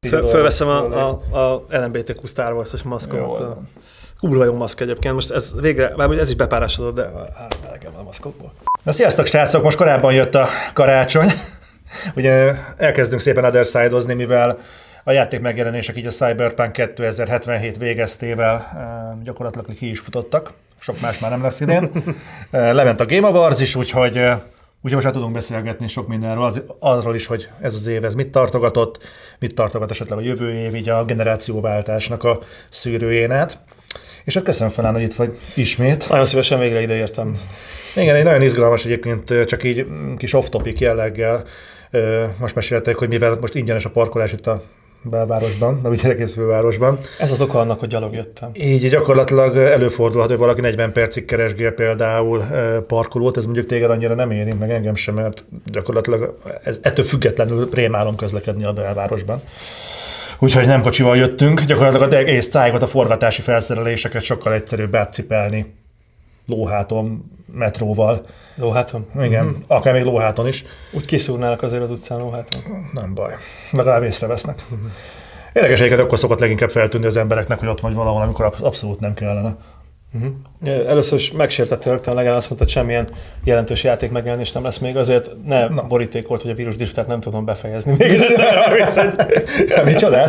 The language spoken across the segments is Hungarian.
Fölveszem a LMBTQ Star Wars-os maszkot. Kurva jó maszk egyébként. Most ez végre, bármilyen ez is bepárásodott, de elegem van a maszkokból. Na sziasztok srácok, most korábban jött a karácsony. Ugye elkezdünk szépen other-side-ozni, mivel a játék megjelenések így a Cyberpunk 2077 végeztével gyakorlatilag ki is futottak. Sok más már nem lesz idén. Lement a Game Awards is, úgyhogy most már tudunk beszélgetni sok mindenről, arról is, hogy ez az év ez mit tartogat esetleg a jövő év, így a generációváltásnak a szűrőjén át. És hát köszönöm fel, hogy itt vagy ismét. Nagyon szívesen végre ideértem. Igen, egy nagyon izgalmas egyébként, csak így kis off-topic jelleggel. Most meséltek, hogy mivel most ingyenes a parkolás itt a belvárosban, a egész fővárosban. Ez az oka annak, hogy gyalog jöttem. Így gyakorlatilag előfordulhat, hogy valaki 40 percig keresgél például parkolót, ez mondjuk téged annyira nem érint, meg engem sem, mert gyakorlatilag ettől függetlenül rémálom közlekedni a belvárosban. Úgyhogy nem kocsival jöttünk, gyakorlatilag az egész cájgot, a forgatási felszereléseket sokkal egyszerűbb átcipelni lóháton, metróval. Lóháton? Igen, akár még lóháton is. Úgy kiszúrnálak azért az utcán lóháton? Nem baj, legalább észrevesznek. Érdekes egyébként akkor szokott leginkább feltűnni az embereknek, hogy ott vagy valahol, amikor abszolút nem kellene. Először is megsértettél rögtön, legalább azt mondtad, semmilyen jelentős játék megjelenés nem lesz még, azért ne borítékolt, hogy a vírusdriftet nem tudom befejezni még 2031. Mi csodát?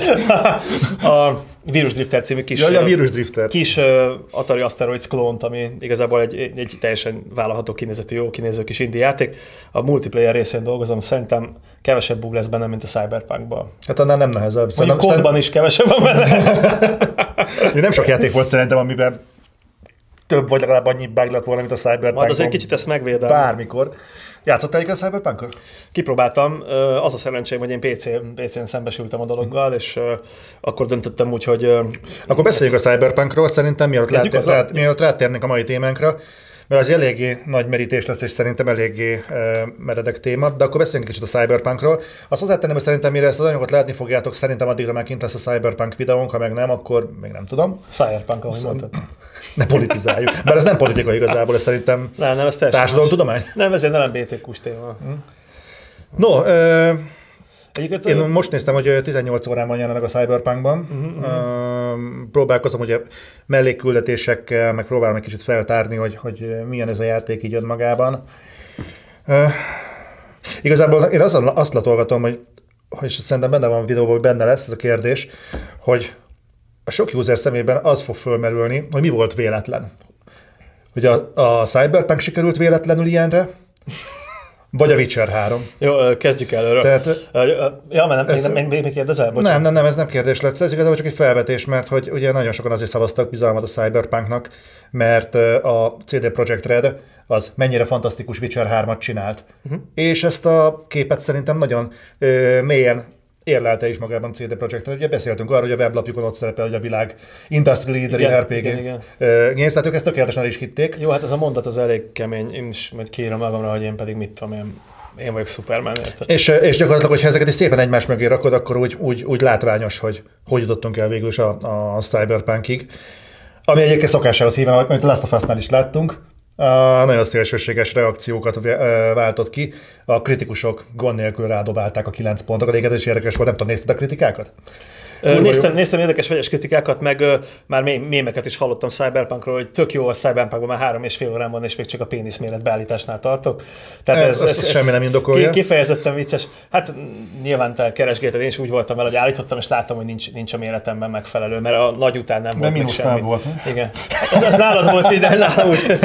A Vírusdrifter című kis Atari Asteroids klónt, ami igazából egy teljesen vállalható kinézetű, jó kinéző kis indie játék. A multiplayer részén dolgozom, szerintem kevesebb bug lesz benne, mint a Cyberpunkban. Hát annál nem nehezebb. Mondjuk kódban is kevesebb van benne. Nem sok játék volt szerintem, amiben több vagy legalább annyi bug lett volna, mint a Cyberpunk. Majd azért kicsit ezt megvédem. Bármikor. Játszottál a Cyberpunkot? Kipróbáltam. Az a szerencsém, hogy én PC-n szembesültem a dologgal, és akkor döntöttem úgy, hogy... Akkor beszéljünk a Cyberpunkról, szerintem mielőtt rátérnénk a mai témánkra, mert az eléggé nagy merítés lesz, és szerintem eléggé meredek téma, de akkor beszéljünk kicsit a Cyberpunkról. Azt hozzátenném, hogy szerintem mire ezt az anyagot látni fogjátok, szerintem addigra már kint lesz a Cyberpunk videónk, ha meg nem, akkor még nem tudom. Cyberpunk, ahogy mondtad. Ne politizáljuk. Bár ez nem politika igazából, ez szerintem társadalomtudomány. Nem, ez egy LMBTQ-s téma. No, én most néztem, hogy 18 órában jelenek a Cyberpunkban. Próbálkozom ugye mellékküldetésekkel, meg próbálom egy kicsit feltárni, hogy milyen ez a játék így önmagában. Igazából én azt latolgatom, hogy szerintem benne van a videóban, hogy benne lesz ez a kérdés, hogy a sok user szemében az fog fölmerülni, hogy mi volt véletlen. Hogy a Cyberpunk sikerült véletlenül ilyenre, vagy a Witcher 3. Jó, kezdjük előről. Mert még kérdezel? Nem, ez nem kérdés lett. Ez igazából csak egy felvetés, mert hogy ugye nagyon sokan azért szavaztak bizalmat a Cyberpunknak, mert a CD Projekt Red az mennyire fantasztikus Witcher 3-at csinált. És ezt a képet szerintem nagyon mélyen érlelte is magában CD Projekt Red. Ugye beszéltünk arról, hogy a weblapjukon ott szerepel, hogy a világ industry leader RPG. Igen. Tehát ők ezt tökéletesen el is hitték. Jó, hát ez a mondat az elég kemény. Én is majd kiírom magamra, hogy én pedig mit tudom, én vagyok Superman, érted? És gyakorlatilag, hogyha ezeket is szépen egymás mögé rakod, akkor úgy látványos, hogy jutottunk el végül is a Cyberpunkig. Ami egyébként szokásához híven, amit a Last of Us-nál is láttunk, nagyon szélsőséges reakciókat váltott ki. A kritikusok gond nélkül rádobálták a 9 pontokat. Egyébként is érdekes volt, nem tudom, nézted a kritikákat? Néztem érdekes vegyes kritikákat, meg már mémeket is hallottam Cyberpunkról, hogy tök jó a Cyberpunkban, már 3,5 órán van, és még csak a péniszméret beállításnál tartok. Tehát ez semmi nem indokolja. Kifejezetten vicces. Hát nyilván te keresgélted, én is úgy voltam vele, hogy állítottam, és láttam, hogy nincs a méretemben megfelelő, mert a nagy után nem volt még semmi. Volt. Igen. Ez nálad volt ide, nálam úgy.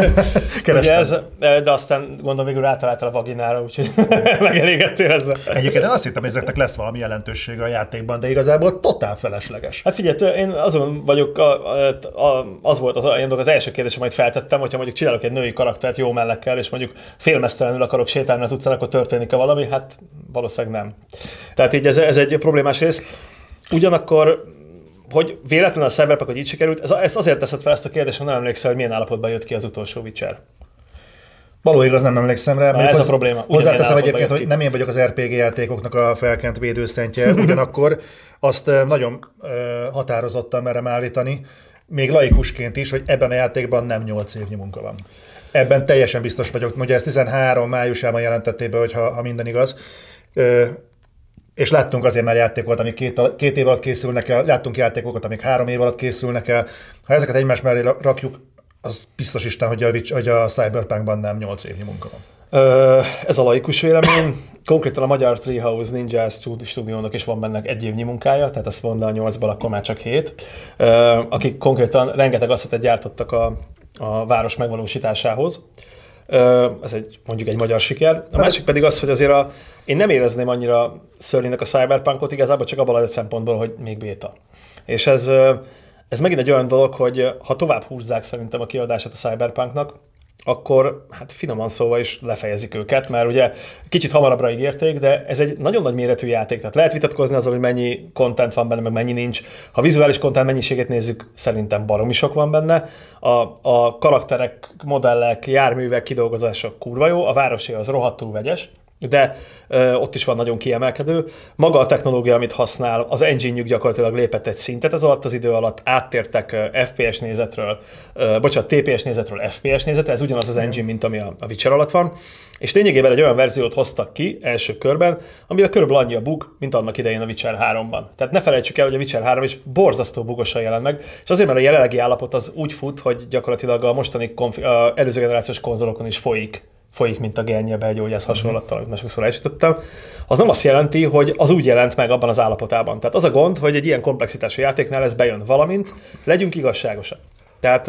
De aztán gondolom végül rátaláltál a vaginára, úgyhogy megelégettél ezzel. Egyébként én azt hittem, hogy ezeknek lesz valami jelentősége a játékban, de igazából totál felesleges. Hát figyelj, én azon vagyok, az volt az első kérdés, amit feltettem, hogyha mondjuk csinálok egy női karaktert jó mellekkel, és mondjuk félmeztelenül akarok sétálni az utcán, akkor történik-e valami? Hát valószínűleg nem. Tehát így ez egy problémás rész. Ugyanakkor, hogy véletlenül a Cyberpunk, hogy így sikerült, ezt azért teszed fel ezt a kérdést, hogy nem emlékszel, hogy milyen állapotban jött ki az utolsó Witcher. Való igaz, nem emlékszem rá. Ez a probléma. Hozzáteszem egyébként, hogy nem én vagyok az RPG játékoknak a felkent védőszentje, ugyanakkor azt nagyon határozottan merem állítani, még laikusként is, hogy ebben a játékban nem 8 évnyi munka van. Ebben teljesen biztos vagyok. Ugye ezt 13 májusában jelentették be, hogy ha minden igaz. és láttunk azért már játékokat, amik két év alatt készülnek el, láttunk játékokat, amik 3 év alatt készülnek el. Ha ezeket egymás mellé rakjuk, az biztos Isten, hogy a Cyberpunkban nem 8 évnyi munka van. Ez a laikus vélemény. Konkrétan a magyar Treehouse Ninja stúdiónak is van benne 1 évnyi munkája, tehát azt mondta a 8-ból, akkor már csak 7. Akik konkrétan rengeteg asszetet gyártottak a város megvalósításához. Ez mondjuk egy magyar siker. A másik pedig az, hogy azért én nem érezném annyira szörnyűnek a Cyberpunkot, igazából csak abban a szempontból, hogy még béta. És ez megint egy olyan dolog, hogy ha tovább húzzák szerintem a kiadását a Cyberpunknak, akkor hát finoman szóval is lefejezik őket, mert ugye kicsit hamarabbra ígérték, de ez egy nagyon nagy méretű játék, tehát lehet vitatkozni azon, hogy mennyi content van benne, meg mennyi nincs. Ha vizuális content mennyiségét nézzük, szerintem baromi sok van benne. A karakterek, modellek, járművek kidolgozása kurva jó, a városi az rohadtul vegyes, de ott is van nagyon kiemelkedő. Maga a technológia, amit használ, az engine-jük gyakorlatilag lépett egy szintet, ez alatt az idő alatt áttértek FPS nézetről, TPS nézetről FPS nézetre, ez ugyanaz az engine, mint ami a Witcher alatt van, és lényegében egy olyan verziót hoztak ki első körben, amivel körülbelül annyi a bug, mint annak idején a Witcher 3-ban. Tehát ne felejtsük el, hogy a Witcher 3 is borzasztó bugosan jelent meg, és azért, mert a jelenlegi állapot az úgy fut, hogy gyakorlatilag a mostani előző generációs konzolokon is folyik, mint a gernye belgyógyász hasonlattal, amit már sokszor elsütöttem, az nem azt jelenti, hogy az úgy jelent meg abban az állapotában. Tehát az a gond, hogy egy ilyen komplexitású játéknál ez bejön, valamint legyünk igazságosak. Tehát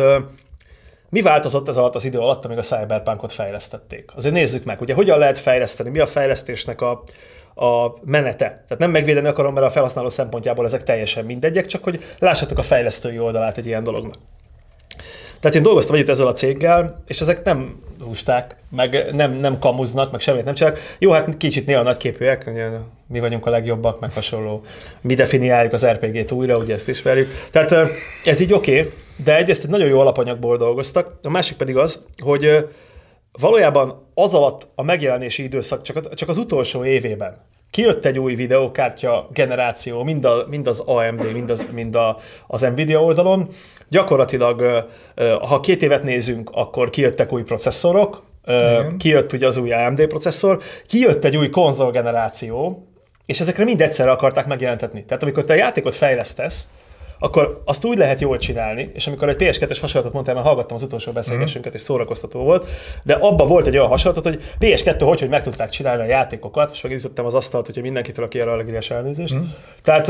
mi változott ez alatt az idő alatt, amíg a Cyberpunkot fejlesztették? Azért nézzük meg, ugye hogyan lehet fejleszteni, mi a fejlesztésnek a menete. Tehát nem megvédeni akarom, mert a felhasználó szempontjából ezek teljesen mindegyek, csak hogy lássatok a fejlesztői oldalát egy ilyen dolognak. Tehát én dolgoztam együtt ezzel a céggel, és ezek nem húzták, meg nem kamuznak, meg semmit nem csinálnak. Jó, hát kicsit néha nagyképűek, ugye mi vagyunk a legjobbak, meg hasonló. Mi definiáljuk az RPG-t újra, ugye ezt ismerjük. Tehát ez így oké, de egyrészt egy nagyon jó alapanyagból dolgoztak, a másik pedig az, hogy valójában az alatt a megjelenési időszak csak az utolsó évében kijött egy új videókártya generáció, mind az AMD, mind az Nvidia oldalon. Gyakorlatilag, ha 2 évet nézünk, akkor kijöttek új processzorok, kijött ugye az új AMD processzor, kijött egy új konzolgeneráció, és ezekre mind egyszerre akarták megjelentetni. Tehát amikor te a játékot fejlesztesz, akkor azt úgy lehet jól csinálni, és amikor egy PS2-es hasonlatot mondtál, mert hallgattam az utolsó beszélgetésünket, és szórakoztató volt, de abban volt egy olyan hasonlatot, hogy PS2 hogy meg tudták csinálni a játékokat, és megütöttem az asztalt, hogyha mindenkitől, aki erre allergiás elnézést. Tehát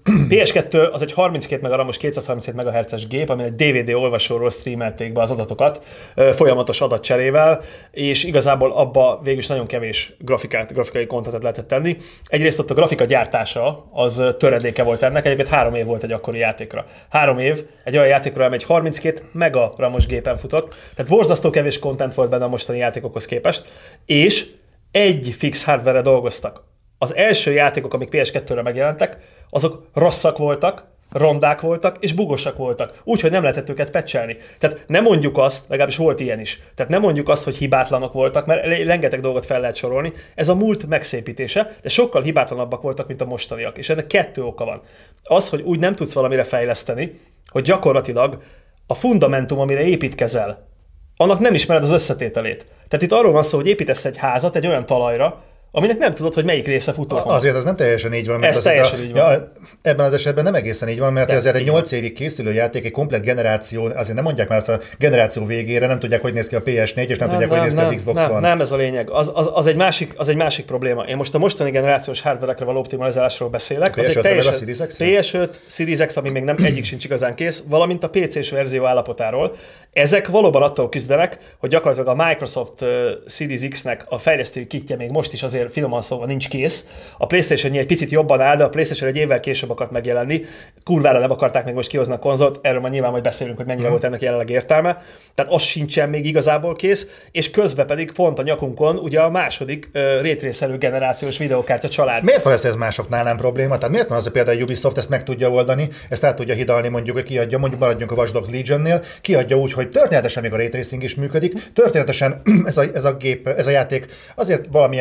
PS2 az egy 32 megaramos, 237 MHz-es gép, amin egy DVD olvasóról streamelték be az adatokat, folyamatos adatcserével, és igazából abba végül is nagyon kevés grafikai kontentet lehetett tenni. Egyrészt ott a grafika gyártása az töredéke volt ennek, egyébként 3 év volt egy akkori játékra. 3 év egy olyan játékra, amely egy 32 megaramos gépen futott, tehát borzasztó kevés content volt benne a mostani játékokhoz képest, és egy fix hardware-re dolgoztak. Az első játékok, amik PS2-re megjelentek, azok rosszak voltak, rondák voltak és bugosak voltak, úgyhogy nem lehetett őket patchelni. Tehát nem mondjuk azt, legalábbis volt ilyen is, tehát nem mondjuk azt, hogy hibátlanok voltak, mert rengeteg dolgot fel lehet sorolni, ez a múlt megszépítése, de sokkal hibátlanabbak voltak, mint a mostaniak, és ennek 2 oka van. Az, hogy úgy nem tudsz valamire fejleszteni, hogy gyakorlatilag a fundamentum, amire építkezel, annak nem ismered az összetételét. Tehát itt arról van szó, hogy építesz egy házat egy olyan talajra, aminek nem tudod, hogy melyik része futó. Azért ez nem teljesen így van. Ez teljesen így van. Ja, ebben az esetben nem egészen így van, mert azért egy 8 évig készülő játék, egy komplett generáció, azért nem mondják már azt a generáció végére, nem tudják, hogy néz ki a PS4, és nem tudják, hogy néz ki az Xbox One. Nem, ez a lényeg. Az egy másik probléma. Én most a mostani generációs hardware-ekre való optimalizálásról beszélek. Az egy teljesen PS5, Series X, ami még nem egyik sincs igazán kész, valamint a PC-s verzió állapotáról. Ezek valóban attól küzdenek, hogy gyakorlatilag a Microsoft Series X-nek a fejlesztői kitje még most is azért finoman szóval nincs kész. A PlayStation egy picit jobban áll, de a PlayStation egy évvel később akart megjelenni. Kurvára nem akarták még most kihozni a konzolt, erről már nyilván majd beszélünk, hogy mennyire volt ennek jelenleg értelme. Tehát az sincsen még igazából kész, és közben pedig pont a nyakunkon ugye a második rétrészelő generációs videokártya család. Miért van ez másoknál nem probléma? Tehát miért van az, hogy például a Ubisoft ezt meg tudja oldani, ezt át tudja hidalni, mondjuk, hogy kiadja, mondjuk maradjunk a Watch Dogs Legionnél, kiadja úgy, hogy történetesen még a ray tracing is működik, történetesen ez a játék azért valamilyen minimális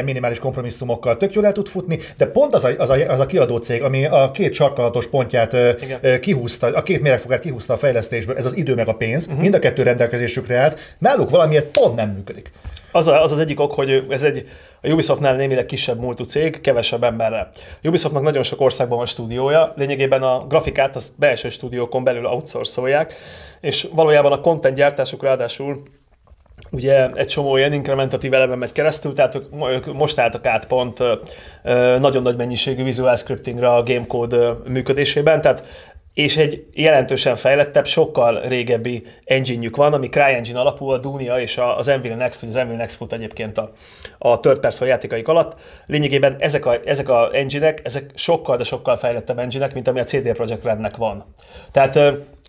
kompromisszumokkal tök jól el tud futni, de pont az a kiadó cég, ami a két sarkalatos pontját kihúzta, a két méregfogát kihúzta a fejlesztésből, ez az idő meg a pénz, mind a kettő rendelkezésükre állt, náluk valamiért pont nem működik. Az egyik ok, hogy ez a Ubisoftnál némileg kisebb múltú cég, kevesebb emberrel. A Ubisoftnak nagyon sok országban van stúdiója, lényegében a grafikát azt belső stúdiókon belül outsourcolják, és valójában a content gyártásuk ráadásul ugye egy csomó ilyen inkrementatív elemen megy keresztül, tehát ők most álltak át pont nagyon nagy mennyiségű visual scriptingra a gamecode működésében, tehát és egy jelentősen fejlettebb, sokkal régebbi engine-jük van, ami CryEngine alapú, a Dunia és az Unreal Next, vagy az Unreal Next fut egyébként a third person játékaik alatt. Lényegében ezek a engine-ek, ezek sokkal, de sokkal fejlettebb engine-ek, mint ami a CD Projekt Rednek van. Tehát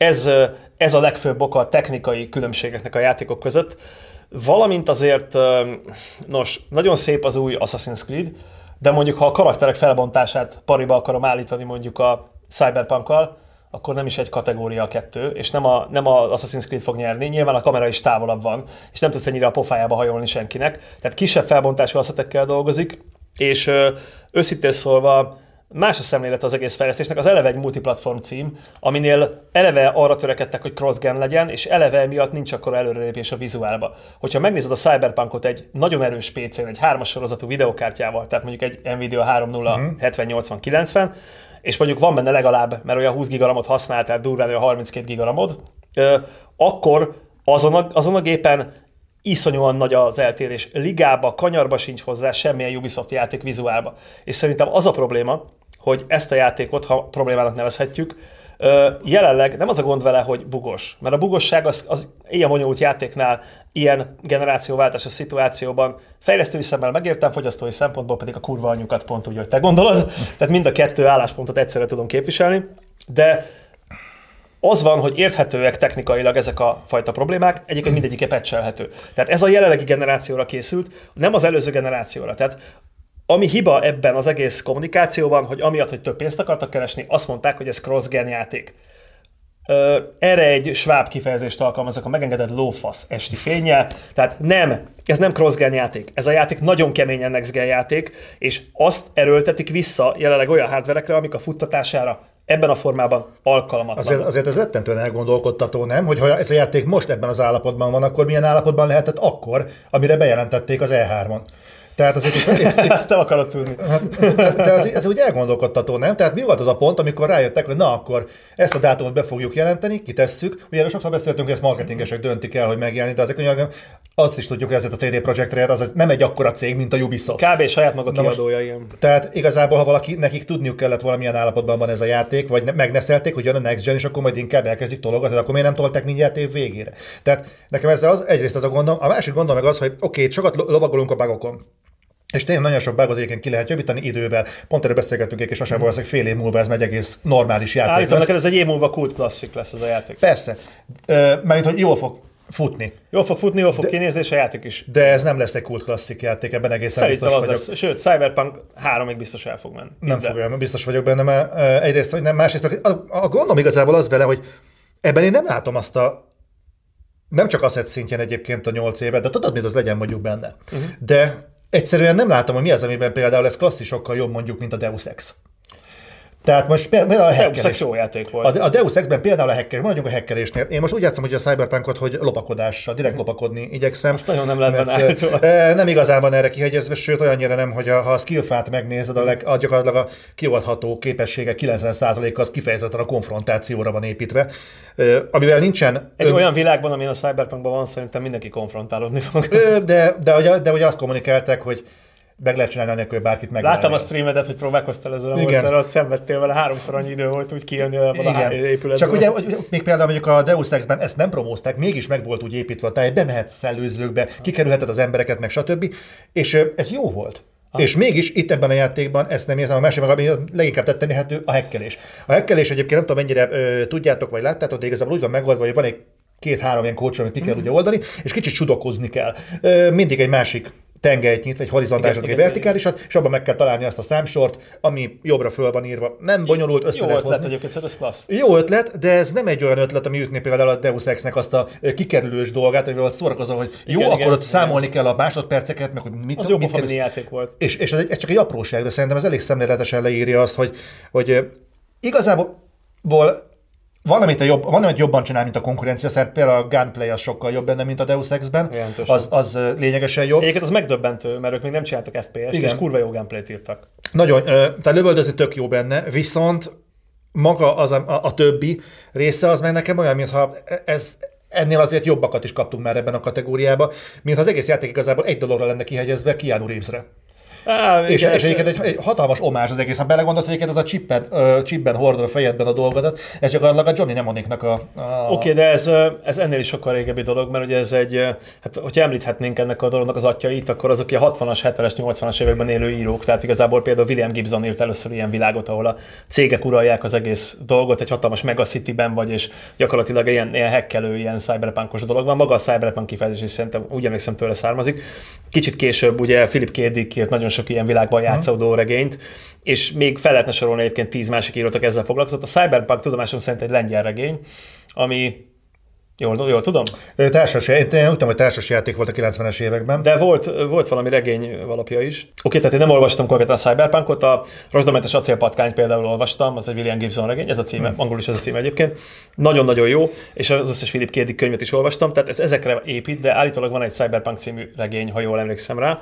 ez a legfőbb oka a technikai különbségeknek a játékok között, valamint azért, nagyon szép az új Assassin's Creed, de mondjuk ha a karakterek felbontását pariba akarom állítani mondjuk a Cyberpunkkal, akkor nem is egy kategória a kettő, és nem a Assassin's Creed fog nyerni, nyilván a kamera is távolabb van, és nem tudsz ennyire a pofájába hajolni senkinek, tehát kisebb felbontású asszetekkel dolgozik, és őszintén szólva más a szemlélet az egész fejlesztésnek, az eleve egy multiplatform cím, aminél eleve arra törekedtek, hogy cross-gen legyen, és eleve miatt nincs akkora előrelépés a vizuálba. Hogyha megnézed a Cyberpunkot egy nagyon erős PC-n, egy 3-as sorozatú videokártyával, tehát mondjuk egy Nvidia 30 7080-90, és mondjuk van benne legalább, mert olyan 20 gigaramot használ, tehát durván olyan 32 gigaramod, akkor azon a gépen iszonyúan nagy az eltérés. Ligába, kanyarba sincs hozzá semmilyen Ubisoft játék vizuálba. És szerintem az a probléma, hogy ezt a játékot, ha problémának nevezhetjük, jelenleg nem az a gond vele, hogy bugos. Mert a bugosság az ilyen bonyolult játéknál, ilyen generációváltásos szituációban fejlesztői szemmel megértem, fogyasztói szempontból pedig a kurva anyukat pont úgy, hogy te gondolod. Tehát mind a kettő álláspontot egyszerre tudom képviselni, de az van, hogy érthetőek technikailag ezek a fajta problémák, egyébként mindegyike patchelhető. Tehát ez a jelenlegi generációra készült, nem az előző generációra. Tehát ami hiba ebben az egész kommunikációban, hogy amiatt, hogy több pénzt akartak keresni, azt mondták, hogy ez cross-gen játék. Erre egy sváb kifejezést alkalmazok, a megengedett lófasz esti fénnyel, tehát ez nem cross-gen játék. Ez a játék nagyon keményen next-gen játék, és azt erőltetik vissza jelenleg olyan hardverekre, amik a futtatására ebben a formában alkalmatlan. Azért ez rettentően elgondolkodtató, nem? Hogy ha ez a játék most ebben az állapotban van, akkor milyen állapotban lehetett akkor, amire bejelentették az E3-on. Tehát azért ezt nem akarod tudni. De ez úgy elgondolkodtató, nem? Tehát mi volt az a pont, amikor rájöttek, hogy na akkor ezt a dátumot be fogjuk jelenteni, kitesszük. Ugye erről sokszor beszéltünk, hogy ezt marketingesek döntik el, hogy megjelenít, de azért azt is tudjuk, hogy ez a CD Projekt Red az nem egy akkora cég, mint a Ubisoft. Kb. Saját maga kiadója ilyen. Tehát igazából, ha nekik tudniuk kellett valamilyen állapotban van ez a játék, vagy megneszelték, hogy jön a Next Gen, és akkor majd inkább elkezdik tologatni, akkor miért nem tolták mindjárt év végére? Tehát nekem ezzel egyrészt az a gondom, a másik gondom meg az, hogy oké, sokat lovagolunk a bugokon. És tényleg nagyon sok bugot egyébként ki lehet javítani idővel. Pont erről beszélgettünk, és most valószínűleg fél év múlva ez megy egész normális játék. Állítom neked, ez egy év múlva kult klasszik lesz ez a játék. Persze. Mert hogy jól fog futni. Jól fog futni, jól fog kinézni, és a játék is. De ez nem lesz egy kult klasszik játék, ebben egészen szerintem biztos az vagyok. Lesz. Sőt, Cyberpunk 3-ig biztos el fog menni. Nem fog el, biztos vagyok benne, mert egyrészt, vagy nem, másrészt a gondom igazából az vele, hogy ebben én nem látom azt nem csak asset szintjén egyébként a 8 évet, de tudod, mit az legyen mondjuk benne. De egyszerűen nem látom, hogy mi az, amiben például ez klasszisokkal jobb mondjuk, mint a Deus Ex. Tehát most például a hackelés. Deus Ex jó játék volt. A Deus Exben például a hackelés, maradjunk a hackelésnél. Én most úgy játszom, hogy a Cyberpunkot, hogy lopakodással, direkt lopakodni igyekszem. Azt nagyon nem lehet benne nem igazán van erre kihegyezve, sőt olyannyira nem, hogy ha a skillfát megnézed, gyakorlatilag a kioldható képessége 90%-a az kifejezetten a konfrontációra van építve, amivel nincsen... Egy olyan világban, amilyen a Cyberpunkban van, szerintem mindenki konfrontálódni fog. De ugye azt kommunikálták, hogy meg lehet csinálni anélkül, hogy bárkit meg. Láttam a streamedet, hogy próbálkoztál ezzel a módszerrel, ott szenvedtél vele, 3-szor annyi idő volt úgy kijönni a épületből. Csak ugye, még például mondjuk a Deus Exben ezt nem promózták, mégis meg volt úgy építve, tehát bemehetsz szellőzőkbe, kikerülheted az embereket, meg stb. És ez jó volt. És mégis itt ebben a játékban ezt nem érzem, a másik meg, ami leginkább tetten érhető, a hackelés. A hackelés egyébként nem tudom mennyire tudjátok, vagy láttátok, de igazából úgy van megoldva, hogy van egy 2-3 ilyen kulcsra, amit ki kell ugye oldani, és kicsit sudokozni kell. Mindig egy másik tengelyt nyit, egy horizontálisat, egy vertikálisat, és abban meg kell találni azt a számsort, ami jobbra föl van írva. Nem bonyolult, össze lehet hozni. Egyébként, ez klassz. Jó ötlet, de ez nem egy olyan ötlet, ami ütné például a Deus Ex-nek azt a kikerülős dolgát, amivel szórakozol, hogy jó, igen, akkor ott számolni kell a másodperceket, meg hogy az jó family játék volt. És ez csak egy apróság, de szerintem ez elég szemléletesen leírja azt, hogy igazából van, amit jobban csinál, mint a konkurencia, szerintem például a gunplay az sokkal jobb benne, mint a Deus Ex-ben, az lényegesen jobb. Egyébként az megdöbbentő, mert ők még nem csináltak FPS-t, és kurva jó gunplayt írtak. Nagyon, tehát lövöldözni tök jó benne, viszont maga a többi része az meg nekem olyan, mintha ennél azért jobbakat is kaptunk már ebben a kategóriában, mint az egész játék igazából egy dologra lenne kihegyezve, Keanu Reevesre. És egyébként egy hatalmas omázs az egész. Ha belegondolsz, egyébként ez a chipben hordod a fejedben a dolgodat, ez gyakorlatilag a Johnny Mnemonic-nak Oké, de ez ennél is sokkal régebbi dolog, mert ugye ez hát hogyha említhetnénk ennek a dolognak az atyait, akkor azok a 60-as, 70-es, 80-as években élő írók, tehát igazából például William Gibson írt először ilyen világot, ahol a cégek uralják az egész dolgot, egy hatalmas megacity-ben vagy, és gyakorlatilag ilyen hekkelő, ilyen cyberpunkos dolog van. Maga a cyberpunk kifejezés is szerintem úgy emlékszem tőle származik. Kicsit később ugye Philip K. Dick írt nagyon sok ilyen világban játszódó regényt, és még fel lehetne sorolni egyébként 10 másik írótok ezzel foglalkozott. A Cyberpunk tudomásom szerint egy lengyel regény, ami jól tudom? Társas, én úgy tudom, hogy társas játék volt a 90-es években. De volt valami regény alapja is. Oké, tehát én nem olvastam konkrétan a Cyberpunkot, a Rozsdamentes acélpatkányt például olvastam, az egy William Gibson regény, ez a címe, angolul is ez a címe egyébként. Nagyon-nagyon jó, és az összes Philip K. Dick könyvet is olvastam, tehát ez ezekre épít, de állítólag van egy Cyberpunk című regény, ha jól emlékszem rá.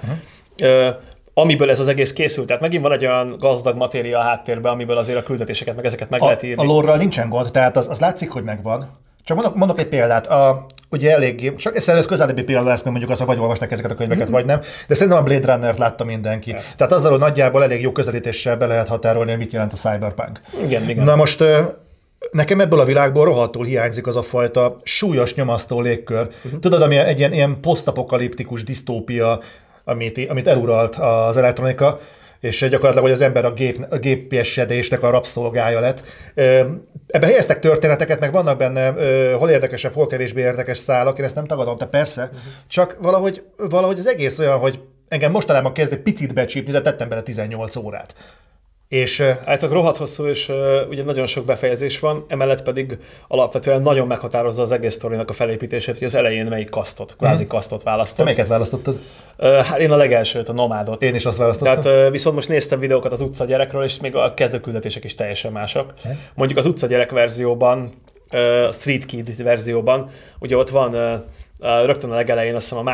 Amiből ez az egész készült. Tehát megint van egy olyan gazdag matéria a háttérben, amiből azért a küldetéseket meg ezeket meg lehet írni. A lore-ral nincsen gond, tehát az látszik, hogy megvan. Csak mondok egy példát. Ugye eléggé, csak ez közelebbi példa lesz, mert mondjuk az, vagy olvasták ezeket a könyveket, vagy nem. De szerintem a Blade Runner-t látta mindenki. Yes. Tehát azzal, hogy nagyjából elég jó közelítéssel be lehet határolni, hogy mit jelent a cyberpunk. Igen. Na most nekem ebből a világból rohadtul hiányzik az a fajta súlyos, nyomasztó légkör. Tudod, ami egy ilyen posztapokaliptikus disztópia, amit eluralt az elektronika, és gyakorlatilag, hogy az ember a gépiesedésnek a rabszolgája lett. Ebben helyeztek történeteket, meg vannak benne hol érdekesebb, hol kevésbé érdekes szálak, én ezt nem tagadom, de persze, csak valahogy az egész olyan, hogy engem mostanában kezd egy picit becsípni, de tettem bele 18 órát. És állítólag rohadt hosszú, és ugye nagyon sok befejezés van, emellett pedig alapvetően nagyon meghatározza az egész sztorinak a felépítését, hogy az elején melyik kasztot, kvázi kasztot választott. Te melyiket választottad? Hát én a legelsőt, a Nomádot. Én is azt választottam. Tehát viszont most néztem videókat az utcagyerekről, és még a kezdőküldetések is teljesen másak. Mondjuk az utcagyerek verzióban, a Street Kid verzióban, ugye ott van rögtön a legelején, azt hiszem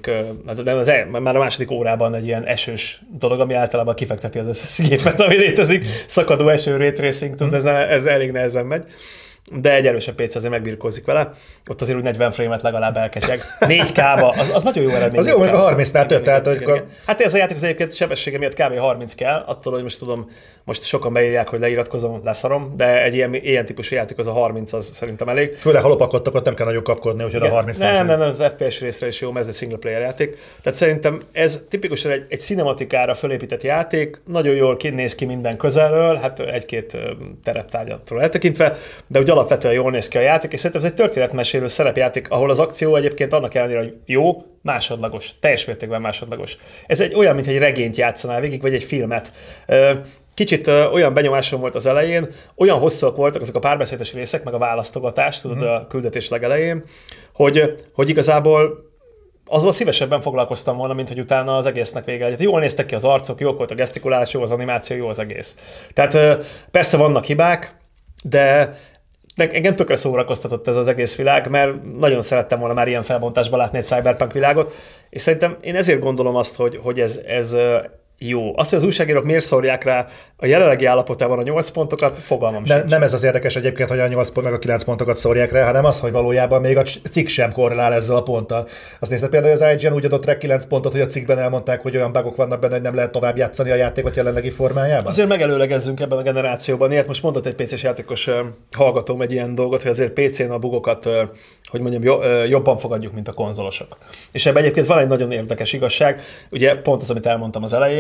már a második órában egy ilyen esős dolog, ami általában kifekteti az összes gépet, ami létezik. Szakadó eső, ray tracing, ez elég nehezen megy. De egy erősebb PC azért megbirkózik vele. Ott azért úgy 40 frame-et legalább elketyeg. 4K-ba, az nagyon jó eredmény. Az jó, hogy a 30-nál több. Hát ez a játék az egyébként sebessége miatt kb. 30 kell, attól, hogy most sokan beírják, hogy leiratkozom, leszarom, de egy ilyen típusú játék az a 30, az szerintem elég. Főleg ha lopakodtak, ott nem kell nagyon kapkodni, úgyhogy a 30 nem, az FPS részre is jó, mert ez egy single player játék. Tehát szerintem ez tipikusan egy cinematikára fölépített játék, nagyon jól néz ki minden közelről, hát egy-két tereptárgyatról eltekintve, de úgy alapvetően jól néz ki a játék, és szerintem ez egy történetmesélő szerepjáték, ahol az akció egyébként annak ellenére, hogy jó, másodlagos, teljes mértékben másodlagos. Ez egy olyan, mint egy regényt játszanál végig, vagy egy filmet. Kicsit olyan benyomásom volt az elején, olyan hosszúak voltak azok a párbeszédes részek, meg a választogatás, tudod, a küldetés legelején, hogy igazából azzal szívesebben foglalkoztam volna, mint hogy utána az egésznek vége legyen. Jól néztek ki az arcok, jó volt a gesztikulálás, jó az animáció, jó az egész. Tehát persze vannak hibák, de engem tökre szórakoztatott ez az egész világ, mert nagyon szerettem volna már ilyen felbontásban látni egy cyberpunk világot, és szerintem én ezért gondolom azt, hogy ez jó. Azt, hogy az újságírók miért szórják rá a jelenlegi állapotában a 8 pontokat, fogalmam sincs. Nem ez az érdekes egyébként, hogy a 8 pont meg a 9 pontokat szórják rá, hanem az, hogy valójában még a cikk sem korrelál ezzel a ponttal. Azt nézted például, hogy az IGN úgy adott rá 9 pontot, hogy a cikkben elmondták, hogy olyan bugok vannak benne, hogy nem lehet tovább játszani a játékot jelenlegi formájában. Azért megelőlegezzünk ebben a generációban. Ilyet most mondott egy PC-s játékos hallgatóm egy ilyen dolgot, hogy azért PC-n a bugokat, hogy mondjam, jobban fogadjuk, mint a konzolosok. És ebben egyébként van egy nagyon érdekes igazság, ugye pont az, amit elmondtam az elején,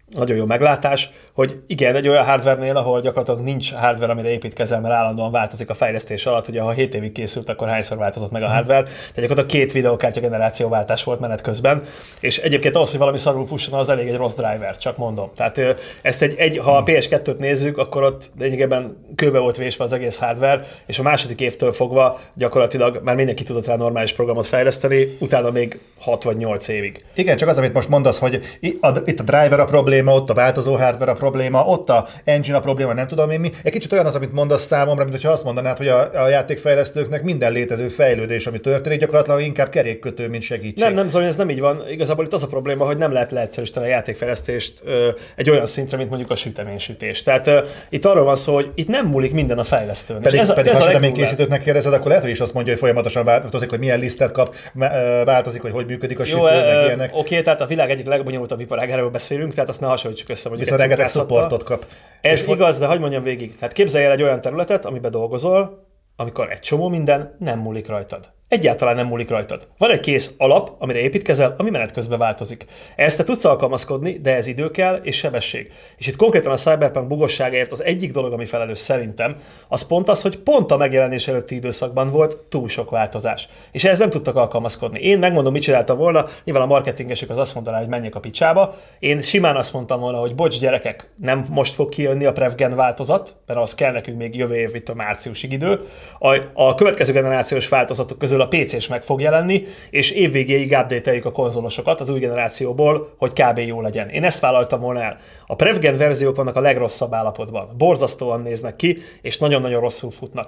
nagyon jó meglátás, hogy igen, egy olyan hardware-nél, ahol gyakorlatilag nincs hardware, amire építkezel, mert állandóan változik a fejlesztés alatt, ugye ha 7 évig készült, akkor hányszor változott meg a hardware, tehát gyakorlatilag 2 videokártya generációváltás volt menet közben, és egyébként ahhoz, hogy valami szarul fusson, az elég egy rossz driver, csak mondom. Tehát ezt ha a PS2-t nézzük, akkor ott lényegében kőbe volt vésve az egész hardware, és a második évtől fogva gyakorlatilag már mindenki tudott rá normális programot fejleszteni, utána még 6 vagy 8 évig. Igen, csak az, amit most mondasz, hogy itt a driver a probléma, ott a változó hardware a probléma, ott a engine a probléma, nem tudom én mi. Egy kicsit olyan az, amit mondasz számomra, mint hogyha azt mondanád, hogy a játékfejlesztőknek minden létező fejlődés, ami történik, gyakorlatilag inkább kerékkötő, mint segítség. Nem, szóval ez nem így van. Igazából itt az a probléma, hogy nem lehet leegyszerűsíteni a játékfejlesztést egy olyan szintre, mint mondjuk a süteménysütés. Tehát itt arról van szó, hogy itt nem múlik minden a fejlesztőn. Pedig ha süteménykészítőknek kérdezed, akkor lehet, hogy is azt mondja, hogy folyamatosan változik, hogy milyen lisztet kap, változik, hogy működik a sütő, meg ilyenek. Oké, tehát a világ egyik legbonyolultabb iparágáról beszélünk, tehát azt ne hasonlítsuk össze, mondjuk viszont rengeteg supportot kap. Ez igaz, de hagyd mondjam végig. Tehát képzelj el egy olyan területet, amiben dolgozol, amikor egy csomó minden nem múlik rajtad. Egyáltalán nem múlik rajtad. Van egy kész alap, amire építkezel, ami menet közben változik. Ezt te tudsz alkalmazkodni, de ez idő kell és sebesség. És itt konkrétan a Cyberpunk bugosságáért az egyik dolog, ami felelős szerintem, az pont az, hogy pont a megjelenés előtti időszakban volt túl sok változás. És ehhez nem tudtak alkalmazkodni. Én megmondom, mit csináltam volna, nyilván a marketingesük az azt mondaná, hogy menjek a picsába. Én simán azt mondtam volna, hogy bocs gyerekek, nem most fog kijönni a PrevGen változat, mert az kell nekünk még jövő év itt a márciusig idő. A következő generációs változatok közül a PC-s meg fog jelenni, és évvégéig update-eljük a konzolosokat az új generációból, hogy kb. Jó legyen. Én ezt vállaltam volna el. A PrevGen verziók vannak a legrosszabb állapotban. Borzasztóan néznek ki, és nagyon-nagyon rosszul futnak.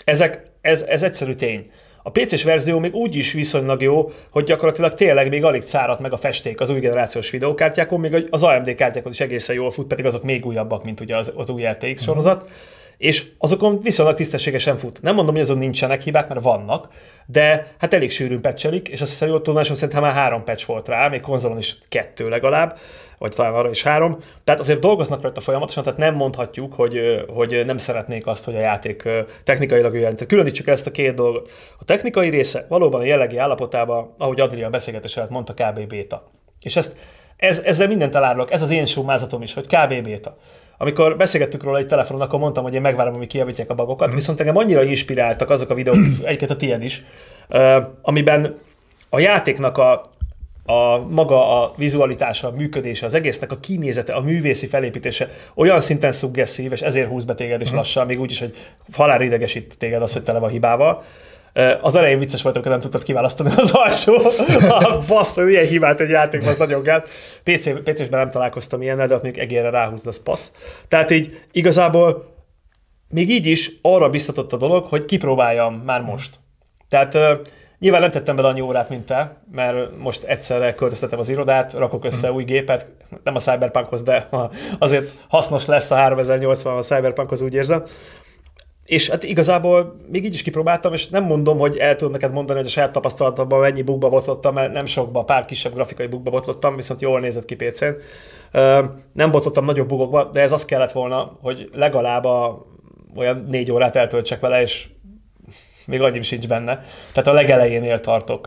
Ez egyszerű tény. A PC-s verzió még úgy is viszonylag jó, hogy gyakorlatilag tényleg még alig száradt meg a festék az új generációs videókártyákon, még az AMD kártyákon is egészen jól fut, pedig azok még újabbak, mint ugye az új RTX sorozat. És azokon viszonylag tisztességesen fut. Nem mondom, hogy azon nincsenek hibák, mert vannak, de hát elég sűrűn patchelik, és azt hiszem, hogy tudomásom szerintem már 3 patch volt rá, még konzolon is 2 legalább, vagy talán arra is 3. Tehát azért dolgoznak rajta folyamatosan, tehát nem mondhatjuk, hogy nem szeretnék azt, hogy a játék technikailag jöjjön. Tehát különítsük ezt a két dolgot. A technikai része valóban a jellegi állapotában, ahogy Adria beszélgetés előtt mondta, kb. Béta. És ezzel mindent elárulok, ez az én summázatom is, hogy kb. Béta. Amikor beszélgettük róla egy telefonon, akkor mondtam, hogy én megvárom, amíg kijavítják a bugokat, viszont engem annyira inspiráltak azok a videók, egyiket a tiéd is, amiben a játéknak a maga a vizualitása, a működése, az egésznek a kinézete, a művészi felépítése olyan szinten szuggesszív, és ezért húz be téged is lassan, még úgy is, hogy halálra idegesít téged az, hogy tele van hibával. Az elején vicces volt, amikor nem tudtad kiválasztani az alsó. Bassz, ilyen hibát egy játékban, az nagyon gáz. PC-sben nem találkoztam ilyennel, de ott mondjuk egérre ráhúzd, az passz. Tehát így igazából még így is arra biztatott a dolog, hogy kipróbáljam már most. Tehát nyilván nem tettem bele annyi órát, mint te, mert most egyszerre költöztetem az irodát, rakok össze új gépet, nem a Cyberpunkhoz, de azért hasznos lesz a 3080 a Cyberpunkhoz, úgy érzem. És hát igazából még így is kipróbáltam, és nem mondom, hogy el tudom neked mondani, hogy a saját tapasztalatomban mennyi bugba botlottam, mert nem sokba, pár kisebb grafikai bugba botlottam, viszont jól nézett ki PC-n. Nem botlottam nagyobb bugokba, de ez az kellett volna, hogy legalább olyan 4 órát eltöltsek vele, és még annyim sincs benne. Tehát a legelejénél tartok.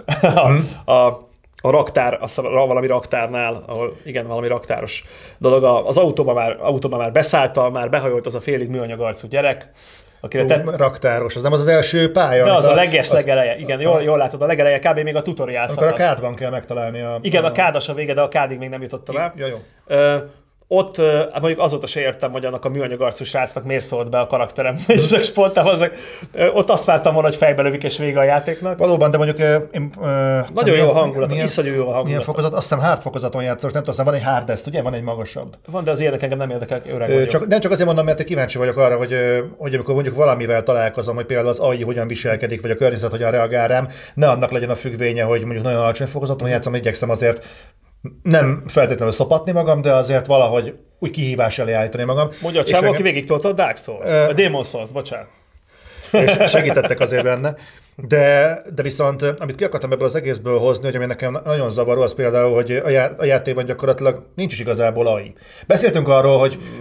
A raktár, valami raktárnál, ahol igen, valami raktáros dolog. Az autóban már beszálltam, már behajolt az a félig műanyag arcú gyerek, raktáros, az nem az első pálya? De az a legeleje, igen, jól látod, a legeleje, kb. Még a tutoriál szakasz. Akkor a kádban kell megtalálni Igen, a kádas a vége, de a kádig még nem jutottam el. Ja, jó. Ott mondjuk azóta se értem, hogy annak a műanyag arcú srácnak miért szólt be a karakterem, és spontán ott azt vártam volna, hogy fejbe lövik és vége a játéknak. Valóban, de mondjuk... nagyon jó a hangulat, iszonyú jó a hangulat. Milyen fokozat? Azt hiszem hard fokozaton játszós, nem tudom, van egy hardest, ugye? Van egy magasabb. Van, de az ilyenek engem nem érdekel, öreg vagyok. Nem csak azért mondom, mert kíváncsi vagyok arra, hogy amikor mondjuk valamivel találkozom, hogy például az AI hogyan viselkedik, vagy a környezet hogyan reagál rám, ne annak legyen a függvénye, hogy mondjuk nagyon alacsony fokozaton játszom, igyekszem azért nem feltétlenül szopatni magam, de azért valahogy úgy kihívás elé állítani magam. Mondja a csávó, aki végig tolta a Dark Souls, a Demon Souls, bocsánat. És segítettek azért benne. De viszont, amit ki akartam ebből az egészből hozni, hogy ami nekem nagyon zavaró, az például, hogy a játékban gyakorlatilag nincs is igazából AI. Beszéltünk arról,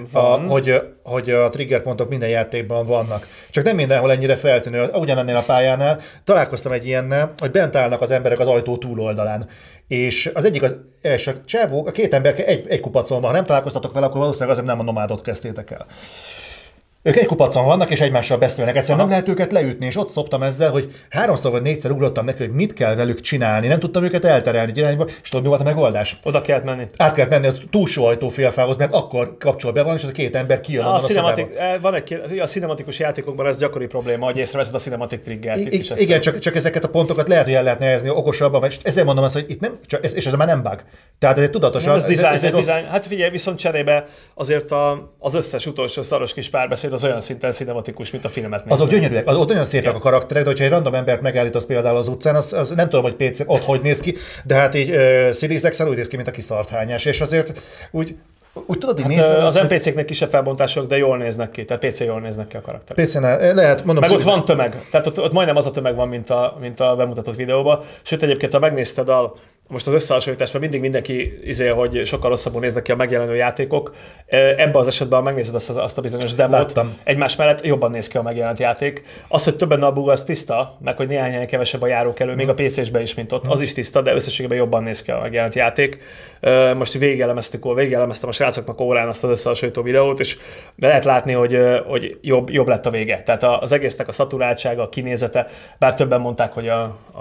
hogy a triggerpontok minden játékban vannak. Csak nem mindenhol ennyire feltűnő. Ugyanennél a pályánál találkoztam egy ilyennel, hogy bent állnak az emberek az ajtó túloldalán. És az egyik, és a csávó, a két ember egy kupacon van. Ha nem találkoztatok vele, akkor valószínűleg azért nem a nomádot kezdtétek el. Ők egy kupacon vannak, és egymással beszélnek. Egyszerűen nem lehet őket leütni, és ott szoptam ezzel, hogy 3-szor vagy 4-szer ugrottam neki, hogy mit kell velük csinálni. Nem tudtam őket elterelni irányba, és tudod, mi volt a megoldás? Oda kellett menni. Át kellett menni az túlsó ajtófélfához, mert akkor kapcsol be van, és az a két ember kijön onnan a szobába. A cinematikus játékokban ez gyakori probléma, hogy észreveszed a cinematic triggert. Igen, csak ezeket a pontokat lehet, hogy el lehetne helyezni okosabban, és ezért mondom azt, hogy itt nem, és ez már nem bug. Tehát ez egy tudatosan. Ez design. Hát figyelj, viszont cserébe azért az összes utolsó szaros kis párbeszéd az olyan szinten cinematikus, mint a filmet nézni. Azok gyönyörűek, ott olyan szépek a karakterek, de hogyha egy random embert megállítasz például az utcán, az nem tudom, hogy PC-n ott hogy néz ki, de hát így Series X-en úgy néz ki, mint a kiszart hányás, és azért úgy tudod, így nézel. Az NPC-knek kisebb felbontások, de jól néznek ki, tehát PC jól néznek ki a karakterek. PC-nál lehet, mondom. Meg ott van tömeg, tehát ott majdnem az a tömeg van, mint a bemutatott videóban. Sőt, egyébként, ha megnézted most az összehasonlításban mindig mindenki hogy sokkal rosszabbul néznek ki a megjelenő játékok. Ebben az esetben, ha megnézed azt a bizonyos demót, egymás mellett jobban néz ki a megjelent játék. Az, hogy többen a bug, az tiszta, meg hogy néhány helyen kevesebb a járókelő, még a PC-sben is, mint ott, az is tiszta, de összességében jobban néz ki a megjelent játék. Most végigelemeztem a srácoknak órán azt az összehasonlító videót, és lehet látni, hogy jobb lett a vége. Tehát az egésznek a szaturáltsága, a kinézete, bár többen mondták, hogy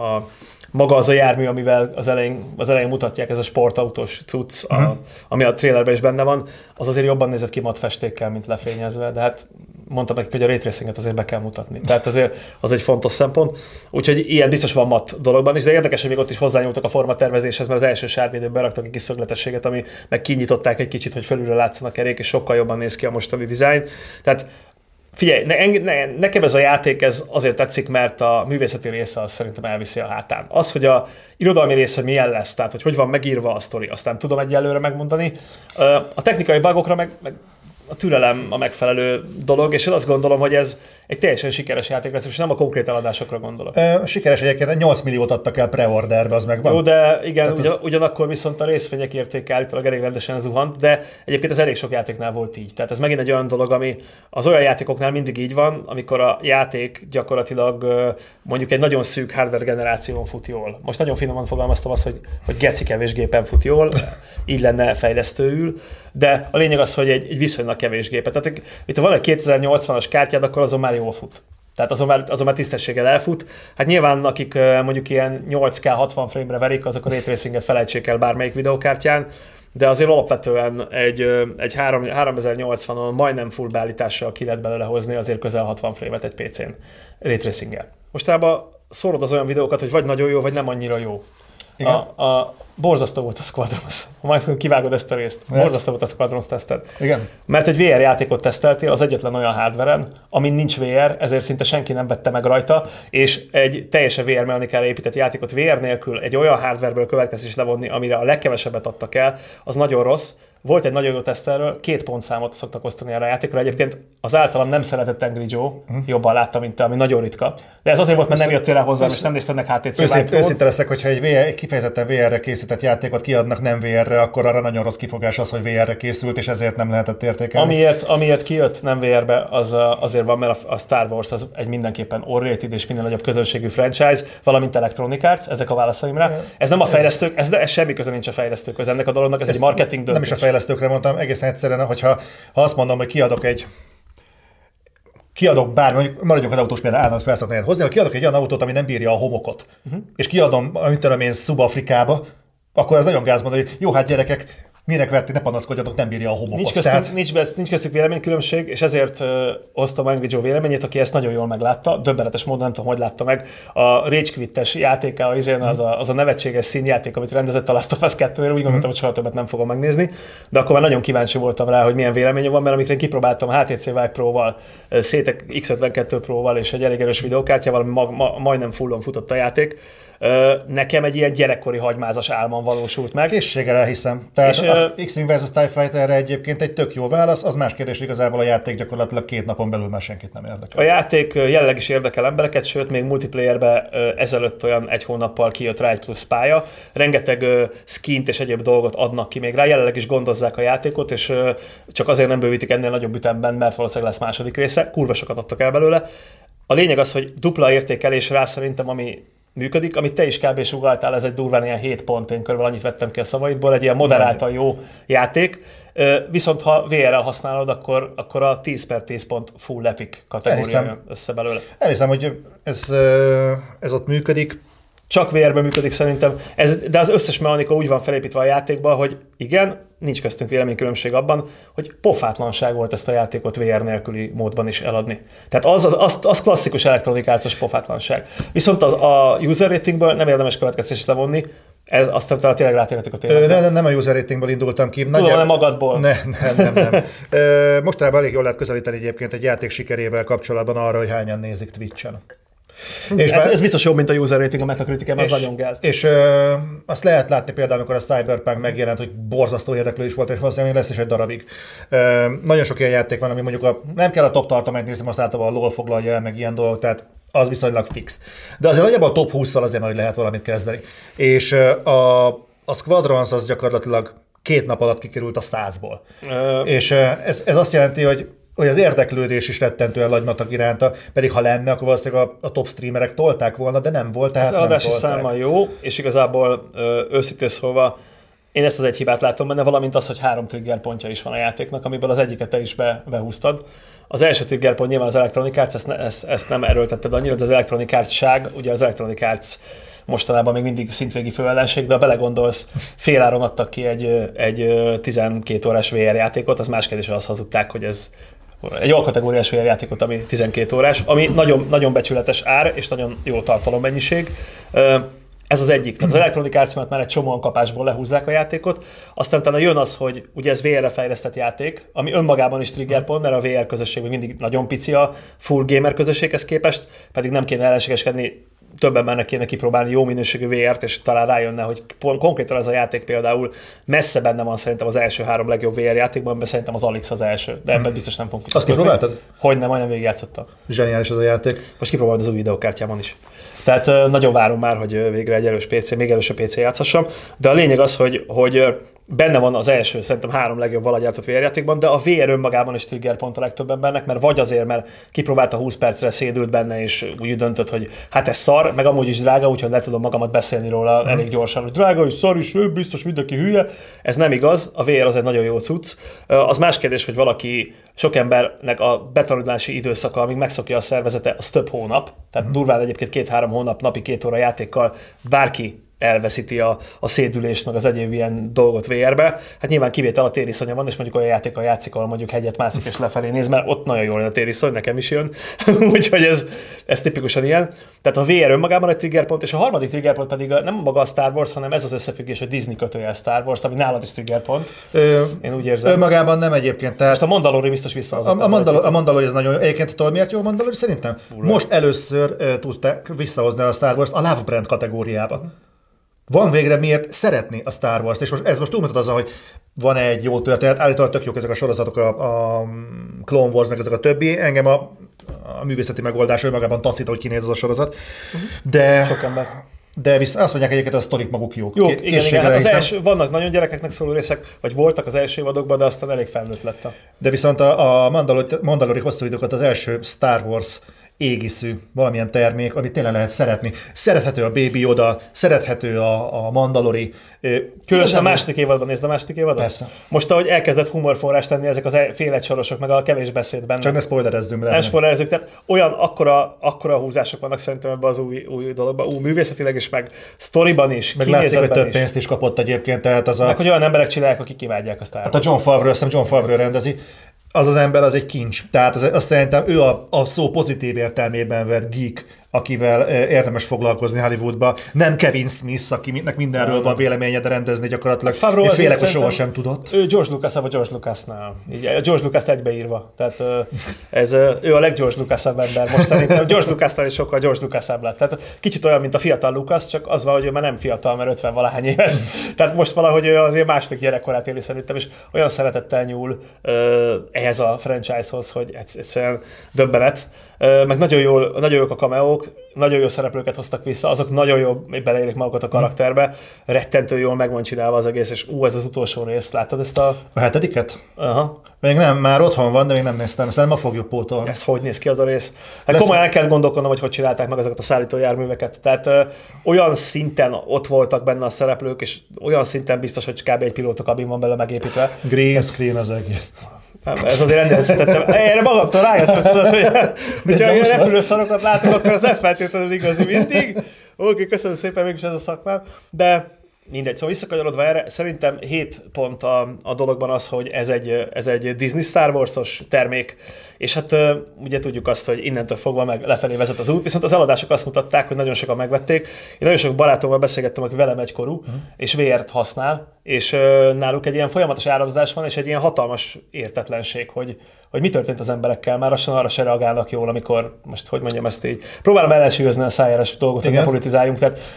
maga az a jármű, amivel az elején mutatják, ez a sportautós cucc, ami a trailerben is benne van, az azért jobban nézett ki mattfestékkel, mint lefényezve, de hát mondtam nekik, hogy a raytracinget azért be kell mutatni. Tehát azért az egy fontos szempont. Úgyhogy ilyen biztos van matt dologban is, de érdekes, hogy még ott is hozzányúltak a formatervezéshez, mert az első sárvédőben beraktak egy kis szögletességet, ami meg kinyitották egy kicsit, hogy felülről látszanak kerék, és sokkal jobban néz ki a mostani dizájn. Tehát figyelj, nekem ez a játék azért tetszik, mert a művészeti része az szerintem elviszi a hátán. Az, hogy a irodalmi része milyen lesz, tehát hogy van megírva a sztori, azt nem tudom egyelőre megmondani. A technikai bugokra meg a türelem a megfelelő dolog, és én azt gondolom, hogy ez egy teljesen sikeres játék lesz, és nem a konkrét eladásokra gondolok. Sikeres egyébként, 8 milliót adtak el pre-orderbe, az megvan. Jó, de igen, ugyanakkor viszont a részvények értéke állítólag elég rendesen zuhant, de egyébként ez elég sok játéknál volt így. Tehát ez megint egy olyan dolog, ami az olyan játékoknál mindig így van, amikor a játék gyakorlatilag mondjuk egy nagyon szűk hardware generáción fut jól. Most nagyon finoman fogalmaztam azt, hogy geci kevés gépen fut jól, így lenne fejlesztőül, de a lényeg az, hogy egy viszonylag kevés gépet. Tehát itt ha van egy 2080-as kártyád, akkor azon már jól fut. Tehát azon már tisztességgel elfut. Hát nyilván akik mondjuk ilyen 8K 60 frame-re verik, azok a ray tracinget felejtsék el bármelyik videókártyán, de azért alapvetően egy 3080-on majdnem full beállítással ki lehet belőle hozni azért közel 60 frame-et egy PC-n ray tracinggel. Mostában szórod az olyan videókat, hogy vagy nagyon jó, vagy nem annyira jó. Borzasztó volt a Squadrons. Majd kivágod ezt a részt. Borzasztó volt a Squadrons teszted. Igen. Mert egy VR játékot teszteltél az egyetlen olyan hardveren, amin nincs VR, ezért szinte senki nem vette meg rajta, és egy teljesen VR mechanikára épített játékot VR nélkül egy olyan hardwareből következést levonni, amire a legkevesebbet adtak el, az nagyon rossz. Volt egy nagyon jó tesztelről, 2 pontszámot szoktak osztani erre a játékra. Egyébként az általam nem szeretett Angry Joe, jobban láttam, mint te, ami nagyon ritka. De ez azért volt, mert nem jöttél el hozzám, és nem nézted meg HTC Vive-ról. Őszinte leszek, hogyha egy kifejezetten VR-re készített játékot kiadnak nem VR-re, akkor arra nagyon rossz kifogás az, hogy VR-re készült, és ezért nem lehetett értékelni. Amiért kijött nem VR-be, az azért van, mert a Star Wars az egy mindenképpen R-rated és minél nagyobb közönségű franchise, valamint Electronic Arts, ezek a válaszaimra. Ez nem a fejlesztők, ez semmi köze nincs a fejlesztőkhöz ennek a dolognak, ez egy marketing döntés. Nem is a fejlesztőkre mondtam, egészen egyszerűen, hogyha azt mondom, hogy kiadok bármi, mondjuk maradjunk az autós például, állandóan felszaknál hozni, ha kiadok egy olyan autót, ami nem bírja a homokot, és kiadom, amit tudom én, Szub-Afrikába, akkor ez nagyon gáz mondani, hogy jó, hát gyerekek, minek vették, ne panaszkodjatok, nem bírja a homokot. Nincs köztük véleménykülönbség, és ezért osztom Angry Joe véleményét, aki ezt nagyon jól meglátta, döbbenetes módon, nem tudom, hogy látta meg. A Rage Quit-es játéka, az a nevetséges színjáték, amit rendezett a Last of Us 2-nél, úgy gondoltam, hogy soha többet nem fogom megnézni, de akkor már nagyon kíváncsi voltam rá, hogy milyen véleménye van, mert amikor én kipróbáltam a HTC Vive Pro-val, Szétek X52 Pro-val és egy elég erős videókártyával, majdnem fullon futott a játék, Nekem egy ilyen gyerekkori hagymázas álmom valósult meg. Készséggel elhiszem. Tehát és, a X-Wing vs. TIE Fighterre egyébként egy tök jó válasz, az más kérdés, igazából a játék gyakorlatilag 2 napon belül már senkit nem érdekel. A játék jelenleg is érdekel embereket, sőt még multiplayerbe ezelőtt olyan 1 hónappal kijött rá egy plusz pálya. Rengeteg skint és egyéb dolgot adnak ki még rá, jelenleg is gondozzák a játékot, és csak azért nem bővítik ennél nagyobb ütemben, mert valószínűleg lesz második része, kurva sokat adtak el belőle. A lényeg az, hogy dupla értékelés rá szerintem, ami működik, amit te is kb. Sugaltál, ez egy durván ilyen 7 pont, én körülbelül annyit vettem ki a szavaidból, egy ilyen moderáltan jó játék, viszont ha VR-rel használod, akkor a 10/10 pont full epic kategória jön össze belőle. Elhiszem, hogy ez ott működik. Csak VR-ben működik szerintem, de az összes mechanika úgy van felépítve a játékban, hogy igen, nincs köztünk véleménykülönbség abban, hogy pofátlanság volt ezt a játékot VR nélküli módban is eladni. Tehát az klasszikus Electronic Arts-os pofátlanság. Viszont a user ratingből nem érdemes következtetést levonni, azt talán tényleg rátérhetünk a témára. Nem a user ratingből indultam ki. Tudom, hanem magadból. Nem. Mostanában elég jól lehet közelíteni egyébként egy játék sikerével kapcsolatban arra, hogy hányan nézik Twitch-en. És ez biztos jobb, mint a user rating a Metacritic-en, az nagyon gáz. És azt lehet látni például, amikor a Cyberpunk megjelent, hogy borzasztó érdeklődés volt, és valószínűleg lesz is egy darabig. Nagyon sok ilyen játék van, ami mondjuk nem kell a top tartományt nézni, azt általában a LOL foglalja el, meg ilyen dolgok, tehát az viszonylag fix. De azért nagyjából a top 20-szal azért majd lehet valamit kezdeni. És a Squadrons az gyakorlatilag 2 nap alatt kikerült a 100-ból. És ez azt jelenti, hogy az érdeklődés is rettentően lagymatag iránta, pedig ha lenne, akkor valószínűleg a top streamerek tolták volna, de nem volt, tehát az nem eladási tolták. száma jó, és igazából őszintén szólva én ezt az egy hibát látom benne, valamint az, hogy 3 trigger pontja is van a játéknak, amiből az egyiket te is behúztad. Az első trigger pont nyilván az Electronic Arts, ezt nem erőltetted annyira, de az Electronic Arts-ság, ugye az Electronic Arts mostanában még mindig szintvégi főellenség, de ha belegondolsz, féláron adtak ki egy 12 órás VR játékot, az más kérdés, hogy azt hazudták, hogy ez egy alkategóriás VR játékot, ami 12 órás, ami nagyon, nagyon becsületes ár, és nagyon jó tartalommennyiség. Ez az egyik. Tehát az Electronic Arts már egy csomóan kapásból lehúzzák a játékot. Aztán utána jön az, hogy ugye ez VR-re fejlesztett játék, ami önmagában is trigger pont, mert a VR közösség még mindig nagyon pici a full gamer közösséghez képest, pedig nem kéne ellenségeskedni, több embernek kéne kipróbálni jó minőségű VR-t, és talán rájönne, hogy konkrétan ez a játék például messze benne van szerintem az első 3 legjobb VR játékban, mert szerintem az Alyx az első, de ebben biztos nem fogunk vitatkozni. Azt kipróbáltad? Hogyne, majdnem végigjátszottam. Zseniális az a játék. Most kipróbálom az új videókártyámon is. Tehát nagyon várom már, hogy végre egy erős PC, még erősebb PC játszhassam, de a lényeg az, hogy benne van az első, szerintem 3 legjobb valaha gyártott VR játékban, de a VR önmagában is trigger pont a legtöbb embernek, mert vagy azért, mert kipróbálta 20 percre, szédült benne, és úgy döntött, hogy hát ez szar, meg amúgy is drága, úgyhogy le tudom magamat beszélni róla elég gyorsan, hogy drága, és szar is, biztos mindenki hülye. Ez nem igaz, a VR az egy nagyon jó cucc. Az más kérdés, hogy valaki, sok embernek a betanulási időszaka, amíg megszokja a szervezete, az több hónap, tehát durván egyébként 2-3 hónap, napi 2 óra játékkal bárki elveszíti a szédülést, meg az egyéb ilyen dolgot VR-be. Hát nyilván kivétel a tériszonya van, és mondjuk olyan játékkal játszik, ahol mondjuk hegyet mászik és lefelé néz, mert ott nagyon jól jön a tériszony, nekem is jön. Úgyhogy ez tipikusan ilyen. Tehát a VR önmagában egy triggerpont, és a harmadik triggerpont pedig nem maga a Star Wars, hanem ez az összefüggés, hogy Disney kötője Star Wars, ami nálad is triggerpont. Én úgy érzem. Önmagában nem egyébként. Tehát most a Mandalori biztos visszahozott. A Mandalori ez nagyon... Egyébként tudod, miért jó a Mandalori szerintem? Most először tudták visszahozni a Star Wars a Love Brand kategóriába. Van végre miért szeretni a Star Wars-t, és ez most túlmutat azon, hogy van egy jó történet, állítólag tök jók ezek a sorozatok, a Clone Wars, meg ezek a többi, engem a művészeti megoldás önmagában taszít, hogy kinéz az a sorozat, de azt mondják egyébként, a sztorik maguk jók. Jó, igen, hát az első, vannak nagyon gyerekeknek szóló részek, vagy voltak az első évadokban, de aztán elég felnőtt lett. De viszont a Mandalori hosszú időket az első Star Wars égiszű valamilyen termék, amit tényleg lehet szeretni. Szerethető a Baby Yoda, szerethető a Mandalori. Különösen a második évadban nézd a második évadot? Persze. Most, ahogy elkezdett humorforrás tenni ezek az féletsorosok, meg a kevés beszéd benne. Csak ne spoilerezzünk. Nem spoilerezzük, tehát olyan akkora húzások vannak szerintem ebben az új dologban, művészetileg is, meg sztoriban is, meg látszik, hogy több pénzt is kapott egyébként. Tehát az meg hogy olyan emberek csinálják, akik imádják a Star Wars. Hát a John Favreau rendezi. Az ember az egy kincs. Tehát azt szerintem ő a szó pozitív értelmében vett geek akivel érdemes foglalkozni Hollywoodba. Nem Kevin Smith, akinek mindenről van véleménye, de rendezni gyakorlatilag. Favreau Félek, hogy sohasem tudott. Ő George Lucas-aba George Lucasnál. Így, George Lucas-t egybeírva. Tehát ő a leg-George Lucas-abb ember most szerintem. George Lucasnál is sokkal George Lucas-abb lett. Tehát kicsit olyan, mint a fiatal Lucas, csak az van, hogy ő már nem fiatal, mert 50-valahány éves. Tehát most valahogy ő azért második gyerekkorát éli szerintem, és olyan szeretettel nyúl ehhez a franchise-hoz, hogy egyszerűen döbbenet. Meg nagyon jók a cameók, nagyon jó szereplőket hoztak vissza, azok nagyon jól beleérik magukat a karakterbe, rettentő jól meg van csinálva az egész, és ez az utolsó rész, láttad ezt a... A hetediket? Aha. Még nem, már otthon van, de még nem néztem, szerintem ma fogjuk pótolni. Ez hogy néz ki az a rész? Hát komolyan el kell gondolkodnom, hogy csinálták meg azokat a szállítójárműveket. Tehát olyan szinten ott voltak benne a szereplők, és olyan szinten biztos, hogy kb. Egy pilótakabin van bele megépítve. Green screen az egész. Ez azért rendezhetettem. Erre magamtól rájöttem, tudod, hogy ha ilyen repülőszarokat látok, akkor az nem feltétlenül igazi mindig. Oké, köszönöm szépen, mégis ez a szakmám. De mindegy, szóval visszakanyarodva erre, szerintem 7 pont a dologban az, hogy ez egy Disney Star Wars-os termék, és hát ugye tudjuk azt, hogy innentől fogva meg lefelé vezet az út, viszont az eladások azt mutatták, hogy nagyon sokan megvették. Én nagyon sok barátommal beszélgettem, aki velem egykorú, és VR-t használ, és náluk egy ilyen folyamatos áradozás van, és egy ilyen hatalmas értetlenség, hogy mi történt az emberekkel, már lassan arra se reagálnak jól, amikor, most hogy mondjam ezt így, próbálom ellensúlyozni a szájéres dolgot, hogy ne politizáljunk,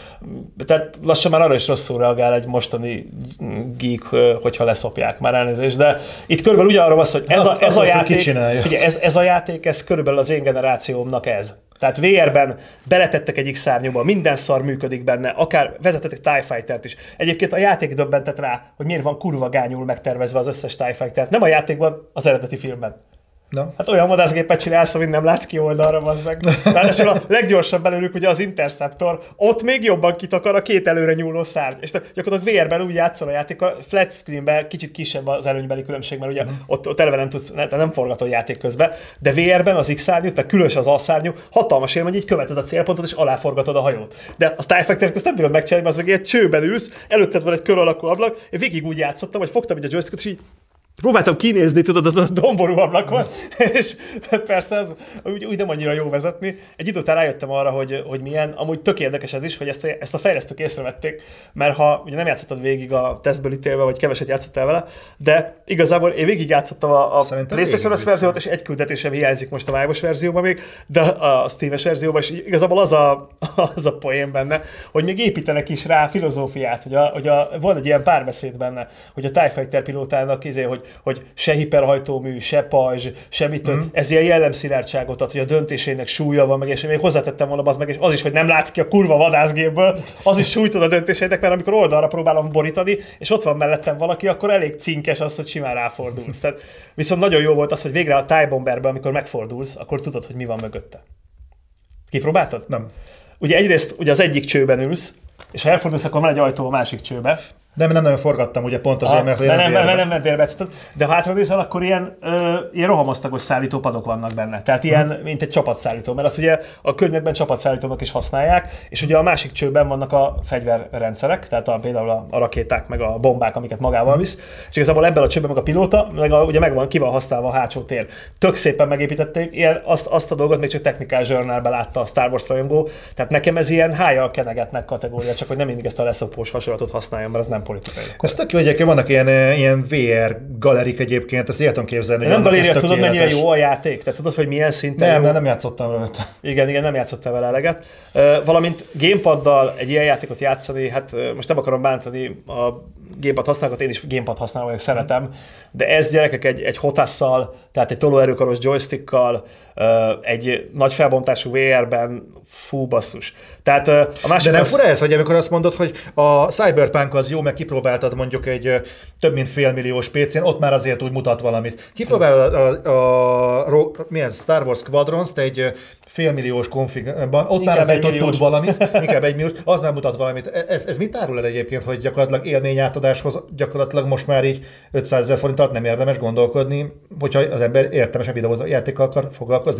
tehát lassan már arra is rosszul reagál egy mostani geek, hogyha leszopják, már elnézést, de itt körülbelül ugyanarról az, hogy ez a játék, ugye ez a játék, ez körülbelül az én generációmnak ez. Tehát VR-ben beletettek egy X-szárnyúba, minden szar működik benne, akár vezetettek TIE Fighter-t is. Egyébként a játék döbbentett rá, hogy miért van kurva gányul megtervezve az összes TIE Fighter-t. Nem a játékban, az eredeti filmben. No. Hát olyan vadászgépet csinálsz, amit nem látsz ki oldalra, az meg. Ráadásul a leggyorsabb belőlük ugye az Interceptor, ott még jobban kitakar a két előre nyúló szárny. És gyakorlatilag VR-ben úgy játszol a játék, a flat screenben kicsit kisebb az előnybeli különbség, mert ugye ott eleve nem tudsz, nem forgatod játék közben, de VR-ben az X-szárnyút, meg különösen az A-szárnyú, hatalmas élmény, így követed a célpontot, és aláforgatod a hajót. De a TIE Fighter-t ezt nem bírod megcsinálni, az meg egy csőben ülsz, előtted van egy kör alakú ablak, én végig úgy játszottam, hogy fogtam így a joystickot, és így próbáltam kinézni, tudod, az a domború ablakon, és persze ez úgy nem annyira jó vezetni. Egy idő után rájöttem arra, hogy milyen, amúgy tök érdekes ez is, hogy ezt a fejlesztők észrevették, mert ha ugye nem játszottad végig a tesztből ítélve, vagy keveset játszottál vele, de igazából én végig játszottam a PlayStation-os verziót, és egy küldetésem hiányzik most a Vive-os verzióban még, de a Steam-es verzióban is igazából az a poén benne, hogy még építenek is rá filozófiát, hogy van egy ilyen párbeszéd benne, hogy a TIE Fighter pilótának hogy se hiperhajtómű, se pajzs, semmitől. Ez ilyen jellemszilárdságot ad, hogy a döntésének súlya van, meg és én még hozzátettem volna az meg, és az is, hogy nem látsz ki a kurva vadászgépből, az is súlytod a döntésének, mert amikor oldalra próbálom borítani, és ott van mellettem valaki, akkor elég cinkes az, hogy simán ráfordulsz. Tehát, viszont nagyon jó volt az, hogy végre a TIE Bomberben, amikor megfordulsz, akkor tudod, hogy mi van mögötte. Kipróbáltad? Nem. Ugye egyrészt ugye az egyik csőben ülsz, és ha elfordulsz, akkor van egy ajtó a másik csőbe. Nem nagyon forgattam, ugye pont azért, mert nem vérbetetted. De ha hátranézel, akkor ilyen rohamosztagos szállítópadok vannak benne. Tehát ilyen, mint egy csapatszállító. Mert azt ugye a könyvekben csapatszállítónak is használják, és ugye a másik csőben vannak a fegyverrendszerek, tehát például a rakéták, meg a bombák, amiket magával visz. És igazából ebben a csőben meg a pilóta, meg ugye ki van használva a hátsó tér. Tök szépen megépítették, ilyen, azt a dolgot még csak Technical Journal-ben látta a Star Wars rajongó. Tehát nekem ez ilyen hájjal kenegetnek kategória, csak hogy nem mindig ezt a leszopós hasonlatot használjam, mert ez nem politikai. Ez tök jó, egyébként vannak ilyen VR galerik egyébként, ezt értem képzelni. Nem galéria, tudod, mennyire jó a játék? Te tudod, hogy milyen szinten nem játszottam rajta. Igen, nem játszottál vele eleget. Valamint gamepaddal egy ilyen játékot játszani, hát most nem akarom bántani a gamepad használókat, én is gamepad használom, vagy szeretem, de ez gyerekek egy hotasszal, tehát egy tolóerőkaros joystickkal, egy nagy felbontású VR-ben, fú basszus. Tehát a másik de nem fura ez, hogy amikor azt mondod, hogy a Cyberpunk az jó, meg kipróbáltad mondjuk egy több mint félmilliós PC-n, ott már azért úgy mutat valamit. Kipróbálod milyen Star Wars Squadrons-t egy félmilliós konfigban, ott már nem tud valamit, inkább 1 milliós, az nem mutat valamit. Ez mit árul el egyébként, hogy gyakorlatilag élményátadáshoz gyakorlatilag most már így 500 000 forint alatt nem érdemes gondolkodni, hogyha az ember értelmesen videójátékkal akar foglalkozni.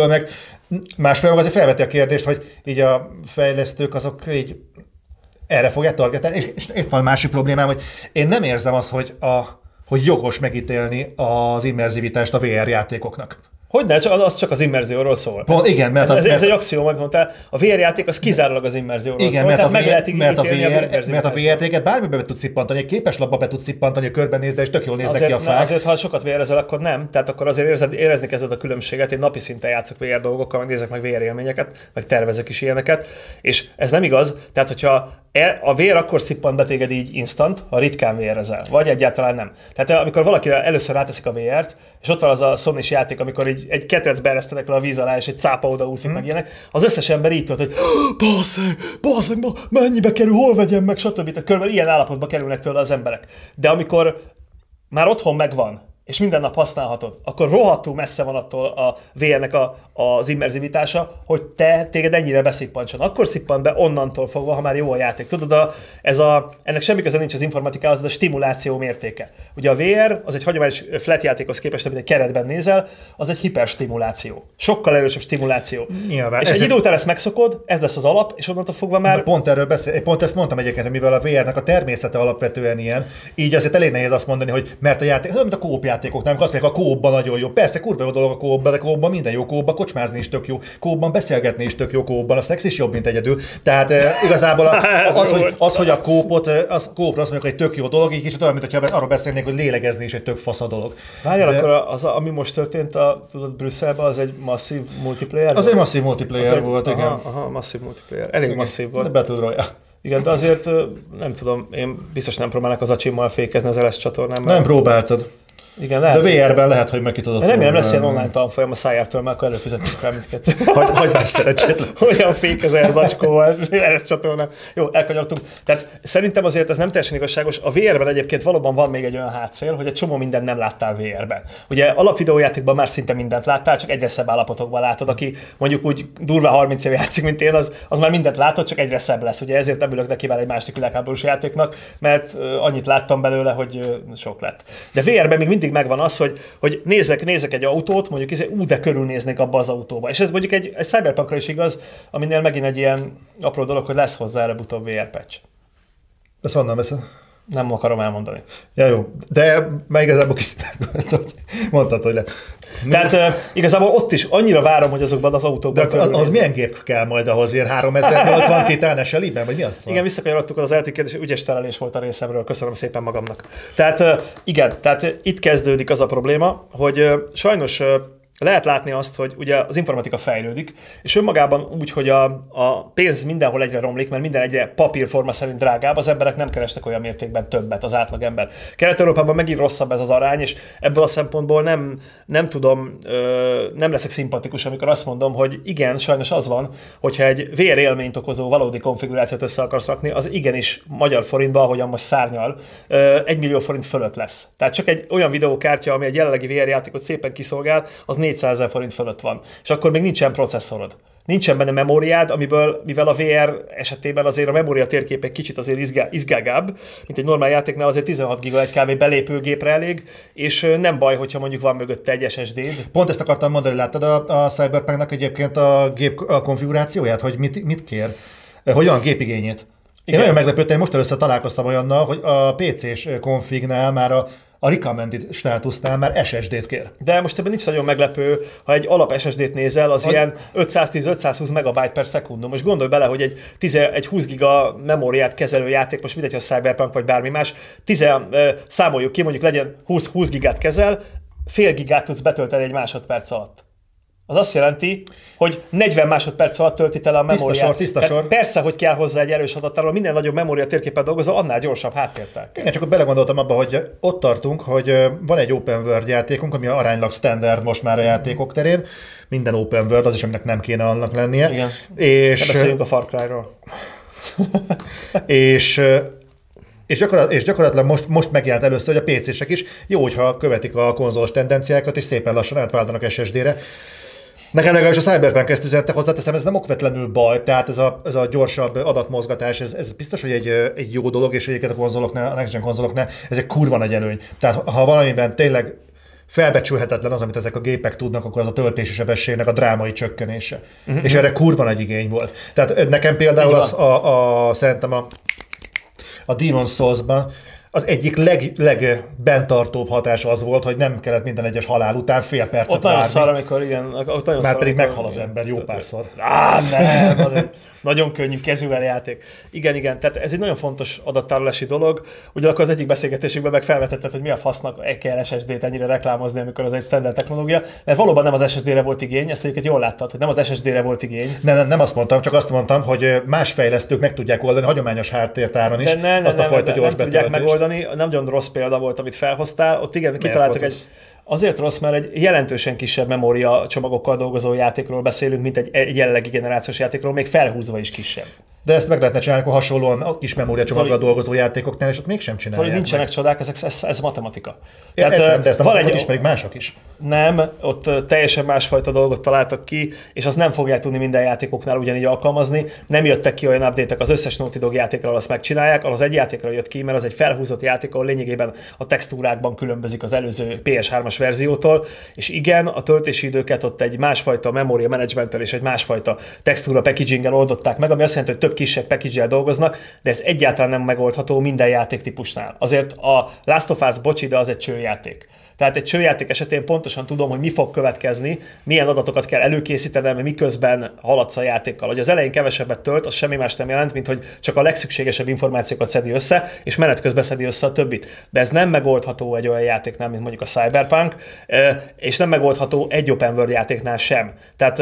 Másfelől azért felveti a kérdést, hogy így a fejlesztők azok így erre fogják targetálni, és itt van a másik problémám, hogy én nem érzem azt, hogy jogos megítélni az immerzivitást a VR játékoknak. Hogyne, az csak az immerzióról szól. Igen, mert ez egy axióm, amit mondtál. A VR játék az kizárólag az immerzióról szól. Mert a VR játéket bármiben be tudsz szippantani, egy képeslapba be tudsz szippantani, körbenézve, és tök jól néznek ki a fák. Azért, ha sokat VR-ezel, akkor nem. Tehát akkor azért érezni kezded a különbséget. Én napi szinten játszok VR dolgokkal, meg nézek meg VR élményeket, meg tervezek is ilyeneket. És ez nem igaz. Tehát, hogyha a VR akkor szippant be téged így instant, ha ritkán VR-ezel, vagy egyáltalán nem. Tehát amikor valaki először ráteszik a VR-t, és ott van az a Sony-s játék, amikor így egy ketrecbe eresztenek le a víz alá, és egy cápa oda úszik, meg ilyenek, az összes ember így tudod, hogy basszeg, mennyibe kerül, hol vegyem meg, stb. Tehát körülbelül ilyen állapotba kerülnek tőle az emberek. De amikor már otthon megvan, és minden nap használhatod, akkor rohadtul messze van attól a VR-nek az immerzivitása, hogy téged ennyire beszippantson. Akkor szippant be onnantól fogva, ha már jó a játék. Tudod, ennek semmi köze nincs az informatikához, az a stimuláció mértéke. Ugye a VR az egy hagyományos flat játékhoz képest, amit egy keretben nézel, az egy hiperstimuláció. Sokkal erősebb stimuláció. Nyilván, és egy idő után ezt megszokod, ez lesz az alap, és onnantól fogva már... Pont ezt mondtam egyébként, mivel a VR-nek a természete alapvetően ilyen, így azért elég nehéz azt mondani, hogy mert a játék, mint a kóp játékok, nem azt mondják, a kópban nagyon jó. Persze, kurva jó dolog a kópban, de kópban minden jó, kópban kocsmázni is tök jó, kópban beszélgetni is tök jó, kópban a szex is jobb, mint egyedül. Tehát igazából hogy a kópra azt mondjuk, hogy egy tök jó dolog, így kicsit olyan, mintha arról beszélnék, hogy lélegezni is egy tök fasz a dolog. Várjál, akkor ami most történt tudod, Brüsszelben, az egy masszív multiplayer? Az egy masszív multiplayer volt, igen. Aha, masszív multiplayer. Elég masszív volt. Battle Royale. Igen, de azért nem tudom, én biztos nem próbálnak az acsimmal fékezni az LS csatornámmal. Nem próbáltad. Igen, lehet. De VR-ben lehet, hogy meg ki tudod. Remélem lesz ilyen online tanfolyam a szájártól, mert akkor előfizetünk rá mindket. Hogy már szerencsétlen. Hogyan fékezel az acskóval, ez csatorna. Jó, elkanyartunk. Tehát szerintem azért ez nem teljesen igazságos. A VR-ben egyébként valóban van még egy olyan hátszél, hogy egy csomó mindent nem láttál VR-ben. Ugye alapvideójátékban már szinte mindent láttál, csak egyre szebb állapotokban látod. Aki mondjuk úgy durva 30 év játszik, mint én, az már mindent látott, csak egyre szebb lesz. Ugye ezért nem ülök neki egy másik világháborús játéknak, mert annyit láttam belőle, hogy sok lett. De VR-ben még mindig megvan az, hogy nézek egy autót, mondjuk de körülnéznék abba az autóba. És ez mondjuk egy Cyberpunkra is igaz, aminél megint egy ilyen apró dolog, hogy lesz hozzá előbb-utóbb VR patch. Ezt honnan veszed? Nem akarom elmondani. Ja, jó. De már igazából mondtad, hogy lesz. Tehát igazából ott is annyira várom, hogy azokban az autókban de az milyen gép kell majd ahhoz, ilyen 3080 Titán SLI-ben, vagy mi az? Igen, visszakanyarodtuk az elti kérdés, ügyes terelés volt a részemről, köszönöm szépen magamnak. Tehát igen, tehát itt kezdődik az a probléma, hogy sajnos lehet látni azt, hogy ugye az informatika fejlődik, és önmagában úgy, hogy a pénz mindenhol egyre romlik, mert minden egyre papírforma szerint drágább, az emberek nem keresnek olyan mértékben többet, az átlagember. Kelet-Európában megint rosszabb ez az arány, és ebből a szempontból nem tudom, nem leszek szimpatikus, amikor azt mondom, hogy igen, sajnos az van, hogyha egy VR élményt okozó valódi konfigurációt össze akarsz rakni, az igenis magyar forintban, ahogyan most szárnyal, 1 millió forint fölött lesz. Tehát csak egy olyan videókártya, ami egy jelenlegi VR játékot szépen kiszolgál, az 400 000 forint fölött van. És akkor még nincsen processzorod. Nincsen benne memóriád, mivel a VR esetében azért a memória térkép egy kicsit azért izgágább, mint egy normál játéknál, azért 16 giga egy kb. Belépőgépre elég, és nem baj, hogyha mondjuk van mögötte egy SSD-d. Pont ezt akartam mondani, láttad a Cyberpunknak egyébként a gép konfigurációját, hogy mit kér? Hogyan a gépigényét? Én nagyon meglepődtem, most először találkoztam olyannal, hogy a PC-s konfignál már a recommended státusznál már SSD-t kér. De most ebben nincs nagyon meglepő, ha egy alap SSD-t nézel, az ilyen 510-520 megabyte per szekundum. Most gondolj bele, hogy egy 20 giga memóriát kezelő játék, most mindegy, a Cyberpunk vagy bármi más, számoljuk ki, mondjuk legyen 20 gigát kezel, fél gigát tudsz betölteni egy másodperc alatt. Az azt jelenti, hogy 40 másodperc alatt tölti tele a memóriát. Tiszta sor. Persze, hogy kell hozzá egy erős adattároló, minden nagyobb memória térképpel dolgozol, annál gyorsabb háttértel. Igen, csak ott belegondoltam abba, hogy ott tartunk, hogy van egy open world játékunk, ami aránylag standard most már a játékok terén. Minden open world, az is, aminek nem kéne annak lennie. Igen. És beszéljünk a Far Cry-ról. és gyakorlatilag most megjelent először, hogy a PC-sek is jó, hogyha követik a konzolos tendenciákat, és szépen lassan átváltanak SSD-re. Nekem legalábbis a Cyberpunk ezt üzente, hozzáteszem, ez nem okvetlenül baj, tehát ez a gyorsabb adatmozgatás, ez biztos, hogy egy jó dolog, és egyébként a konzoloknál, a Next Gen konzoloknál ez egy kurva nagy előny. Tehát ha valamiben tényleg felbecsülhetetlen az, amit ezek a gépek tudnak, akkor az a töltési sebességnek a drámai csökkenése. Uh-huh. És erre kurva nagy igény volt. Tehát nekem például szerintem a Demon's Souls-ban az egyik legbentartóbb hatása az volt, hogy nem kellett minden egyes halál után fél percet ott várni. Nagyon szar, amikor igen. Ott nagyon Már szar, pedig amikor, meghal az ember jó párszor. Nem, azért nagyon könnyű kezűvel játék. Igen, tehát ez egy nagyon fontos adattárolási dolog. Ugyanakkor az egyik beszélgetésükben meg felvetetted, hogy mi a fasznak kell SSD-t ennyire reklámozni, amikor az egy standard technológia, mert valóban nem az SSD-re volt igény, ezt egyébként jól láttad, hogy nem az SSD-re volt igény. Nem azt mondtam, csak azt mondtam, hogy más fejlesztők meg tudják oldani hagyományos háttértáron is azt a fajta gyors nem tudják megoldani. Nagyon rossz példa volt, amit felhoztál. Ott igen, kitaláltak egy... Azért rossz, mert egy jelentősen kisebb memória csomagokkal dolgozó játékról beszélünk, mint egy jelenlegi generációs játékról, még felhúzva is kisebb. De ezt meg lehetne csinálni, akkor hasonlóan a kis memóriacsomaggal dolgozó játékoknál, és ott mégsem csinálják. Nincsenek csodák, ez matematika. Tehát, de ezt a matematikát ismerik mások is. Nem, ott teljesen másfajta dolgot találtak ki, és azt nem fogják tudni minden játékoknál ugyanígy alkalmazni. Nem jöttek ki olyan update-ek az összes Naughty Dog játékra, azt megcsinálják, az egy játékra jött ki, mert az egy felhúzott játék, ahol lényegében a textúrákban különbözik az előző PS3-as verziótól, és igen, a töltési időket ott egy másfajta memória managementtel és egy másfajta textúra packaging-el oldották meg, ami azt jelenti, hogy több kisebb package-el dolgoznak, de ez egyáltalán nem megoldható minden játéktípusnál. Azért a Last of Us, bocsi, de az egy csőjáték. Tehát egy csőjáték esetén pontosan tudom, hogy mi fog következni, milyen adatokat kell előkészítenem, miközben haladsz a játékkal. Hogy az elején kevesebbet tölt, az semmi más nem jelent, mint hogy csak a legszükségesebb információkat szedi össze, és menet közben szedi össze a többit. De ez nem megoldható egy olyan játéknál, mint mondjuk a Cyberpunk, és nem megoldható egy open world játéknál sem. Tehát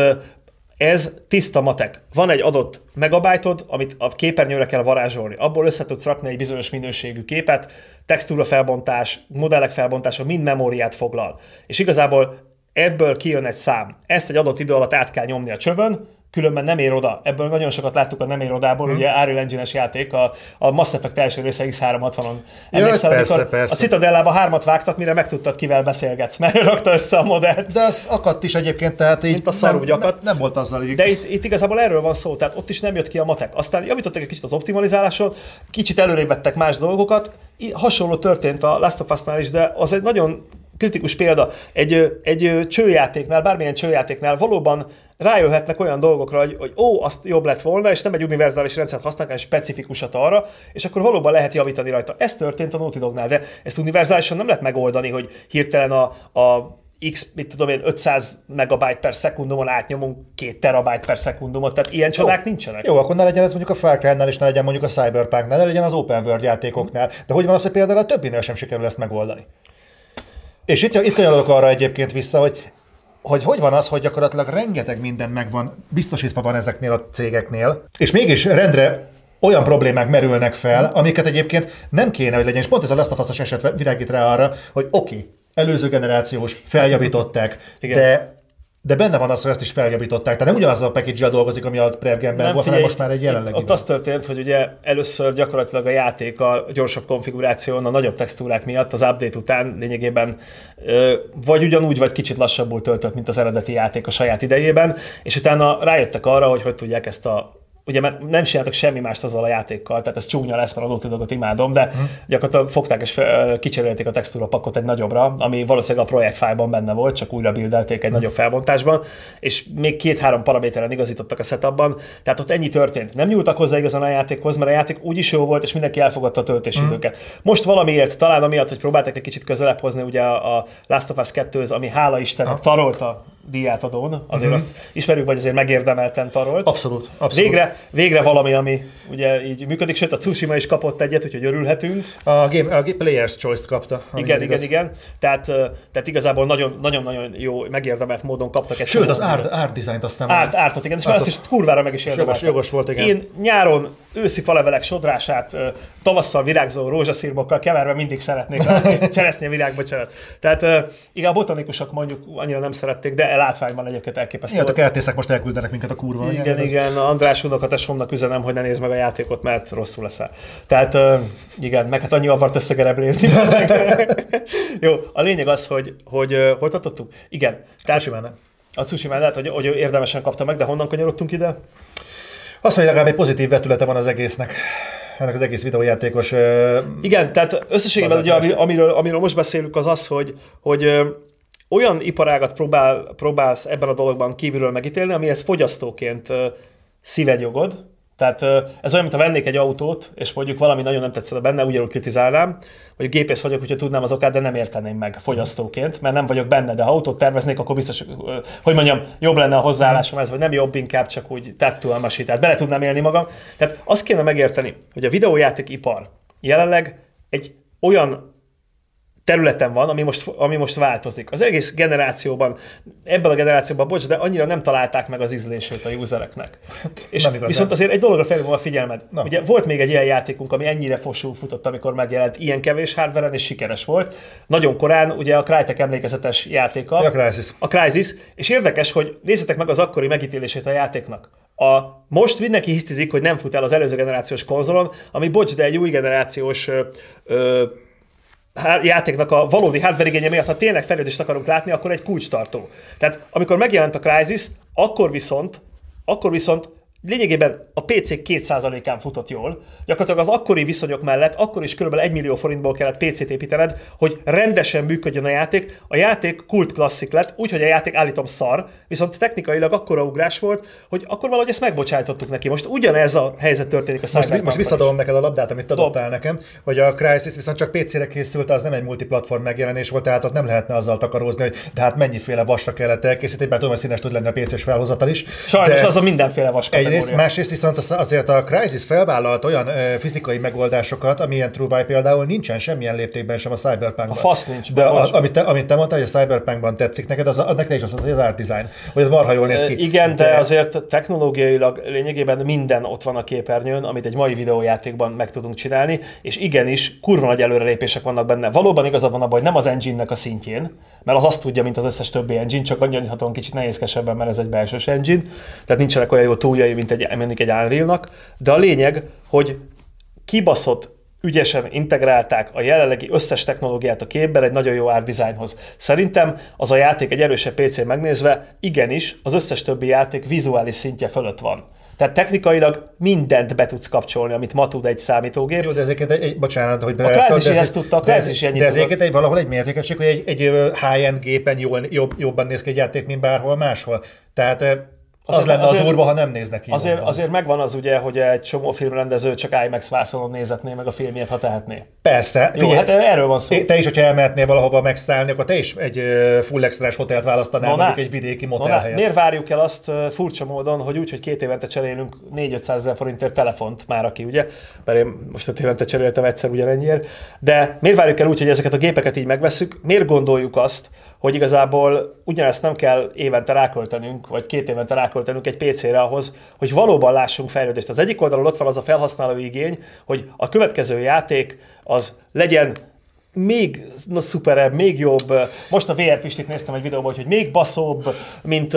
ez tiszta matek. Van egy adott megabájtod, amit a képernyőre kell varázsolni. Abból össze tudsz rakni egy bizonyos minőségű képet, textúra felbontás, modellek felbontása, mind memóriát foglal. És igazából ebből kijön egy szám. Ezt egy adott idő alatt át kell nyomni a csövön, különben nem ér oda. Ebből nagyon sokat láttuk a nem ér odából, ugye Unreal Engine-es játék, a Mass Effect első része X360-on. Emlékszel, persze. A Citadellába 3-at vágtak, mire megtudtad, kivel beszélgetsz, mert ő rakta össze a modellt. De az akadt is egyébként, tehát így mint a szar, úgy akadt. Nem volt azzal így. De itt igazából erről van szó, tehát ott is nem jött ki a matek. Aztán javítottak egy kicsit az optimalizáláson, kicsit előrébb vettek más dolgokat. Hasonló történt a Last of Us-nál is, de az egy nagyon kritikus példa. Egy csőjátéknál, bármilyen csőjátéknál valóban rájöhetnek olyan dolgokra, hogy azt jobb lett volna, és nem egy univerzális rendszert használnak, hanem specifikusat arra, és akkor valóban lehet javítani rajta. Ez történt a Naughty Dognál, de ezt univerzálisan nem lehet megoldani, hogy hirtelen a X, 500 megabyte per szekundumon átnyomunk 2 terabyte per szekundumot, tehát ilyen csodák nincsenek. Jó, akkor ne legyen ez mondjuk a Far Cry-nál, és ne legyen mondjuk a Cyberpunknál, ne legyen az open world játékoknál. De hogy van az, hogy például a többinél sem sikerül ezt megoldani? És itt kanyarodok arra egyébként vissza, hogy van az, hogy gyakorlatilag rengeteg minden megvan, biztosítva van ezeknél a cégeknél, és mégis rendre olyan problémák merülnek fel, amiket egyébként nem kéne, hogy legyen. És pont ez a Last of Us-os eset világít rá arra, hogy oké, előző generációs, feljavították, de benne van az, hogy ezt is feljavították. Tehát nem ugyanaz a package-el dolgozik, ami a Prevgenben volt, hanem most már egy jelenlegi. Ott az történt, hogy ugye először gyakorlatilag a játék a gyorsabb konfiguráción, a nagyobb textúrák miatt az update után lényegében vagy ugyanúgy, vagy kicsit lassabbul töltött, mint az eredeti játék a saját idejében, és utána rájöttek arra, hogy tudják ezt ugye mert nem csináltak semmi mást azzal a játékkal, tehát ez csúnya lesz, mert a Naughty Dogot imádom, de gyakorlatilag fogták és kicserélték a textúra pakot egy nagyobbra, ami valószínűleg a projektfájlban benne volt, csak újra buildelték egy nagyobb felbontásban, és még 2-3 paraméteren igazítottak a setupban, tehát ott ennyi történt. Nem nyúltak hozzá igazán a játékhoz, mert a játék úgyis jó volt, és mindenki elfogadta a töltési időket. Most valamiért, talán amiatt, hogy próbálták egy kicsit közelebb hozni ugye a Last of Us 2-höz, ami hála Istennek tarolta díjátadón, azért azt ismerjük, vagy azért megérdemelten tarolt. Abszolút. Végre valami, ami ugye így működik, sőt a Tsushima is kapott egyet, úgyhogy örülhetünk. A Player's Choice-t kapta. Igen. Tehát igazából nagyon-nagyon jó, megérdemelt módon kaptak egy. Sőt, az art design-t azt hiszem. Ártot, igen, és azt is kurvára meg is érdemeltek. Jogos volt, igen. Én nyáron őszi falevelek sodrását tavasszal virágzó rózsaszírmokkal keverve mindig szeretnék látni. Cseresznye virág, bocsánat. Tehát igen, a botanikusok mondjuk annyira nem szerették, de látványban egyébként elképesztő. Igen, a kertészek most elküldenek minket a kurva. Igen, András unokatesomnak üzenem, hogy ne nézd meg a játékot, mert rosszul leszel. Tehát igen, meg hát annyi avart összegereblézni. Jó, a lényeg az, hogy hol tartottuk? Igen. A Tsushima lehet, hogy érdemesen kapta meg, de honnan kanyarodtunk ide? Azt, hogy legalább egy pozitív vetülete van az egésznek. Ennek az egész videójátékos... Igen, tehát összességében ugye, amiről most beszélünk, az az, hogy olyan iparágat próbálsz ebben a dologban kívülről megítélni, amihez fogyasztóként szíved jogod. Tehát ez olyan, mint ha vennék egy autót, és mondjuk valami nagyon nem tetszene benne, ugyanúgy kritizálnám, hogy gépész vagyok, hogyha tudnám az okát, de nem érteném meg fogyasztóként, mert nem vagyok benne, de ha autót terveznék, akkor biztos, hogy mondjam, jobb lenne a hozzáállásom ez, vagy nem jobb, inkább csak úgy tettőelmesít, tehát bele tudnám élni magam. Tehát azt kéne megérteni, hogy a videójátékipar jelenleg egy olyan területen van, ami most változik. Az egész generációban, ebben a generációban, bocs, de annyira nem találták meg az ízlését a usereknek. És viszont azért egy dologra felhívom a figyelmed. Ugye volt még egy ilyen játékunk, ami ennyire fosul futott, amikor megjelent ilyen kevés hardware-en, és sikeres volt. Nagyon korán, ugye a Crytek emlékezetes játéka. A Crysis. És érdekes, hogy nézzetek meg az akkori megítélését a játéknak. Most mindenki hisztizik, hogy nem fut el az előző generációs konzolon, ami bocs, de egy új generációs játéknak a valódi hardware igénye miatt, ha tényleg fejlődést akarunk látni, akkor egy kulcstartó. Tehát amikor megjelent a Crysis, akkor viszont lényegében a PC 2%-án futott jól. Gyakorlatilag az akkori viszonyok mellett akkor is kb. 1 millió forintból kellett PC-t építened, hogy rendesen működjön a játék. A játék kult klasszik lett, úgyhogy a játék állítom szar, viszont technikailag akkora ugrás volt, hogy akkor valahogy ezt megbocsájtottuk neki. Most ugyanez a helyzet történik a Cyberpunkban. Most visszadom neked a labdát, amit adtál nekem, hogy a Crysis viszont csak PC-re készült, az nem egy multiplatform megjelenés volt, tehát ott nem lehetne azzal takarózni, hogy de hát mennyiféle vasra kellett elkészíteni, mert olyan színes tud lenni a PC-s felhozatal is. Sajnos az a mindenféle vas kategória. Másrészt viszont azért a Crysis felvállalt olyan fizikai megoldásokat, amilyen TrueVibe például nincsen semmilyen léptékben sem a Cyberpunkban. A fasz nincs. De amit te mondtál, hogy a Cyberpunkban tetszik neked, neked is azt mondta, hogy az art design, hogy az marha jól néz ki. Igen, de azért technológiailag lényegében minden ott van a képernyőn, amit egy mai videójátékban meg tudunk csinálni, és igenis kurva nagy előrelépések vannak benne. Valóban igazad van abban, hogy nem az engine-nek a szintjén, mert az azt tudja, mint az összes többi engine, csak annyihatóan kicsit nehézkesebben, mert ez egy belsős engine, tehát nincsenek olyan jó túljai, mint egy Unreal-nak, de a lényeg, hogy kibaszott ügyesen integrálták a jelenlegi összes technológiát a képben egy nagyon jó art designhoz. Szerintem az a játék egy erősebb PC-n megnézve igenis az összes többi játék vizuális szintje fölött van. Tehát technikailag mindent be tudsz kapcsolni, amit ma tud egy számítógép. Jó, de ezeket bocsánat, hogy a Crysis is ezt tudta, a Crysis is ennyit tudott. De ezeket valahol egy mértékesség, hogy egy high-end gépen jobban néz ki egy játék, mint bárhol máshol. Tehát az lenne a durva, ha nem néznek így. Azért megvan az ugye, hogy egy csomó filmrendező csak IMAX vászon nézetné meg a filmjét, ha tehetné. Persze. Jó, hát erről van szó. Te is, hogyha elmehetnél valahova megszállni, akkor te is egy full extra-s hotelt választanál, mondjuk egy vidéki motel helyet. Miért várjuk el azt furcsa módon, hogy úgy, hogy 2 évente cserélünk 400-500 ezer forintért telefont már aki, ugye? Mert én most 5 évente cseréltem egyszer ugyanennyiért. De miért várjuk el úgy, hogy ezeket a gépeket így megvesszük? Miért gondoljuk azt, hogy igazából ugyanezt nem kell évente ráköltenünk, vagy 2 évente ráköltenünk egy PC-re ahhoz, hogy valóban lássunk fejlődést. Az egyik oldalon ott van az a felhasználói igény, hogy a következő játék az legyen még szuperebb, még jobb. Most a VR Pistit néztem egy videóban, hogy még baszóbb, mint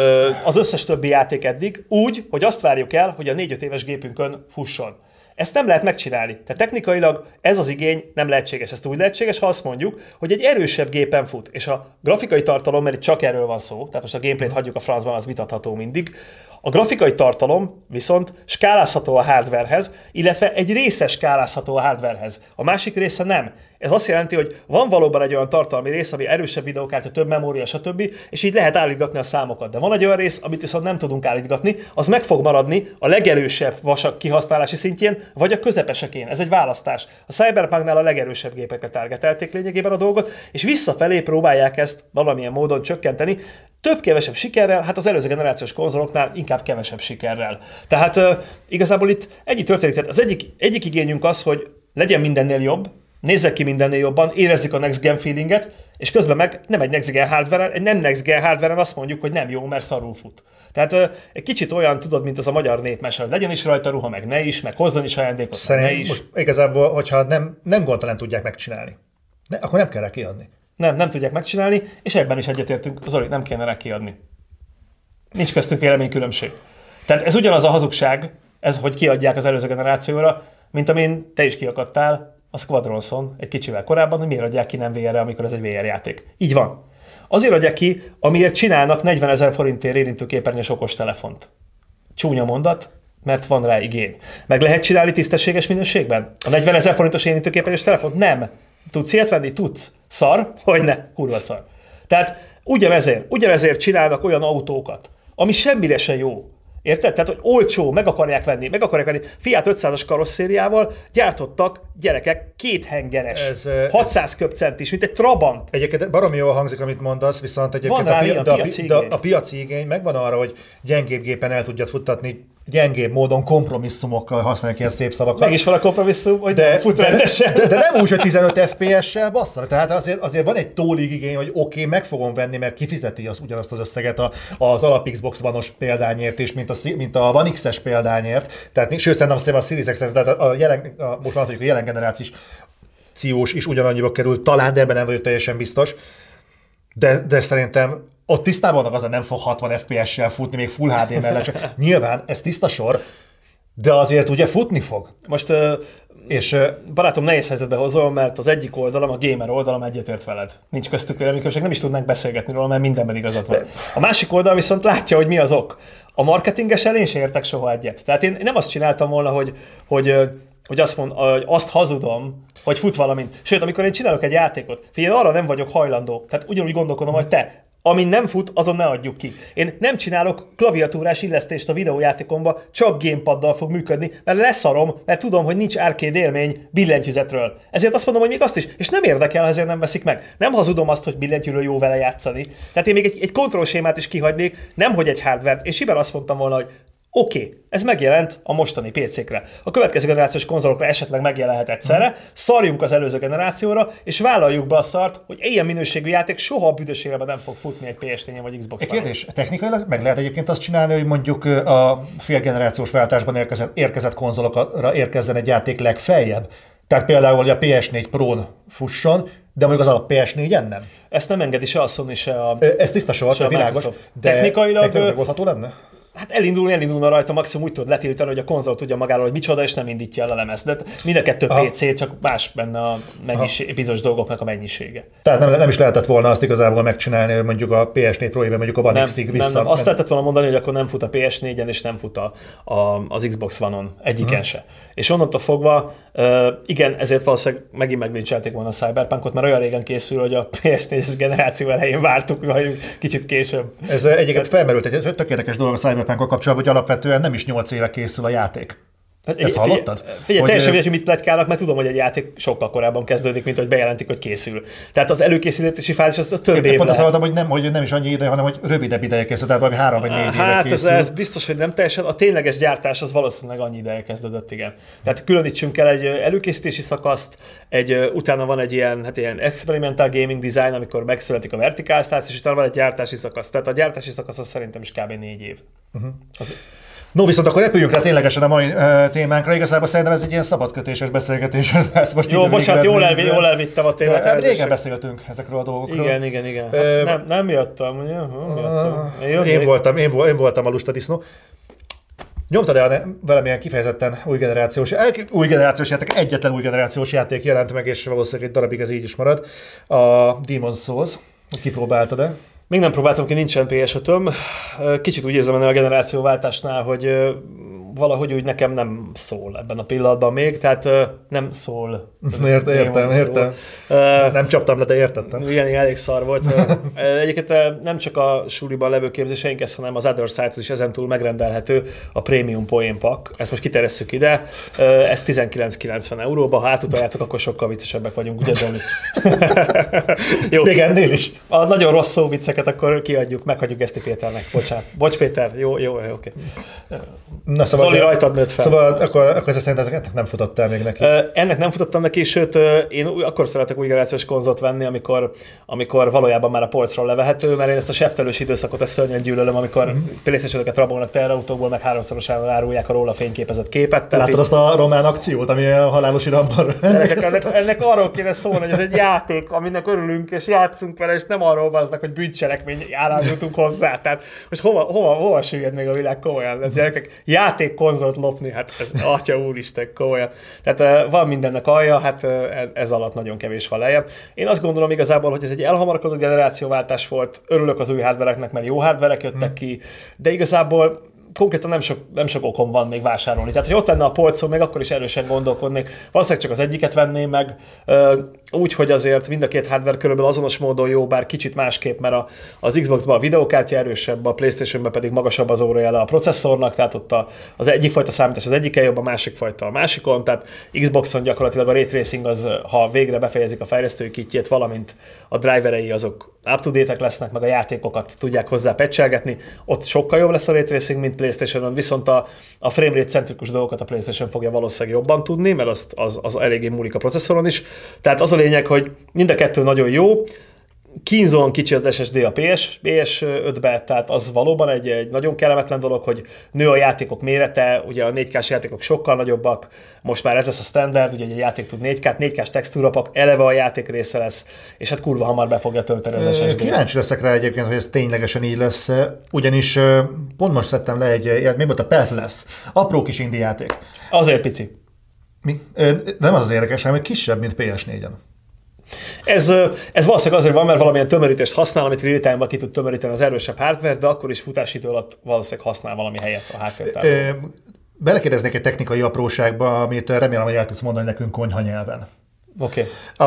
az összes többi játék eddig, úgy, hogy azt várjuk el, hogy a 4-5 éves gépünkön fusson. Ezt nem lehet megcsinálni. Tehát technikailag ez az igény nem lehetséges. Ez úgy lehetséges, ha azt mondjuk, hogy egy erősebb gépen fut, és a grafikai tartalom, mert itt csak erről van szó, tehát most a gameplayt hagyjuk a francban, az vitatható mindig. A grafikai tartalom viszont skálázható a hardwarehez, illetve egy része skálázható a hardwarehez. A másik része nem. Ez azt jelenti, hogy van valóban egy olyan tartalmi rész, ami erősebb videókártya, több memória, stb., és így lehet állítgatni a számokat. De van egy olyan rész, amit viszont nem tudunk állítgatni, az meg fog maradni a legerősebb vasak kihasználási szintjén, vagy a közepesekén. Ez egy választás. A Cyberpunknál a legerősebb gépekre targetelték lényegében a dolgot, és visszafelé próbálják ezt valamilyen módon csökkenteni. Több-kevesebb sikerrel, hát az előző generációs konzoloknál inkább kevesebb sikerrel. Tehát igazából itt ennyi történik. Tehát az egyik igényünk az, hogy legyen mindennél jobb, nézzek ki mindennél jobban, érezzük a next gen feelinget, és közben meg nem egy next gen hardware-en, nem next gen hardware-en azt mondjuk, hogy nem jó, mert szarul fut. Tehát egy kicsit olyan, tudod, mint az a magyar népmese, hogy legyen is rajta ruha, meg ne is, meg hozzon is ajándékot, meg ne is. Most igazából, hogyha nem gondtalan tudják megcsinálni, akkor nem kell rá kiadni. Nem tudják megcsinálni, és ebben is egyetértünk, Zoli, nem kéne rá kiadni. Nincs köztünk véleménykülönbség. Tehát ez ugyanaz a hazugság, ez, hogy kiadják az előző generációra, mint amin te is kiakadtál a Squadronson egy kicsivel korábban, hogy miért adják ki nem VR-re, amikor ez egy VR játék. Így van. Azért adják ki, amiért csinálnak 40 000 forintért érintőképernyős okos telefont. Csúnya mondat, mert van rá igény. Meg lehet csinálni tisztességes minőségben? A 40 000 forintos érintőképernyős telefont? Nem. Tudsz ilyet venni? Tudsz. Szar? Hogyne? Kurva szar. Tehát ugyanezért csinálnak olyan autókat, ami semmire se jó. Érted? Tehát, hogy olcsó, meg akarják venni. Fiat 500-as karosszériával gyártottak gyerekek kéthengeres, 600 köbcentis, mint egy Trabant. Egyébként baromi jól hangzik, amit mondasz, viszont egyébként a piaci igény megvan arra, hogy gyengébb gépen el tudjad futtatni, gyengébb módon kompromisszumokkal használják ilyen szép szavakat. Meg is van a kompromisszum, hogy de, fut rendesen. De nem úgy, hogy 15 FPS-sel bassza. Tehát azért van egy tólig igény, hogy oké, meg fogom venni, mert kifizeti ugyanazt az összeget az alap Xbox One-os példányért is, mint a One X-es példányért. Tehát, sőt, szerintem a Series X, tehát most mondhatjuk, a jelen generációs is ugyanannyiba kerül, talán, de ebben nem vagyok teljesen biztos. De szerintem ott tisztában vannak, nem fog 60 FPS-sel futni, még Full HD mellett. Nyilván ez tiszta sor, de azért ugye futni fog. Most barátom, nehéz helyzetbe hozom, mert az egyik oldalam, a gamer oldalam egyetért veled. Nincs köztük véleménykülönbség, nem is tudnánk beszélgetni róla, mert mindenben igazad van. A másik oldal viszont látja, hogy mi az ok. A marketingessel én sem értek soha egyet. Tehát én nem azt csináltam volna, hogy azt hazudom, hogy fut valamint. Sőt, amikor én csinálok egy játékot, figyelj, arra nem vagyok hajlandó. Tehát ugyanúgy gondolkodom, hogy te. Amin nem fut, azon ne adjuk ki. Én nem csinálok klaviatúrás illesztést a videójátékomba, csak gamepaddal fog működni, mert leszarom, mert tudom, hogy nincs arcade élmény billentyűzetről. Ezért azt mondom, hogy még azt is, és nem érdekel, ezért nem veszik meg. Nem hazudom azt, hogy billentyűről jó vele játszani. Tehát én még egy kontrollsémát is kihagynék, nemhogy egy hardware-t, és simán azt mondtam volna, hogy oké, ez megjelent a mostani PC-kre. A következő generációs konzolokra esetleg megjelenhet egyszerre, szarjunk az előző generációra, és vállaljuk be a szart, hogy ilyen minőségű játék soha a büdös életben nem fog futni egy PS4-en vagy Xbox One-on. Kérdés, technikailag meg lehet egyébként azt csinálni, hogy mondjuk a félgenerációs váltásban érkezett konzolokra érkezzen egy játék legfeljebb? Tehát például, hogy a PS4 Pro-n fusson, de mondjuk az alap PS4-en nem? Ezt nem engedi se a Sony, se a Ez tiszta sor, világos, de technikailag megoldható lenne? Hát elindulna rajta, maximum úgy tudod letiltani, hogy a konzol tudja magáról, hogy micsoda, és nem indítja el a lemezt. De mind a kettő PC, csak más benne a bizonyos dolgoknak a mennyisége. Tehát nem is lehetett volna azt igazából megcsinálni, hogy mondjuk a PS4 Pro-ben mondjuk a One X-ig vissza. Nem. Azt lehetett volna mondani, hogy akkor nem fut a PS4-en, és nem fut az Xbox One-on, egyiken se. És onnantól fogva, igen, ezért valószínűleg megint meglincselték volna a Cyberpunkot, mert olyan régen készül, hogy a PS4-es generáció elején vártuk, vagy kicsit később. Ez egyébként felmerült egy tökéletes dolog a Cyberpunkkal kapcsolatban, hogy alapvetően nem is 8 éve készül a játék. Ezt hallottad? Figyelj, teljesen mindegy, hogy mit pletykálnak, mert tudom, hogy egy játék sokkal korábban kezdődik, mint hogy bejelentik, hogy készül. Tehát az előkészítési fázis az több év. Pont azt hallottam, hogy nem is annyi ideje, hanem hogy rövidebb ideje készül, tehát valami 3 vagy 4 éve készül. Hát ez biztos, hogy nem teljesen. A tényleges gyártás az valószínűleg annyi ideje kezdődött, igen. Tehát különítsünk el egy előkészítési szakaszt, utána van egy ilyen experimental gaming design, amikor megszületik a vertical slice, és utána van egy gyártási szakasz. Tehát a gyártási szakasz az szerintem is kb. 4 év. No, viszont akkor repüljünk rá ténylegesen a mai témánkra. Igazából szerintem ez egy ilyen szabadkötéses beszélgetés. Jó, bocsánat, jól elvittem a témát. Régen beszéltünk ezekről a dolgokról. Igen. Hát nem jöttem, ugye? Én voltam a lustadisznó. Nyomtad-e velem ilyen kifejezetten új generációs játék? Egyetlen új generációs játék jelent meg, és valószínűleg egy darabig ez így is marad. A Demon's Souls. Kipróbáltad-e? Még nem próbáltam ki, nincsen PS5-öm. Kicsit úgy érzem ennél a generációváltásnál, hogy valahogy úgy nekem nem szól ebben a pillanatban még, tehát nem szól. Értem. Nem csaptam le, de értettem. Igen, elég szar volt. Egyébként nem csak a suliban levő képzéseink ez, hanem az Other Sides is ezentúl megrendelhető a Premium Poén Pack. Ezt most kiterjesszük ide. Ez 19,90 euróba. Ha átutaljátok, akkor sokkal viccesebbek vagyunk, ugye Zoli? Jó. Még ennél is. A nagyon rossz szó vicceket akkor kiadjuk, meghagyjuk Geszti Péternek. Bocsánat. Bocs Péter, jó, oké. Na, szóval Zoli rajtad nőtt fel. Szóval akkor ezzel szerint ennek nem futottál még neki. Ennek nem futottam neki, sőt, én akkor szeretek új generációs konzolt venni, amikor valójában már a polcról levehető, mert én ezt a seftelős időszakot szörnyen gyűlölöm, amikor PlayStation-öket rabolnak teherautókból, meg 3-szorosára árulják a róla fényképezett képet. Láttad azt a román akciót, ami a halálos iramban? Ennek arról kéne szólni, hogy ez egy játék, aminek örülünk, és játszunk vele, és nem arról van, hogy bűncselekmény állásítunk hozzá. Tehát most hova süllyed még a világ komolyan? Gyerekek, játék konzolt lopni, hát ez atya úristen, komolyan. Tehát van mindennek alja, hát ez alatt nagyon kevés van lejjebb. Én azt gondolom igazából, hogy ez egy elhamarkodott generációváltás volt, örülök az új hardvereknek, mert jó hardverek jöttek ki, de igazából konkrétan nem sok okom van még vásárolni. Tehát, hogy ott lenne a polcon, még akkor is erősen gondolkodnék. Valószínűleg csak az egyiket venném meg, úgy, hogy azért mind a két hardware körülbelül azonos módon jó, bár kicsit másképp, mert az Xbox-ban a videókártya erősebb, a PlayStation-ben pedig magasabb az órájele a processzornak, tehát ott az egyik fajta számítás az egyiken jobb, a másik fajta a másikon, tehát Xboxon gyakorlatilag a Ray Tracing az, ha végre befejezik a fejlesztői kitjét, valamint a driverei azok up-to-date-ek lesznek, meg a játékokat tudják hozzá patchelgetni, ott sokkal jobb lesz a Ray Tracing, mint PlayStation-on, viszont a framerate centrikus dolgokat a PlayStation fogja valószínűleg jobban tudni, mert az eléggé múlik a processzoron is. Tehát az a lényeg, hogy mind a kettő nagyon jó, kínzóan kicsi az SSD a PS5-be, tehát az valóban egy nagyon kellemetlen dolog, hogy nő a játékok mérete, ugye a 4K-s játékok sokkal nagyobbak, most már ez lesz a standard, ugye egy játék tud 4K-t, 4K-s textúrapak, eleve a játék része lesz, és hát kurva hamar be fogja tölteni az SSD-t. Kíváncsi leszek rá egyébként, hogy ez ténylegesen így lesz, ugyanis pont most szedtem le mi volt a Pathless, apró kis indie játék. Azért pici. Mi? Nem az érdekes, hanem kisebb, mint PS4-en. Ez valószínűleg azért van, mert valamilyen tömörítést használ, amit real-time-ban ki tud tömöríteni az erősebb hardware, de akkor is futásidő alatt valószínűleg használ valami helyet a háttértárban. Belekérdeznék egy technikai apróságba, amit remélem, hogy el tudsz mondani nekünk konyha nyelven. Oké.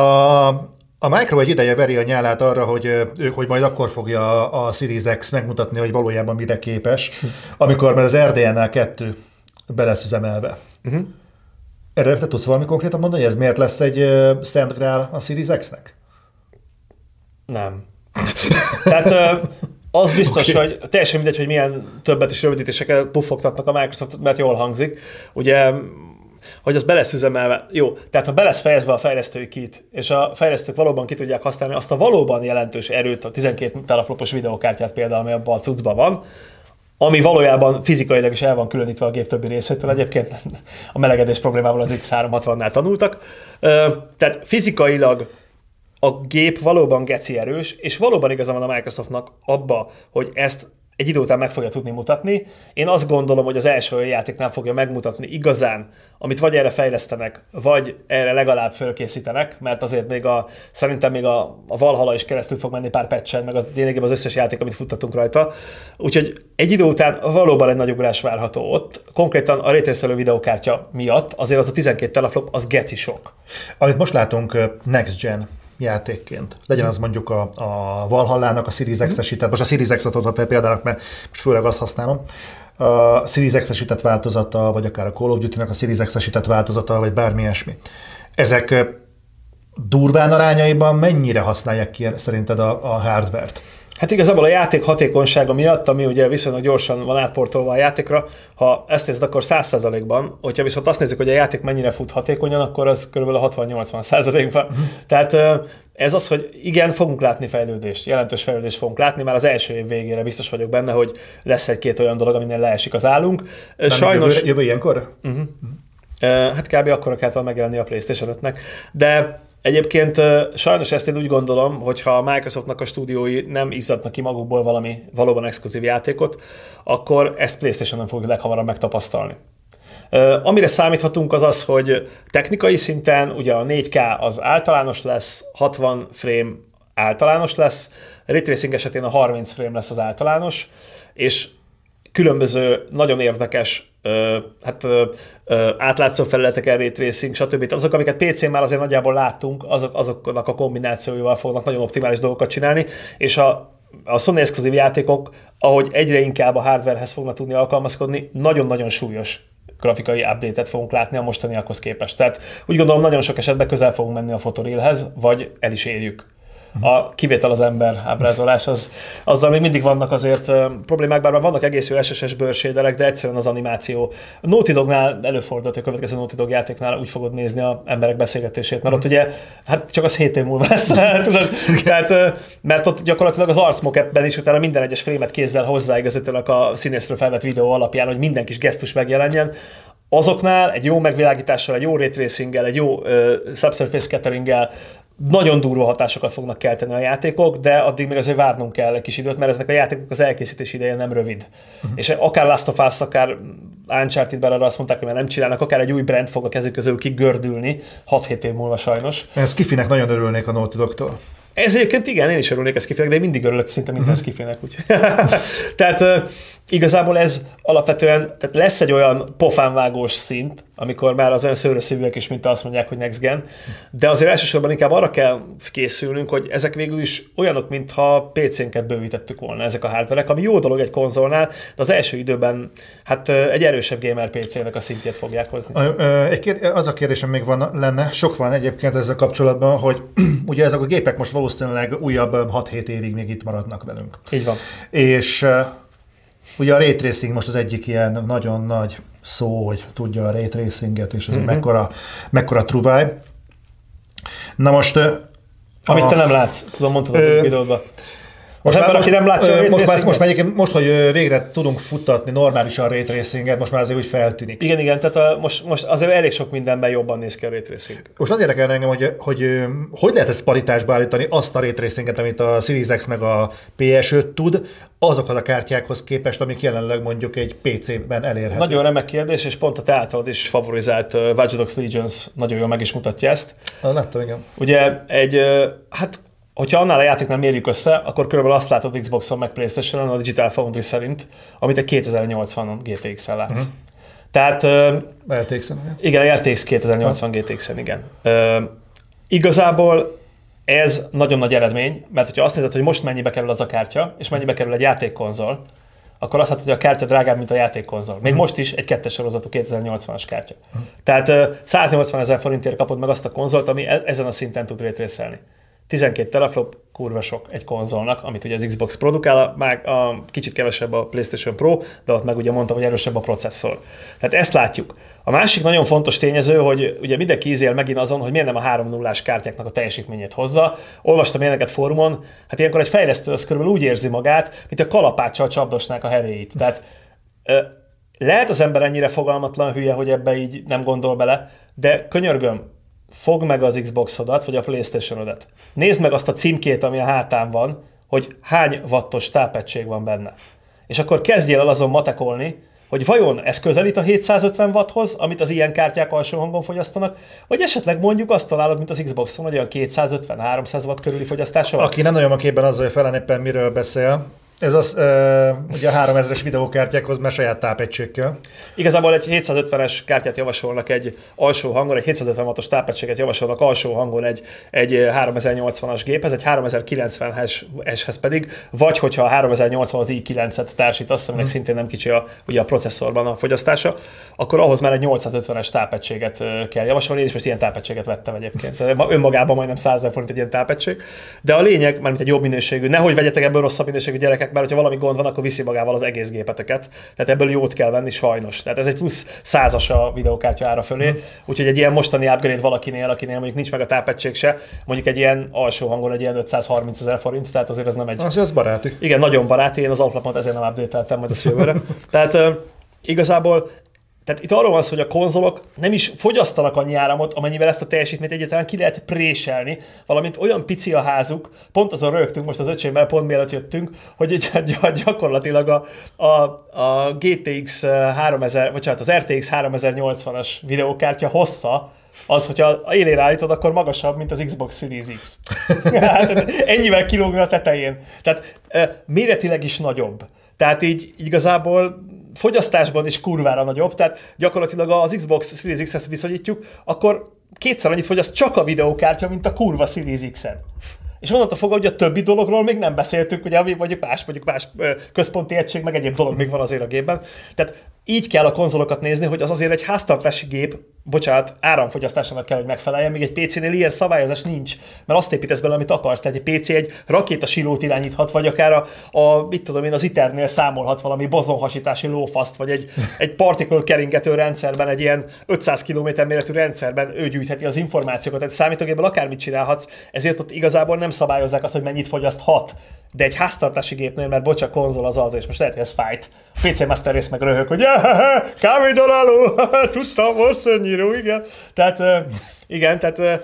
A Micro egy ideje veri a nyálát arra, hogy majd akkor fogja a Series X megmutatni, hogy valójában mire képes, amikor már az RDNA 2 be lesz üzemelve. Erre te tudsz valami konkrétan mondani, hogy ez miért lesz egy Szent Grál a Series X-nek? Nem. Tehát az biztos, hogy teljesen mindegy, hogy milyen többet is rövidítésekkel puffogtatnak a Microsoft, mert jól hangzik. Ugye, hogy az be lesz üzemelve. Jó, tehát ha be lesz fejezve a fejlesztői kit, és a fejlesztők valóban ki tudják használni azt a valóban jelentős erőt, a 12 teraflopos videókártyát például, ami abban a cuccban van, ami valójában fizikailag is el van különítve a gép többi részétől, egyébként a melegedés problémával az X360-nál tanultak. Tehát fizikailag a gép valóban geci erős, és valóban igaza van a Microsoftnak abba, hogy ezt egy idő után meg fogja tudni mutatni. Én azt gondolom, hogy az első olyan játéknál fogja megmutatni igazán, amit vagy erre fejlesztenek, vagy erre legalább fölkészítenek, mert azért szerintem még a Valhalla is keresztül fog menni pár patchen, meg lényegében az összes játék, amit futtatunk rajta. Úgyhogy egy idő után valóban egy nagy ugrás várható ott. Konkrétan a raytracelő videókártya miatt azért az a 12 teraflop, az geci sok. Amit most látunk Next Gen játékként. Legyen az mondjuk a Valhallának a Series X-esített, most a Series X-et adott példának, mert most főleg azt használom, a Series X-esített változata, vagy akár a Call of Duty-nak a Series X-esített változata, vagy bármi ilyesmi. Ezek durván arányaiban mennyire használják ki szerinted a hardware-t? Hát igazából a játék hatékonysága miatt, ami ugye viszonylag gyorsan van átportolva a játékra, ha ezt nézed, akkor 100%-ban, hogyha viszont azt nézzük, hogy a játék mennyire fut hatékonyan, akkor az kb. 60-80%-ban. Tehát ez az, hogy igen, fogunk látni fejlődést, jelentős fejlődést fogunk látni, már az első év végére biztos vagyok benne, hogy lesz egy-két olyan dolog, aminél leesik az állunk. Nem sajnos... Jövő ilyenkor? Hát kb. Akkor kellett volna megjelenni a PlayStation 5-nek, de egyébként sajnos ezt én úgy gondolom, hogy ha a Microsoftnak a stúdiói nem izzadnak ki magukból valami valóban exkluzív játékot, akkor ezt PlayStation-on fogjuk leghamarabb megtapasztalni. Amire számíthatunk az az, hogy technikai szinten ugye a 4K az általános lesz, 60 frame általános lesz, Ray Tracing esetén a 30 frame lesz az általános, és különböző nagyon érdekes átlátszó felületeken, Ray Tracing, stb. Azok, amiket PC-n már azért nagyjából láttunk, azoknak a kombinációival fognak nagyon optimális dolgokat csinálni, és a Sony exkluzív játékok, ahogy egyre inkább a hardwarehez fognak tudni alkalmazkodni, nagyon-nagyon súlyos grafikai update-et fogunk látni a mostaniakhoz képest. Tehát úgy gondolom, nagyon sok esetben közel fogunk menni a fotorealhez, vagy el is érjük. A kivétel az ember ábrázolás, azzal még mindig vannak azért problémák, bár vannak egész jó SSS bőrséderek, de egyszerűen az animáció. A Naughty Dognál előfordult, hogy a következő Naughty Dog játéknál úgy fogod nézni az emberek beszélgetését, mert ott ugye, hát csak az 7 év múlva lesz, tudod? Tehát, mert ott gyakorlatilag az arcmokepben is utána minden egyes frémet kézzel hozzáigazítanak a színészről felvett videó alapján, hogy minden kis gesztus megjelenjen. Azoknál egy jó megvilágítással, egy jó ray tracinggel, egy jó subsurface scatteringgel nagyon durva hatásokat fognak kelteni a játékok, de addig még azért várnunk kell egy kis időt, mert ezek a játékok az elkészítés ideje nem rövid. És akár Last of Us, akár Uncharted-ben arra azt mondták, hogy már nem csinálnak, akár egy új brand fog a kezük közül kigördülni, 6-7 év múlva sajnos. Ez Skifinek nagyon örülnék a Naughty Dogtól. Ez egyébként igen, én is örülnék ezt kifének, de én mindig örülök szinte mindenhez kifének. Tehát igazából ez alapvetően, tehát lesz egy olyan pofánvágós szint, amikor már az olyan szőrösszívűek is, mint azt mondják, hogy next gen, de azért elsősorban inkább arra kell készülnünk, hogy ezek végül is olyanok, mintha PC-nket bővítettük volna ezek a hardverek, ami jó dolog egy konzolnál, de az első időben hát egy erősebb gamer PC-nek a szintjét fogják hozni. Az a kérdésem még lenne, sok van egyébként ezzel kapcsolatban, hogy ugye ezek a gépek most valószínűleg újabb 6-7 évig még itt maradnak velünk. Így van. És ugye a Ray Tracing most az egyik ilyen nagyon nagy szó, hogy tudja a Ray Tracinget, és ez mekkora truváj. Na most... Amit te nem látsz, tudom, mondtad a videódban. Most, hogy végre tudunk futtatni normálisan a Ray Tracinget, most már azért úgy feltűnik. Igen, tehát most azért elég sok mindenben jobban néz ki a Ray Tracing. Most azért érdekel engem, hogy lehet ezt paritásba állítani, azt a Ray Tracinget, amit a Series X meg a PS5 tud, azokhoz a kártyákhoz képest, amik jelenleg mondjuk egy PC-ben elérhető. Nagyon remek kérdés, és pont a te általad is favorizált Watch Dogs Legions nagyon jól meg is mutatja ezt. Láttam, igen. Ugye hogyha annál a játéknál mérjük össze, akkor körülbelül azt látod Xboxon meg PlayStation-on a Digital Foundry szerint, amit egy 2080-on GTX-en látsz. Tehát... RTX-en. Igen, RTX 2080 GTX-en, igen. Igazából ez nagyon nagy eredmény, mert hogyha azt nézed, hogy most mennyibe kerül az a kártya, és mennyibe kerül egy játékkonzol, akkor azt látod, hogy a kártya drágább, mint a játékkonzol. Még most is egy 2-es sorozatú 2080-as kártya. Tehát 180 000 forintért kapod meg azt a konzolt, ami ezen a szinten tud raytracelni. 12 teraflop, kurva sok egy konzolnak, amit ugye az Xbox produkál, már a kicsit kevesebb a PlayStation Pro, de ott meg ugye mondtam, hogy erősebb a processzor. Tehát ezt látjuk. A másik nagyon fontos tényező, hogy ugye mindenki ízél megint azon, hogy miért nem a 3.0-ás kártyáknak a teljesítményét hozza. Olvastam ilyeneket fórumon, hát ilyenkor egy fejlesztő az körülbelül úgy érzi magát, mint a kalapáccsal csapdosnák a heréit. Tehát lehet az ember ennyire fogalmatlan hülye, hogy ebbe így nem gondol bele, de könyörgöm, fogd meg az Xboxodat, vagy a PlayStation-odat. Nézd meg azt a címkét, ami a hátán van, hogy hány wattos tápegység van benne. És akkor kezdjél el azon matekolni, hogy vajon ez közelít a 750 watthoz, amit az ilyen kártyák alsó hangon fogyasztanak, vagy esetleg mondjuk azt találod, mint az Xboxon, hogy olyan 250-300 watt körüli fogyasztása van. Aki nem nagyon van képben azzal, hogy felen éppen miről beszél, ez az ugye a 3000-es videókártyákhoz, mert saját tápegységkel. Igazából egy 750-es kártyát javasolnak egy alsó hangon, egy 750 wattos tápegységet javasolnak alsó hangon egy 3080-as géphez, egy 3090-eshez pedig, vagy hogyha a 3080 az i9-et társítasz, aminek szintén nem kicsi ugye a processzorban a fogyasztása, akkor ahhoz már egy 850-es tápegységet kell javasolni. Én is most ilyen tápegységet vettem egyébként. Önmagában majdnem 100 000 forint egy ilyen tápegység. De a lényeg, mármint egy jobb minőségű, nehogy vegyetek ebből rosszabb minőségű gyerekek, mert hogyha valami gond van, akkor viszi magával az egész gépeteket. Tehát ebből jót kell venni sajnos. Tehát ez egy plusz 100-as a videókártya ára fölé. Úgyhogy egy ilyen mostani upgrade valakinél mondjuk nincs meg a tápegység se, mondjuk egy ilyen alsó hangon egy ilyen 530 000 forint, tehát azért ez nem egy... Az baráti. Igen, nagyon baráti, én az alapot ezért nem update-eltem majd a jövőre. Tehát igazából tehát itt arról van szó, hogy a konzolok nem is fogyasztanak annyi áramot, amennyivel ezt a teljesítményt egyáltalán ki lehet préselni, valamint olyan pici a házuk, pont azon rögtünk most az öcsémmel, pont mielőtt jöttünk, hogy gyakorlatilag a GTX 3000, bocsánat, az RTX 3080-as videókártya hossza, az, hogyha élére állítod, akkor magasabb, mint az Xbox Series X. Hát, ennyivel kilógni a tetején. Tehát méretileg is nagyobb. Tehát így igazából fogyasztásban is kurvára nagyobb, tehát gyakorlatilag az Xbox Series X-hez viszonyítjuk, akkor kétszer annyit fogyaszt csak a videókártya, mint a kurva Series X-en. És onnantól fogva, hogy a többi dologról még nem beszéltünk, ugye, ami mondjuk más központi egység, meg egyéb dolog még van azért a gépben. Tehát így kell a konzolokat nézni, hogy az azért egy háztartási gép, áramfogyasztásának kell, hogy megfeleljen, még egy PC-nél ilyen szabályozás nincs, mert azt építesz bele, amit akarsz. Tehát egy PC egy rakétasilót irányíthat, vagy akár mit tudom én, az ITER-nél számolhat valami bozonhasítási lófaszt, vagy egy particle keringető rendszerben, egy ilyen 500 km méretű rendszerben ő gyűjtheti az információkat. Tehát számítógépből akármit csinálhatsz, ezért ott igazából nem szabályozzák azt, hogy mennyit fogyaszthat. De egy háztartási gépnél, mert a konzol az, és most lehet, hogy ez fájt. A PC Master Race meg röhög, hogy kávédaláló, tudtam, orszörnyíró, igen. Tehát igen, tehát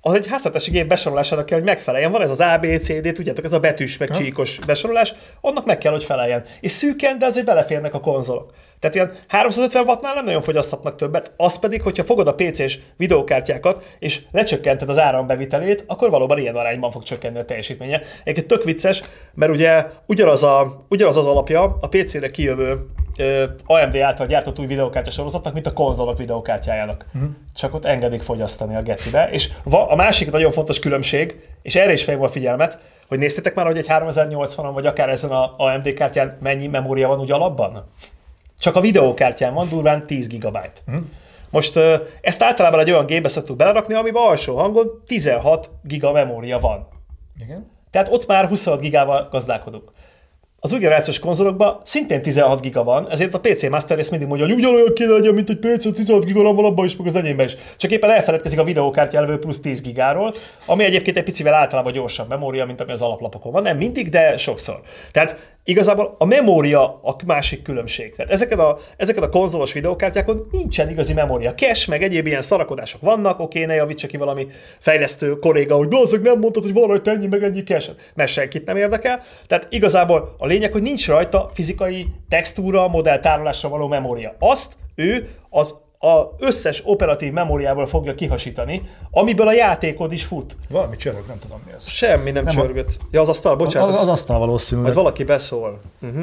az egy háztartási gép besorolásának kell, hogy megfeleljen. Van ez az A, B, C, D, tudjátok, ez a betűs, meg csíkos besorolás, annak meg kell, hogy feleljen. És szűken, de azért beleférnek a konzolok. Tehát ilyen 350 wattnál nem nagyon fogyaszthatnak többet, az pedig, hogyha fogod a PC-s videókártyákat, és lecsökkented az árambevitelét, akkor valóban ilyen arányban fog csökkenni a teljesítménye. Egyébként tök vicces, mert ugye ugyanaz az alapja a PC-re kijövő AMD által gyártott új videókártya sorozatnak, mint a konzolok videókártyájának. Csak ott engedik fogyasztani a gecibe. És a másik nagyon fontos különbség, és erre is felhívom a figyelmet, hogy néztétek már, hogy egy 3080-on, vagy akár ezen a AMD kártyán mennyi memória van úgy alapban? Csak a videókártyán van durván 10 GB. Most ezt általában egy olyan gépbe szoktuk belerakni, amiben alsó hangon 16 GB memória van. Igen. Tehát ott már 26 gigával gazdálkodunk. Az új generációs konzolokban szintén 16 giga van, ezért a PC Master Race mindig mondja, hogy ugyanolyan kéne legyen, mint egy PC, 16 giga van abban is, meg az enyémben is. Csak éppen elfeledkezik a videókártya elvő plusz 10 gigáról, ami egyébként egy picivel általában gyorsabb memória, mint ami az alaplapokon van. Nem mindig, de sokszor. Tehát igazából a memória a másik különbség. Tehát ezeken a konzolos videókártyákon nincsen igazi memória. Cache, meg egyéb ilyen szarakodások vannak, oké, ne javítsa ki valami fejlesztő kolléga, hogy bazzeg nem mondtad, hogy van rajta ennyi, meg ennyi cache, mert senkit nem érdekel. Tehát igazából a lényeg, hogy nincs rajta fizikai textúra, modelltárolásra való memória. Azt ő az összes operatív memóriából fogja kihasítani, amiből a játékod is fut. Valami csörög, nem tudom mi ez. Semmi nem csörgött. Ja, az asztal, bocsánat. Az asztal valószínűleg. Majd valaki beszól.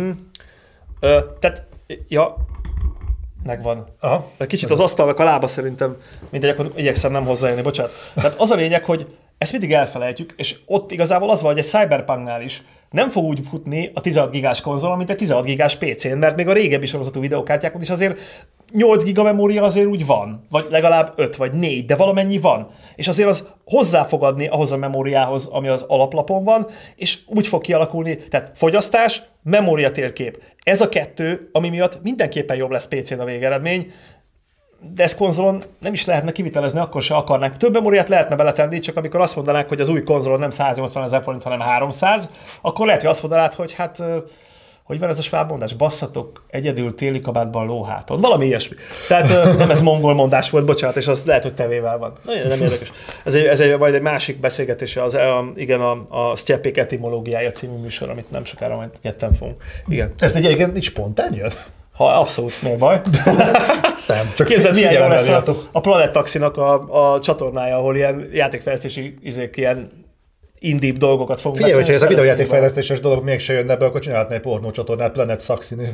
Tehát, ja, megvan. Aha. Kicsit az asztalnak a lába szerintem, mindegy, akkor igyekszem nem hozzájönni, bocsánat. Tehát az a lényeg, hogy ezt mindig elfelejtjük, és ott igazából az van, hogy egy Cyberpunknál is nem fog úgy futni a 16 gigás konzolon, mint egy 16 gigás PC-n, mert még a régebbi sorozatú videókártyákon is azért 8 giga memória azért úgy van, vagy legalább 5 vagy 4, de valamennyi van. És azért az hozzá fog adni ahhoz a memóriához, ami az alaplapon van, és úgy fog kialakulni, tehát fogyasztás, memóriatérkép. Ez a kettő, ami miatt mindenképpen jobb lesz PC-n a végeredmény, de ezt konzolon nem is lehetne kivitelezni, akkor se akarnánk. Több memóriát lehetne beletenni, csak amikor azt mondanák, hogy az új konzolon nem 180 000 forint, hanem 300, akkor lehet, hogy azt mondanád, hogy hát, hogy van ez a sváb mondás? Basszatok, egyedül téli kabátban lóháton. Valami ilyesmi. Tehát nem ez mongol mondás volt, bocsánat, és az lehet, hogy tevével van. Nem érdekes. Ez majd egy másik beszélgetés, igen, a sztyeppék etimológiája című műsor, amit nem sokára majd ketten fogunk. Igen. Ez egyébként így spontán jön? Ha abszolút, miért baj? Nem, csak képzeld, milyen jó lesz a Planet Taxinak a csatornája, ahol ilyen játékfejlesztési ilyen indie dolgokat fogunk beszélni. Figyelj, hogyha ez a videójátékfejlesztéses dolog mégse jönne be, akkor csinálhatna egy pornócsatornát Planet Taxi.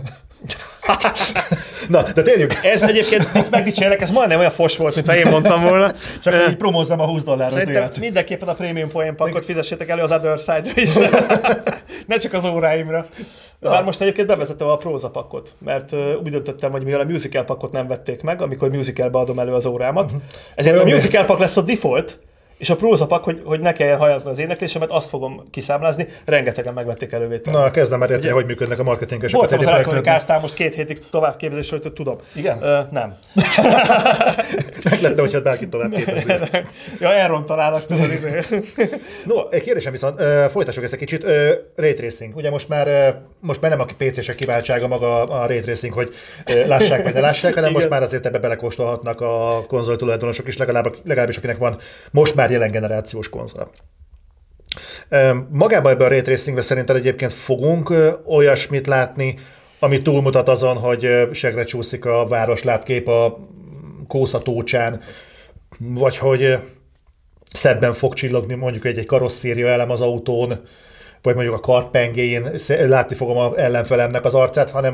Na, de tényleg. Ez egyébként megdicsérlek, ez majdnem olyan fos volt, mint ha én mondtam volna. Csak így promózzam a $20 Szerintem mindenképpen a prémium poén pakkot fizessétek elő az Other Side-ra is. Ne csak az óráimra. Bár most egyébként bevezettem a próza pakkot, mert úgy döntöttem, hogy mivel a musical pakkot nem vették meg, amikor musicalbe adom elő az órámat, ezért a musical pakk lesz a default, és a próza pakk, hogy ne kelljen hajazni az éneklésemet, azt fogom kiszámlázni, rengetegen megvették elővétel. Na, kezdem már érteni, hogy működnek a marketingesek. Voltam az elektronikáztál most 2 hétig továbbképzésről, hogy tudom. Igen? Nem. Meg lenne, hogyha bárkit tovább képezni. Ja, elrontanának, tudod, No, egy kérdésem viszont, folytassuk ezt egy kicsit. Ray Tracing. Ugye most már nem a PC-sek kiváltsága maga a Ray Tracing, hogy lássák vagy ne lássák, hanem most már azért ebbe belekóstolhatnak a konzol tulajdonosok is, legalábbis akinek van most már jelen generációs konzola. Magában ebben a Ray Tracingben szerinted egyébként fogunk olyasmit látni, ami túlmutat azon, hogy segre csúszik a városlátkép a Kószatócsán, vagy hogy szebben fog csillogni mondjuk egy karosszéria elem az autón, vagy mondjuk a kartpengéjén látni fogom az ellenfelemnek az arcát, hanem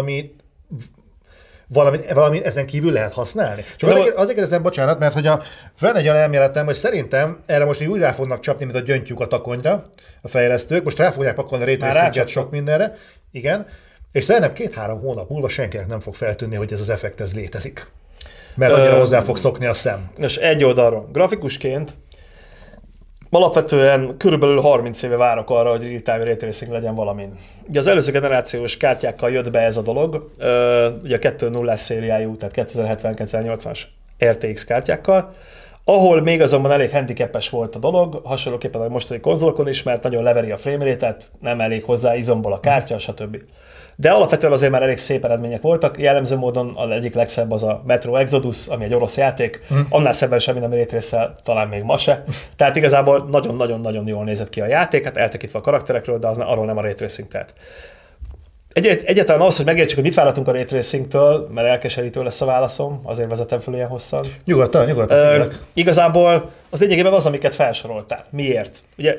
valami ezen kívül lehet használni. Csak azért kérdezem, bocsánat, mert hogy van egy olyan elméletem, hogy szerintem erre most így úgy rá fognak csapni, mint a gyöngytyúk a takonyra a fejlesztők, most rá fogják pakolni a Ray Tracinget sok mindenre, igen, és szerintem 2-3 hónap múlva senkinek nem fog feltűnni, hogy ez az effekt ez létezik. Mert annyira hozzá fog szokni a szem. És egy oldalról. Grafikusként alapvetően körülbelül 30 éve várok arra, hogy real-time ray tracing legyen valamin. Ugye az előző generációs kártyákkal jött be ez a dolog, ugye a 2.0-as szériájú, tehát 2070-2080-as RTX kártyákkal, Ahol még azonban elég handicapes volt a dolog, hasonlóképpen a mostani konzolokon is, mert nagyon leveri a framerate-et, nem elég hozzá izomból a kártya, stb. De alapvetően azért már elég szép eredmények voltak, jellemző módon az egyik legszebb az a Metro Exodus, ami egy orosz játék, annál szebben semmi nem rétrésszel, talán még ma se. Tehát igazából nagyon-nagyon-nagyon jól nézett ki a játék, hát eltekintve a karakterekről, de arról nem a ray tracing tehet. Egyáltalán az, hogy megértsük, hogy mit várhatunk a ray tracingtől, mert elkeserítő lesz a válaszom, azért vezetem fel ilyen hosszan. Nyugodtan. Igazából az lényegében az, amiket felsoroltál. Miért? Ugye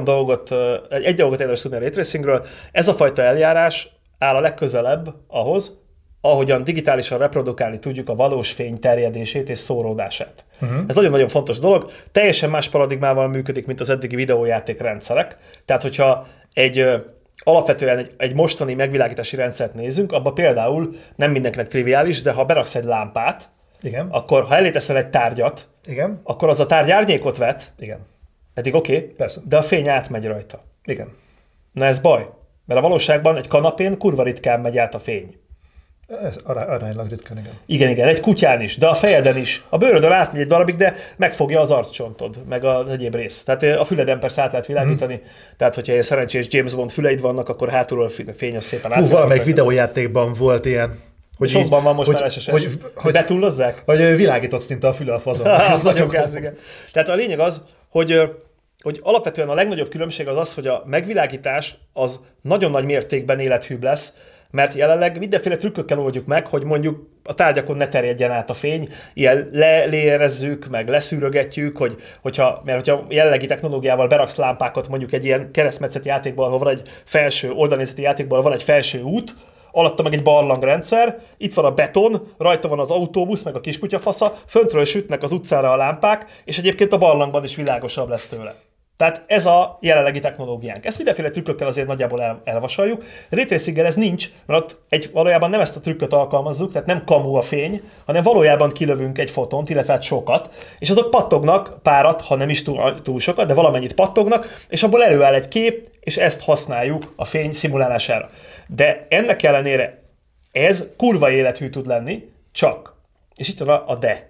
egy dolgot érdemes tudni a ray tracingről, ez a fajta eljárás áll a legközelebb ahhoz, ahogyan digitálisan reprodukálni tudjuk a valós fény terjedését és szóródását. Ez nagyon-nagyon fontos dolog. Teljesen más paradigmával működik, mint az eddigi videójáték rendszerek. Tehát, hogyha alapvetően egy mostani megvilágítási rendszert nézünk, abban például nem mindenkinek triviális, de ha beraksz egy lámpát, Igen. akkor ha elé teszel egy tárgyat, Igen. akkor az a tárgy árnyékot vet, Igen. eddig oké, Persze. de a fény átmegy rajta. Igen. Na ez baj, mert a valóságban egy kanapén kurva ritkán megy át a fény. Ez aránylag ritkán, igen. Igen, egy kutyán is, de a fejeden is. A bőrödön átmegy egy darabig, de megfogja az arccsontod, meg az egyéb rész. Tehát a füleden persze át lehet világítani, tehát hogyha ilyen szerencsés James Bond füleid vannak, akkor hátulról a fény az szépen átmegy. Valamelyik videójátékban volt ilyen. Sokban van most már SSS. Hogy betúllozzák? Hogy világított szinte a füle a fazon. Ez nagyon gáz, igen. Tehát a lényeg az, hogy alapvetően a legnagyobb különbség az az, hogy a megvilágítás az nagyon nagy mértékben élethűbb lesz, mert jelenleg mindenféle trükkökkel oldjuk meg, hogy mondjuk a tárgyakon ne terjedjen át a fény, ilyen lelérezzük, meg leszűrögetjük, hogyha jelenlegi technológiával beraksz lámpákat mondjuk egy ilyen keresztmetszeti játékban, ahol van egy felső, oldalnézeti játékban van egy felső út, alatta meg egy barlangrendszer, itt van a beton, rajta van az autóbusz, meg a kiskutyafasza, föntről sütnek az utcára a lámpák, és egyébként a barlangban is világosabb lesz tőle. Tehát ez a jelenlegi technológiánk. Ezt mindenféle trükkökkel azért nagyjából elvasaljuk. Ray tracinggel ez nincs, mert ott valójában nem ezt a trükköt alkalmazzuk, tehát nem kamu a fény, hanem valójában kilövünk egy fotont, illetve hát sokat, és azok pattognak párat, ha nem is túl sokat, de valamennyit pattognak, és abból előáll egy kép, és ezt használjuk a fény szimulálására. De ennek ellenére ez kurva élethű tud lenni, csak. És itt van a de.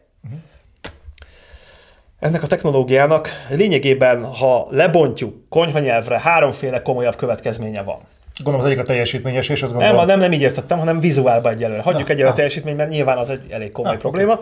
Ennek a technológiának lényegében, ha lebontjuk konyhanyelvre, háromféle komolyabb következménye van. Gondolom az egyik a teljesítményes, és azt gondolom... Nem így értettem, hanem vizuálban egyelőre. Hagyjuk egyelőre a teljesítményt, mert nyilván az egy elég komoly probléma,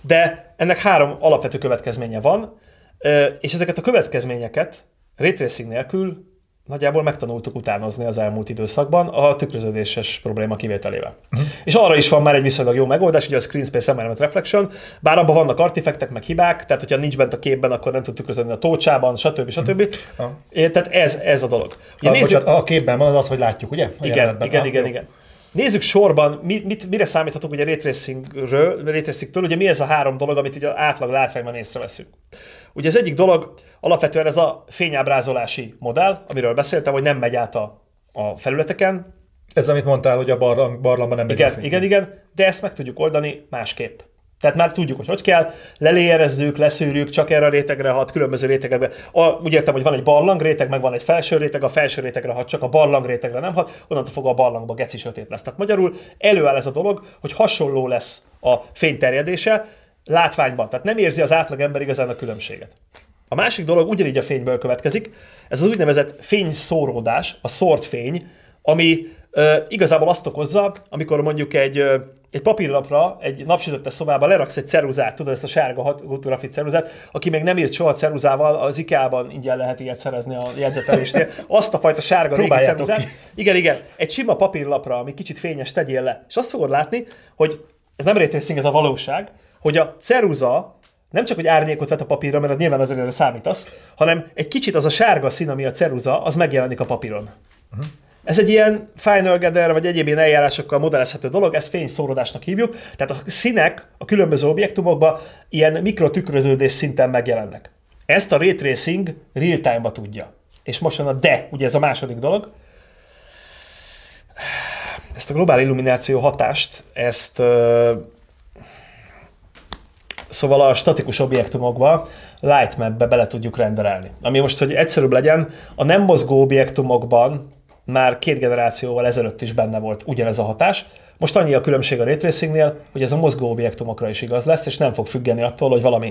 de ennek 3 alapvető következménye van, és ezeket a következményeket ray tracing nélkül nagyjából megtanultuk utánozni az elmúlt időszakban a tükröződéses probléma kivételével. És arra is van már egy viszonylag jó megoldás, ugye a Screen Space Environment Reflection, bár abban vannak artifektek, meg hibák, tehát hogyha nincs bent a képben, akkor nem tud tükröződni a tócsában, stb. Tehát ez a dolog. Ugye, a képben van az, hogy látjuk, ugye? Igen. Nézzük sorban, mire számíthatunk ugye Ray Tracing-től, ugye mi ez a 3 dolog, amit ugye átlag látványban észreveszünk. Ugye az egyik dolog alapvetően ez a fényábrázolási modell, amiről beszéltem, hogy nem megy át a felületeken. Ez, amit mondtál, hogy a barlangban nem megy a fény. Igen, de ezt meg tudjuk oldani másképp. Tehát már tudjuk, hogy kell, leléjerezzük, leszűrjük, csak erre a rétegre hat, különböző rétegekbe. Úgy értem, hogy van egy barlang réteg, meg van egy felső réteg, a felső rétegre hat, csak a barlang rétegre nem hat, onnantól fogva a barlangba geci sötét lesz. Tehát magyarul előáll ez a dolog, hogy hasonló lesz a fényterjedése látványban. Tehát nem érzi az átlagember igazán a különbséget. A másik dolog ugyanígy a fényből következik, ez az úgynevezett fényszóródás, a szórt fény, ami igazából azt okozza, amikor mondjuk egy papírlapra, egy napsütöttes szobába leraksz egy ceruzát, tudod, ezt a sárga grafit ceruzát, aki még nem írt soha ceruzával, az IKEA-ban ingyen lehet ilyet szerezni a jegyzetelésnél. Azt a fajta sárga régi ceruzát. Igen, egy sima papírlapra, ami kicsit fényes, tegyél le. És azt fogod látni, hogy ez nem ray tracing, ez a valóság, hogy a ceruza nem csak, hogy árnyékot vet a papírra, mert az nyilván azért erre számítasz, hanem egy kicsit az a sárga szín, ami a ceruza, az megjelenik a papíron. Ez egy ilyen Final Gather vagy egyéb ilyen eljárásokkal modellezhető dolog, ezt fényszóródásnak hívjuk, tehát a színek a különböző objektumokban ilyen mikrotükröződés szinten megjelennek. Ezt a Ray Tracing real-time-ba tudja. És most jön a de, ugye ez a második dolog. Ezt a globál illumináció hatást, szóval a statikus objektumokba, Lightmap-be bele tudjuk renderelni. Ami most, hogy egyszerűbb legyen, a nem mozgó objektumokban már 2 generációval ezelőtt is benne volt ugyanez a hatás. Most annyi a különbség a Ray Tracingnél, hogy ez a mozgó objektumokra is igaz lesz, és nem fog függeni attól, hogy valami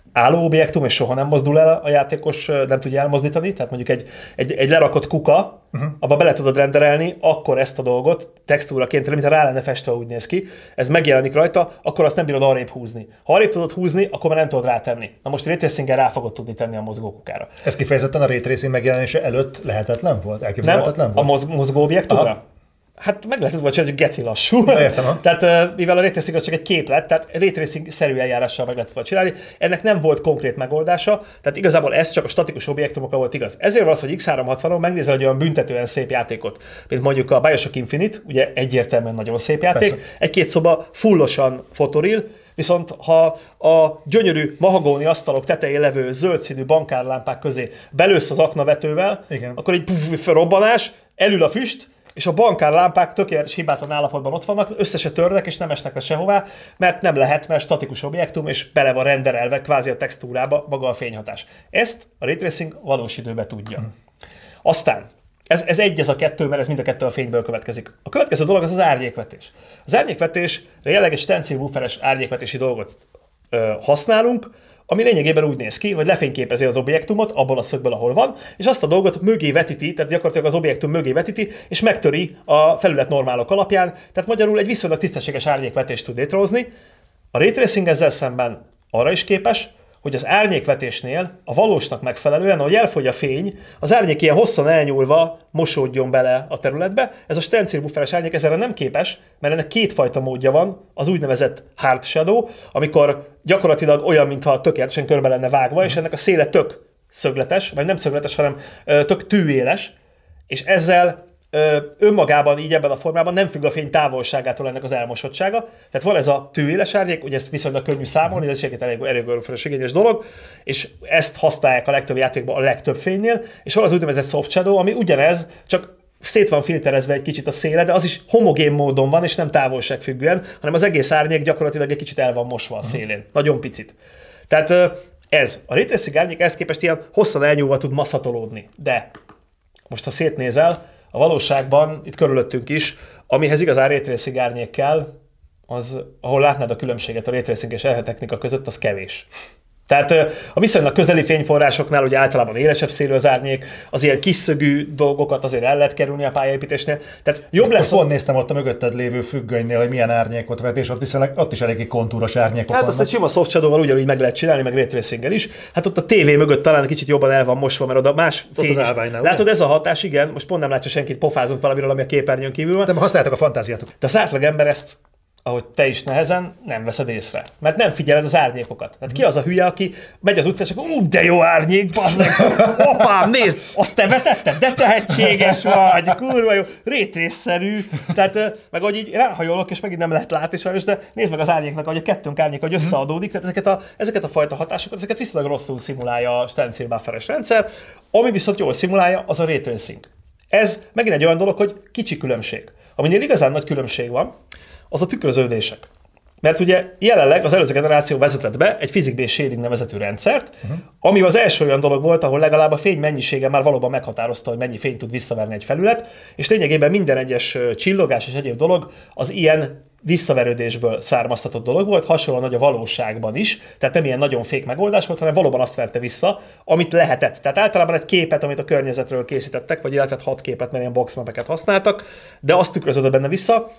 álló objektum, és soha nem mozdul el a játékos, nem tudja elmozdítani, tehát mondjuk egy lerakott kuka, abba bele tudod renderelni, akkor ezt a dolgot textúraként, mint rá lenne festve, úgy néz ki, ez megjelenik rajta, akkor azt nem bírod arrébb húzni. Ha arrébb tudod húzni, akkor már nem tudod rátenni. Na most Ray Tracing-gel rá fogod tudni tenni a mozgókukára. Ez kifejezetten a Ray Tracing megjelenése előtt lehetetlen volt? Elképzelhetetlen volt? A mozgó objektumra? Hát meg lehetett volna csinálni, hogy geci lassú. Értem. Tehát mivel a Ray Tracing az csak egy képlet, tehát Ray Tracing-szerű eljárással meg lehetett volna csinálni. Ennek nem volt konkrét megoldása, tehát igazából ez csak a statikus objektumokra volt igaz. Ezért van az, hogy X360-on megnézel egy olyan büntetően szép játékot, mint mondjuk a Bioshock Infinite, ugye egyértelműen nagyon szép játék, egy-két szoba fullosan fotoril, viszont ha a gyönyörű mahagóni asztalok tetején levő zöld színű bankárlámpák közé belősz az aknavetővel, akkor egy robbanás, elül a füst, és a bankárlámpák tökéletes hibátlan állapotban ott vannak, össze se törnek, és nem esnek le sehová, mert nem lehet, mert statikus objektum, és bele van renderelve kvázi a textúrába maga a fényhatás. Ezt a Ray Tracing valós időben tudja. Aztán, ez a kettő, mert ez mind a kettő a fényből következik. A következő dolog az árnyékvetés. Az árnyékvetés, jelenleg egy stencil wooferes árnyékvetési dolgot használunk, ami lényegében úgy néz ki, hogy lefényképezi az objektumot abból a szögből, ahol van, és azt a dolgot mögé vetíti, tehát gyakorlatilag az objektum mögé vetíti, és megtöri a felület normálok alapján, tehát magyarul egy viszonylag tisztességes árnyékvetést tud létrehozni. A Ray Tracing ezzel szemben arra is képes, hogy az árnyékvetésnél a valósnak megfelelően, ahogy elfogy a fény, az árnyék ilyen hosszan elnyúlva mosódjon bele a területbe. Ez a stencil bufferes árnyék ezzel nem képes, mert ennek kétfajta módja van, az úgynevezett hard shadow, amikor gyakorlatilag olyan, mintha tökéletesen körbe lenne vágva, és ennek a széle tök szögletes, vagy nem szögletes, hanem tök tűéles, és ezzel önmagában így ebben a formában nem függ a fény távolságától ennek az elmosottsága. Tehát van ez a tűéles árnyék, ugye ezt viszonylag könnyű számolni, ez egy elég erőgörös dolog, és ezt használják a legtöbb játékban a legtöbb fénynél, és van az úgynevezett soft shadow, ami ugyanez, csak szét van filterezve egy kicsit a széle, de az is homogén módon van, és nem távolságfüggően, hanem az egész árnyék gyakorlatilag egy kicsit el van mosva a szélén. Nagyon picit. Tehát ez, a Ray Tracing árnyék ehhez képest ilyen hosszan elnyúlva tud masszatolódni. De most ha szétnézel, a valóságban, itt körülöttünk is, amihez igazán Ray Tracing árnyék kell, az, ahol látnád a különbséget a Ray Tracing és technika között, az kevés. Tehát a viszonylag közeli fényforrásoknál ugye általában élesebb szélű az árnyék, az ilyen kiszögű dolgokat azért el lehet kerülni a pályaépítésnél. Tehát jobb lesz. Pont néztem ott a mögötted lévő függönynél, hogy milyen árnyékot vet, és ott is eléggé kontúros árnyékok vannak. Azt egy sima soft shadow-val ugyanúgy meg lehet csinálni, meg Ray Tracing-gel is. Hát ott a tévé mögött talán egy kicsit jobban el van mosva, mert oda más fény is. Látod, ez a hatás, igen, most pont nem látja senkit, pofázunk valamiről, ami a képernyőn kívül van. De használjátok a fantáziátok. De az átlag ember ezt, ahogy te is nehezen, nem veszed észre. Mert nem figyeled az árnyékokat. Tehát ki az a hülye, aki megy az utcán, és akkor de jó árnyék, bazd meg! Hoppá, nézd, azt te vetetted? De tehetséges vagy, kurva jó, rétrészszerű. Tehát, meg ahogy így ráhajolok, és megint nem lehet látni sajnos, de nézd meg az árnyéknak, ahogy a kettőnk árnyék, hogy összeadódik. Tehát ezeket a fajta hatásokat, ezeket viszonylag rosszul szimulálja a stencil bufferes rendszer, ami viszont jól szimulálja, az a Ray Tracing. Ez megint egy olyan dolog, hogy kicsi különbség. Aminél igazán nagy különbség van, az a tükröződések. Mert ugye jelenleg az előző generáció vezetett be egy physics-based shading nevezetű rendszert, ami az első olyan dolog volt, ahol legalább a fény mennyisége már valóban meghatározta, hogy mennyi fényt tud visszaverni egy felület, és lényegében minden egyes csillogás és egyéb dolog az ilyen visszaverődésből származtatott dolog volt, hasonlóan nagy a valóságban is, tehát nem ilyen nagyon fék megoldás volt, hanem valóban azt verte vissza, amit lehetett. Tehát általában egy képet, amit a környezetről készítettek, vagy illetve 6 képet, mert ilyen boxmapeket használtak, de azt tükröződött benne vissza.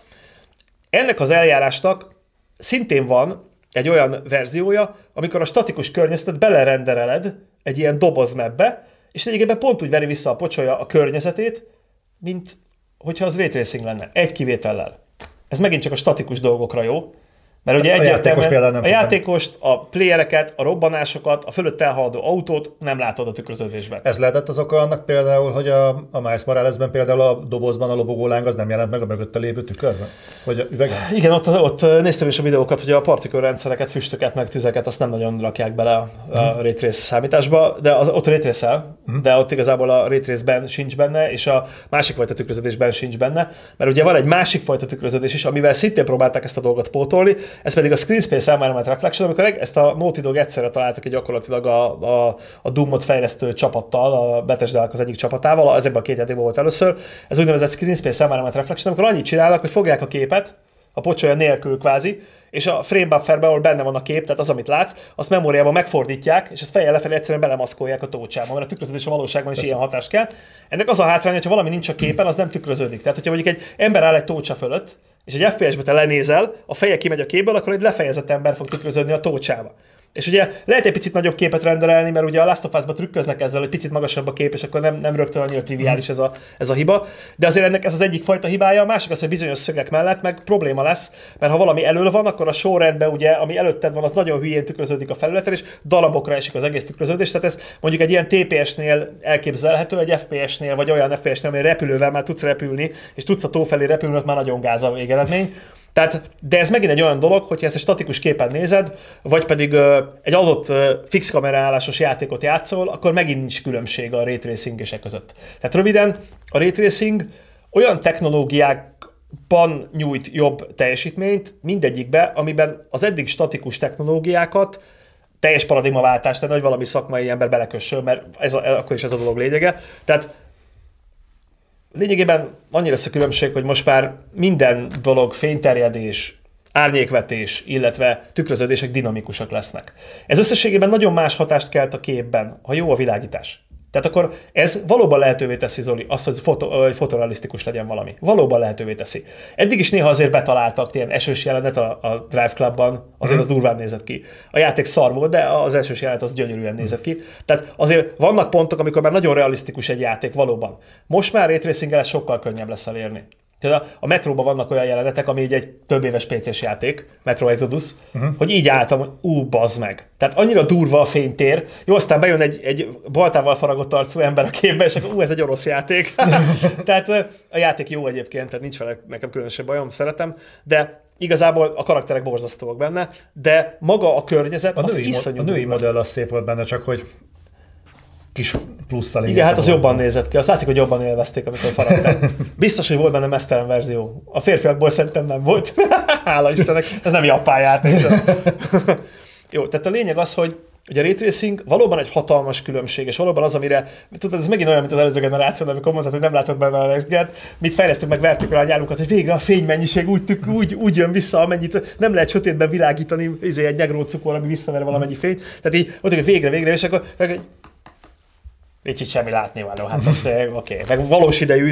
Ennek az eljárásnak szintén van egy olyan verziója, amikor a statikus környezetet belerendereled egy ilyen dobozmapbe, és lényegében pont úgy veri vissza a pocsolya a környezetét, mint hogyha az Ray Tracing lenne. Egy kivétellel. Ez megint csak a statikus dolgokra jó, mert ugye egyértelműen a játékost, a playereket, a robbanásokat, a fölött elhaladó autót nem látod a tükröződésben. Ez lehetett az oka annak például, hogy a Miles Moralesben például a dobozban a lobogóláng az nem jelent meg a mögötte lévő tükörben? Vagy üvegen? Igen, ott néztem is a videókat, hogy a particle rendszereket, füstöket, meg tüzeket azt nem nagyon rakják bele a Ray Trace számításba, de ott Ray Trace-el, de ott igazából a Ray Trace-ben sincs benne, és a másik fajta tükröződésben sincs benne, mert ugye van egy másik fajta tükröződés is, amivel szintén próbálták ezt a dolgot pótolni. Ez pedig a Screen Space Environment Reflection, amikor ezt a Naughty Dog egyszerre találtak egy gyakorlatilag a Doom-ot fejlesztő csapattal, a Bethesda az egyik csapatával, ezekben a két játékban volt először. Ez úgynevezett Screen Space Environment Reflection, amikor annyit csinálnak, hogy fogják a képet, a pocsolya nélkül kvázi, és a frame bufferben, ahol benne van a kép, tehát az, amit látsz, azt memóriában megfordítják, és ezt fejjel lefelé egyszerűen belemaszkolják a tócsába, mert a tükröződés a valóságban is ilyen hatást kell. Ennek az a hátránya, hogyha valami nincs a képen, az nem tükröződik. Tehát, hogyha mondjuk egy ember áll egy tócsa fölött, és egy FPS-be te lenézel, a feje kimegy a képből, akkor egy lefejezett ember fog tükröződni a tócsába. És ugye lehet egy picit nagyobb képet rendelni, mert ugye a Last of Us-ba trükköznek ezzel, hogy picit magasabb a kép, és akkor nem rögtön annyira triviális ez a hiba. De azért ennek ez az egyik fajta hibája, a másik az, hogy bizonyos szögek mellett meg probléma lesz, mert ha valami elől van, akkor a sorrendben ugye, ami előtted van, az nagyon hülyén tükröződik a felületen, és darabokra esik az egész tükröződés. Tehát ez mondjuk egy ilyen TPS-nél elképzelhető, egy FPS-nél, vagy olyan FPS-nél, amely repülővel már tudsz repülni, és tudsz a tó felé repülni, ott már nagyon gáz a végeredmény. Tehát, de ez megint egy olyan dolog, hogyha ezt egy statikus képen nézed, vagy pedig egy adott fix kameraállásos játékot játszol, akkor megint nincs különbség a ray tracing-esek között. Tehát röviden, a ray tracing olyan technológiákban nyújt jobb teljesítményt mindegyikbe, amiben az eddig statikus technológiákat teljes paradigmaváltást tenni, hogy valami szakmai ember belekössön, mert akkor is ez a dolog lényege. Tehát lényegében annyira lesz a különbség, hogy most már minden dolog, fényterjedés, árnyékvetés, illetve tükröződések dinamikusak lesznek. Ez összességében nagyon más hatást kelt a képben, ha jó a világítás. Tehát akkor ez valóban lehetővé teszi, Zoli, azt, hogy fotorealisztikus legyen valami. Valóban lehetővé teszi. Eddig is néha azért betaláltak ilyen esős jelenet a Drive Clubban, azért az durván nézett ki. A játék szar volt, de az esős jelenet az gyönyörűen nézett ki. Tehát azért vannak pontok, amikor már nagyon realisztikus egy játék valóban. Most már ray tracing-el sokkal könnyebb lesz elérni. Tehát a Metróban vannak olyan jelenetek, ami egy több éves PC-s játék, Metro Exodus, hogy így álltam, hogy bazd meg. Tehát annyira durva a fénytér, jó, aztán bejön egy baltával faragott arcú ember a képbe, és akkor ez egy orosz játék. Tehát a játék jó egyébként, tehát nincs vele nekem különösebb bajom, szeretem, de igazából a karakterek borzasztóak benne, de maga a környezet az iszonyú. A női modell az szép volt benne, csak hogy kis plusszal. Igen, hát az jobban nézett ki. Azt látszik, hogy jobban élvezték, amikor faragták. Biztos, hogy volt benne mesztelen verzió. A férfiakból szerintem nem volt. Hála Istennek, ez nem japán játék. Jó, tehát a lényeg az, hogy a ray tracing valóban egy hatalmas különbség, és valóban az, amire, tudod, ez megint olyan, mint az előző generáció, amikor mondtad, hogy nem látod benne a Next Gen, mit fejlesztük, meg vertük rá a nyálukat, hogy végre a fénymennyiség úgy jön vissza, amennyit nem lehet sötétben világítani, egy nyegrócukor, ami visszaver valamennyi fényt. Tehát így mondjuk, hogy végre, és akkor nincs itt semmi látnivaló, hát most oké. Meg valós idejű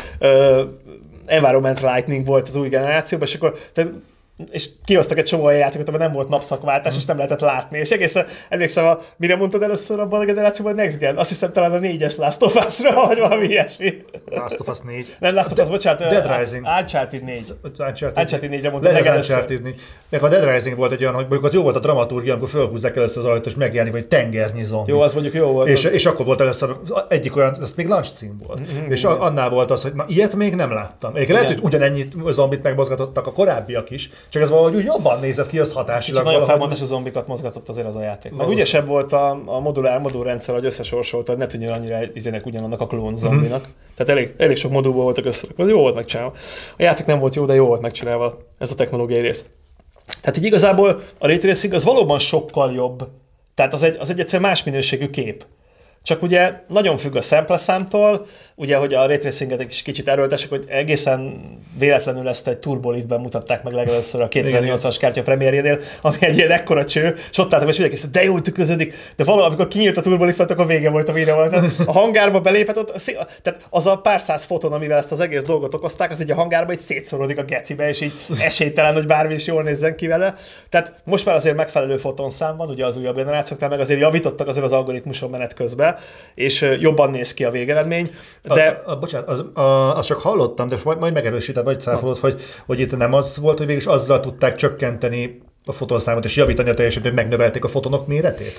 environment lightning volt az új generációban, és akkor és kihoztak egy csomó olyan játékot, amiben nem volt napszakváltás, és nem lehetett látni. És egészen emlékszem, mire mondtad először abban a generációban, Next Gen? Azt hiszem talán a 4-es Last of Us-ra, vagy valami ilyesmi. Last of Us 4. Nem Last of Us, bocsánat. Dead Rising. Uncharted 4. Uncharted 4-re mondtad meg először. Uncharted 4. Meg a Dead Rising volt egy olyan, hogy mondjuk jó volt a dramaturgia, amikor fölhúzzák először az ajtót, és megjelenik, hogy tengernyi zombi. Jó, az mondjuk jó volt. És akkor volt először egyik olyan, ez még launch cím volt. És annál volt az, hogy na, ilyet még nem láttam. Lehet, hogy ugyanennyit zombit megmozgatottak a korábbiak is, csak ez valahogy úgy jobban nézett ki, az hatásilag. Nagyon felmondás a zombikat mozgatott azért az a játék. Meg ügyesebb volt a modulrendszer, hogy összesorsolta, hogy ne tűnjön annyira izének ugyanannak a klón zombinak. Tehát elég sok modulból voltak összerakva. Jó volt megcsinálva. A játék nem volt jó, de jó volt megcsinálva ez a technológiai rész. Tehát így igazából a ray tracing az valóban sokkal jobb. Tehát az egy egyszerűen más minőségű kép. Csak ugye nagyon függ a szemplaszámtól, ugye, hogy a ray tracinget egy kicsit erőltesek, hogy egészen véletlenül ezt egy turboliftben mutatták meg legelőször a 2008-as kártya premierjénél, ami egy ilyen ekkora cső, és ott álltam, és mindenki de jól tükröződik, de valami, amikor kinyílt a turboliftet, akkor vége volt a videóval. Tehát a hangárba belépett, tehát az a pár száz foton, amivel ezt az egész dolgot okozták, az egy a hangárba így szétszorodik a gecibe, és így esélytelen, hogy bármi is jól nézzen ki vele. Tehát most már azért megfelelő fotonszám van, ugye az újabb generációknál, meg azért javítottak azért az algoritmuson menet közben, és jobban néz ki a végeredmény. De... Bocsánat, azt csak hallottam, de majd megerősíted, vagy cáfolod, hogy itt nem az volt, hogy végülis azzal tudták csökkenteni a fotonszámot és javítani a teljesítményt, hogy megnövelték a fotonok méretét?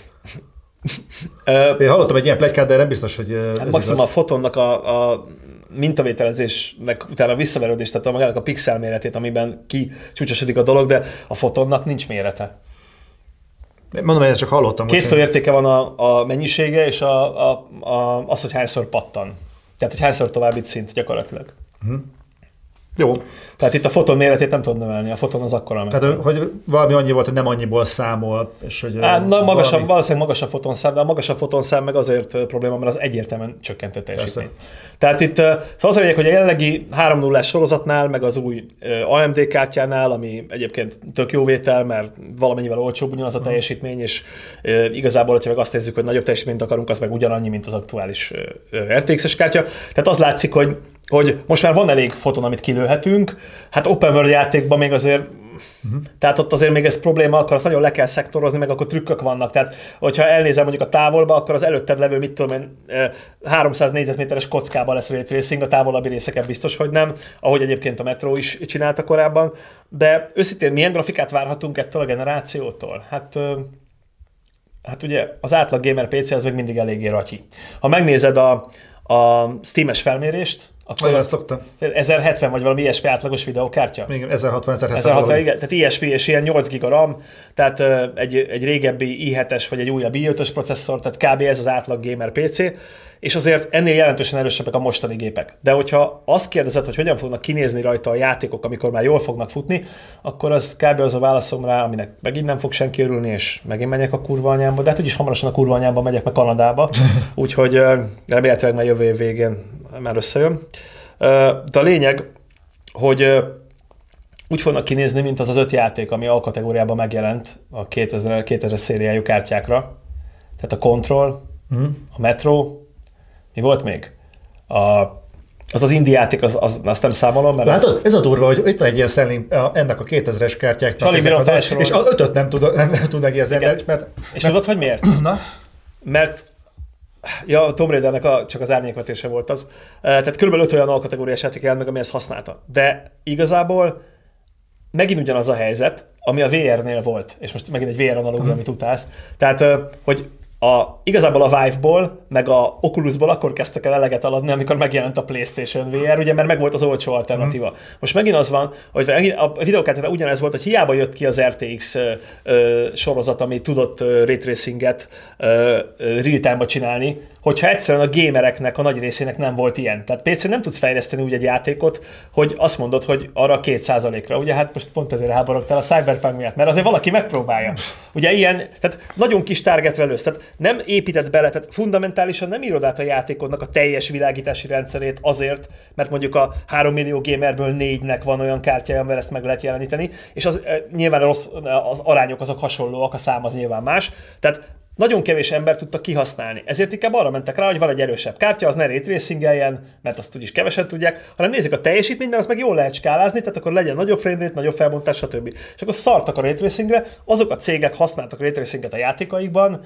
Én hallottam egy ilyen pletykát, de nem biztos, hogy maximum a fotonnak a mintavételezésnek utána visszaverődés, tehát magának a pixel méretét, amiben kicsúcsosodik a dolog, de a fotonnak nincs mérete. Mondom, én ezt csak hallottam. Két főértéke van a mennyisége, és az, hogy hányszor pattan. Tehát, hogy hányszor továbbít szint gyakorlatilag. Jó. Tehát itt a foton méretét nem tud növelni, a foton az akkora. Tehát, hogy valami annyi volt, hogy nem annyiból számol. És hogy valószínűleg magasabb fotonszám, de a magasabb fotonszám meg azért probléma, mert az egyértelműen csökkentő teljesítmény. Tehát itt szóval az a lényeg, hogy a jelenlegi 3.0-as sorozatnál, meg az új AMD kártyánál, ami egyébként tök jó vétel, mert valamennyivel olcsóbb ugyanaz a teljesítmény, és igazából, hogyha meg azt nézzük, hogy nagyobb teljesítményt akarunk, az meg ugyanannyi, mint az aktuális RTX-es kártya. Tehát az látszik, hogy most már van elég foton, amit kilőhetünk. Hát open world játékban még azért, tehát ott azért még ez probléma, akkor azt nagyon le kell szektorozni, meg akkor trükkök vannak. Tehát, hogyha elnézem mondjuk a távolba, akkor az előtted levő, mit tudom én, 300 négyzetméteres kockában lesz ray tracing, a távolabbi részeken biztos, hogy nem, ahogy egyébként a Metro is csinálta korábban. De őszintén milyen grafikát várhatunk ettől a generációtól? Hát ugye az átlag gamer PC az még mindig eléggé ratyi. Ha megnézed a Steam-es felmérést, akkor 1070 vagy valami ISP átlagos videókártya? Igen, 1060, igen, tehát ISP és ilyen 8 GB RAM, tehát egy régebbi i7-es vagy egy újabb i5-ös processzor, tehát kb. Ez az átlag gamer PC, és azért ennél jelentősen erősebbek a mostani gépek. De hogyha azt kérdezed, hogy hogyan fognak kinézni rajta a játékok, amikor már jól fognak futni, akkor az kb. Az a válaszom rá, aminek megint nem fog senki örülni, és megint megyek a kurva anyámba, de hát úgyis hamarosan a kurva anyámba megyek meg Kanadába, úgyhogy remélhetőleg már jövő év végén már összejön. De a lényeg, hogy úgy fognak kinézni, mint az 5 játék, ami A kategóriában megjelent a 2000-es szériájú kártyákra. Tehát a Control, a Metro, mi volt még? Az indie játék, azt nem számolom, mert... Látod, ez a durva, hogy itt van egy ilyen selling ennek a 2000-es kártyáknak, és az 5-öt nem tud neki az ember. És tudod, hogy miért? Na? Mert a Tomb Raidernek csak az árnyékvetése volt az. Tehát körülbelül 5 olyan alkategóriás játék jelent meg, ami ezt használta. De igazából megint ugyanaz a helyzet, ami a VR-nél volt. És most megint egy VR analógia, amit utálsz. Tehát, hogy igazából a Vive-ból, meg a Oculusból akkor kezdtek el eleget aladni, amikor megjelent a PlayStation VR, ugye, mert megvolt az olcsó alternatíva. Most megint az van, hogy a videókártyánál ugyanez volt, hogy hiába jött ki az RTX sorozat, ami tudott ray tracinget real-time-ba csinálni, hogyha egyszerűen a gamereknek a nagy részének nem volt ilyen. Tehát PC-n nem tudsz fejleszteni úgy egy játékot, hogy azt mondod, hogy arra 2%-ra. Ugye hát most pont ezért háborogtál a Cyberpunk miatt, mert azért valaki megpróbálja. Ugye ilyen, tehát nagyon kis targetre lősz, tehát nem épített bele, tehát fundamentálisan nem írod át a játékodnak a teljes világítási rendszerét azért, mert mondjuk a 3 millió gamerből 4-nek van olyan kártyája, amivel ezt meg lehet jeleníteni, és az nyilván az arányok azok hasonlóak, a szám az nyilván más. Tehát nagyon kevés ember tudta kihasználni. Ezért inkább arra mentek rá, hogy van egy erősebb kártya, az ne ray tracingeljen, mert azt úgyis kevesen tudják, hanem nézzük a teljesítményt, mert azt meg jól lehet skálázni, tehát akkor legyen nagyobb framerate, nagyobb felbontás, stb. És akkor szartak a ray tracingre, azok a cégek használtak ray tracinget a játékaikban,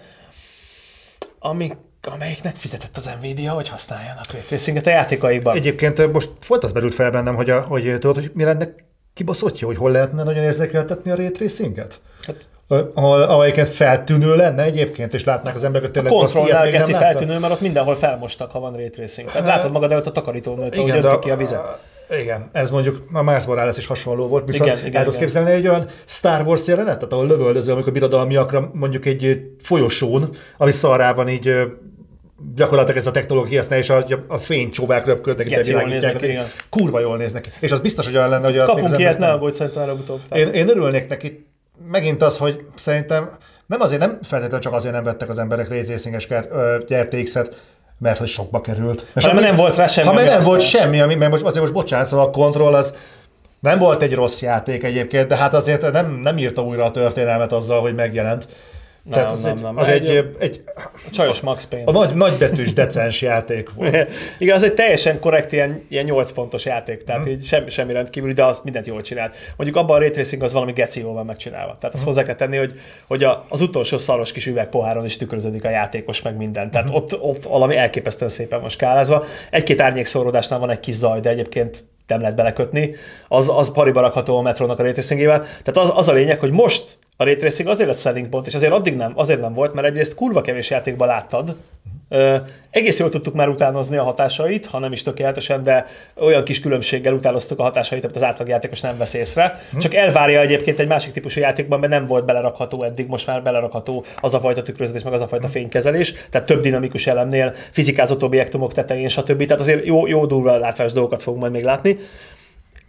amelyiknek fizetett az Nvidia, hogy használjanak ray tracinget a játékaikban. Egyébként most volt az merült fel bennem, hogy tudod, hogy mi lenne kibaszottja, hogy hol lehetne nagyon érzékeltetni a ray tracinget? Hát, amelyiket feltűnő lenne egyébként, és látnák az emberek, hogy tényleg azt ilyet még nem feltűnő, mert ott mindenhol felmostak, ha van ray tracing. Tehát látod magad előtt a takarítónőt, ahogy öntik ki a vizet. Igen, ez mondjuk a Mars Morales is hasonló volt, viszont el tudsz képzelni egy olyan Star Wars jelenetet, ahol lövöldözöl, amikor birodalmiakra mondjuk egy folyosón, ami szarrá van így gyakorlatilag ez a technológia használja, és a fénycsóvák röpködnek, és bevilágítják. Kurva jól néznek ki. És az biztos, hogy olyan lenne, hogy... Kapunk ilyet, ne aggódj, szerintem előbb-utóbb. Én örülnék neki. Megint az, hogy szerintem nem feltétlenül csak azért nem vettek az emberek ray tracing-es RTX-et, mert hogy sokba került. Ha nem volt rá semmi. Ha nem volt semmi, mert most bocsánat, szóval a Control az nem volt egy rossz játék egyébként, de hát azért nem írta újra a történelmet azzal, hogy megjelent. Tehát az egy csajos Max Payne. A nagybetűs decens játék volt. Igen, az egy teljesen korrekt ilyen 8 pontos játék, tehát így semmi rendkívüli, de azt mindent jól csinált. Mondjuk abban a ray tracing az valami gecival van megcsinálva. Tehát azt hozzá kell tenni, hogy az utolsó szaros kis üvegpoháron is tükröződik a játékos, meg minden. Tehát ott valami elképesztően szépen van skálázva. Egy-két árnyékszóródásnál van egy kis zaj, de egyébként nem lehet belekötni. Az pariba rakható a Metrónak a ray tracingével. Tehát az a lényeg, hogy most a ray tracing azért lesz selling pont, és azért nem volt, mert egyrészt kurva kevés játékban láttad. Egész jól tudtuk már utánozni a hatásait, ha nem is tökéletesen, de olyan kis különbséggel utánoztuk a hatásait, amit az átlagjátékos nem vesz észre. Csak elvárja egyébként egy másik típusú játékban, mert nem volt belerakható eddig, most már belerakható az a fajta tükrözés, meg az a fajta fénykezelés, tehát több dinamikus elemnél, fizikázott objektumok tetején, stb. Tehát azért jó durva látványos dolgokat fogunk majd még látni.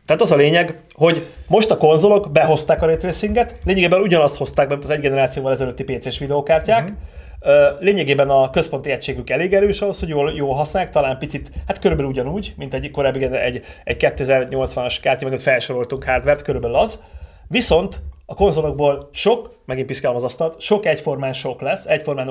Tehát az a lényeg, hogy most a konzolok behozták a ray tracinget, lényegében ugyanazt hozták be, mint az egy generációval ezelőtti PC-s videókártyák. Lényegében a központi egységük elég erős ahhoz, hogy jól használják, talán picit, hát körülbelül ugyanúgy, mint egy korábbi egy 2080-as kártya, meg felsoroltunk hardware-t, körülbelül az. Viszont a konzolokból megint piszkálom az asztalt, sok egyformán sok lesz,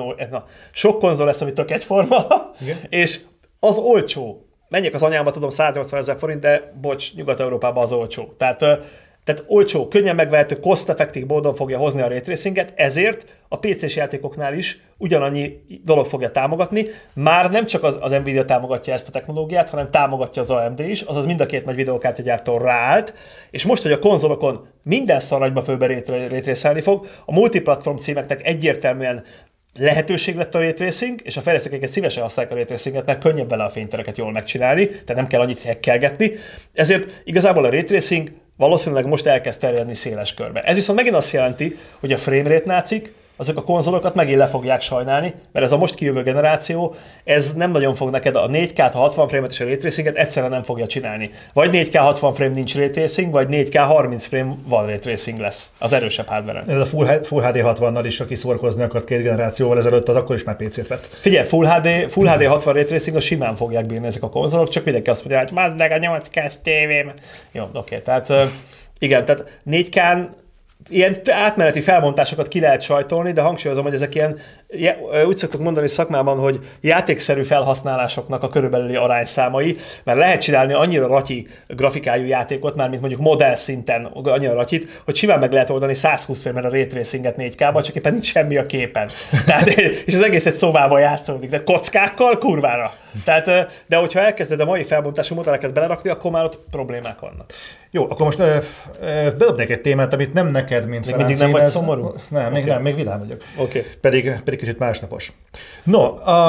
sok konzol lesz, ami tök egyforma, és az olcsó. Menjek az anyámba, tudom, 180 000 forint, de bocs, Nyugat-Európában az olcsó. Tehát olcsó, könnyen megvehető, cost-effective módon fogja hozni a ray tracinget, ezért a PC-s játékoknál is ugyanannyi dolog fogja támogatni. Már nem csak az Nvidia támogatja ezt a technológiát, hanem támogatja az AMD is, azaz mind a két nagy videókártyagyártó ráállt, és most, hogy a konzolokon minden szarragyba fölbe ray tracelni fog, a multiplatform címeknek egyértelműen lehetőség lett a ray tracing, és a fejlesztőket szívesen használják a ray tracinget, mert könnyebb vele a fénytereket jól megcsinálni, tehát nem kell annyit hackelgetni. Ezért igazából a ray tracing valószínűleg most elkezd terjedni széles körbe. Ez viszont megint azt jelenti, hogy a framerate nácik, azok a konzolokat megint le fogják sajnálni, mert ez a most kijövő generáció, ez nem nagyon fog neked a 4K-t, a 60 frame-et és a ray tracinget egyszerre nem fogja csinálni. Vagy 4K 60 frame nincs ray tracing, vagy 4K 30 frame van ray tracing lesz az erősebb hardware-en. Ez a Full HD 60-nal is, aki szorkozni akart 2 generációval ezelőtt, az akkor is már PC-t vett. Figyelj, Full HD 60 ray tracing, az simán fogják bírni ezek a konzolok, csak mindenki azt mondja, hogy mazd meg a 8K-s tévém. Jó, oké, tehát igen, tehát 4K-n ilyen átmeneti felmontásokat ki lehet sajtolni, de hangsúlyozom, hogy ezek ilyen, úgy szoktuk mondani szakmában, hogy játékszerű felhasználásoknak a körülbelüli arányszámai, mert lehet csinálni annyira ratyi grafikájú játékot, már mint mondjuk modell szinten annyira ratyit, hogy simán meg lehet oldani 120 frame-re a ray tracinget 4K-ba, csak éppen nincs semmi a képen. Tehát, és az egész egy szobában játszódik, de kockákkal kurvára. Tehát, de hogyha elkezded a mai felbontású modelleket belerakni, akkor már ott problémák vannak. Jó, akkor most bedobnék egy témát, amit nem neked, mint Ferenc. Mindig nem vagy szomorú? Nem, még nem, még vidám vagyok. Okay. Pedig kicsit másnapos. No,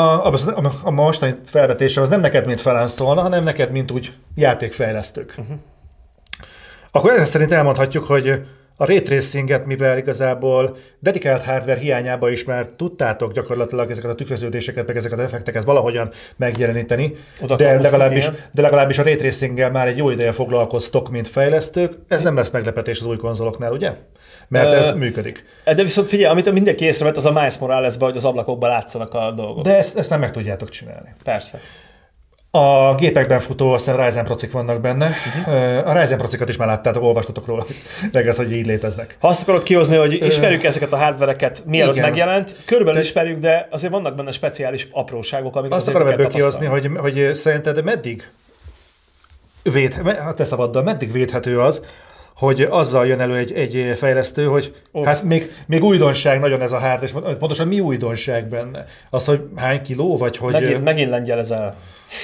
a mostani felvetése az nem neked, mint Ferenc szólna, hanem neked, mint úgy játékfejlesztők. Akkor ezzel szerint elmondhatjuk, hogy a ray tracinget, mivel igazából dedikált hardware hiányában is már tudtátok gyakorlatilag ezeket a tükröződéseket, meg ezeket az effekteket valahogyan megjeleníteni, de legalábbis a ray tracinggel már egy jó ideje foglalkoztok, mint fejlesztők. Ez nem lesz meglepetés az új konzoloknál, ugye? Mert ez működik. De viszont figyelj, amit mindenki észrevett, az a Miles Morales-be, hogy az ablakokban látszanak a dolgok. De ezt nem meg tudjátok csinálni. Persze. A gépekben futó, azt hiszem Ryzen procik vannak benne. A Ryzen procikat is már láttátok, olvastatok róla, hogy így léteznek. Ha azt akarod kihozni, hogy ismerjük ezeket a hardvereket, mielőtt megjelent, körülbelül ismerjük, de azért vannak benne speciális apróságok, amiket azt akarom ebből kihozni, hogy szerinted meddig meddig védhető az, hogy azzal jön elő egy fejlesztő, hogy hát még újdonság nagyon ez a hardware, és pontosan mi újdonság benne? Az, hogy hány kiló, vagy hogy... Megint lengyelezel.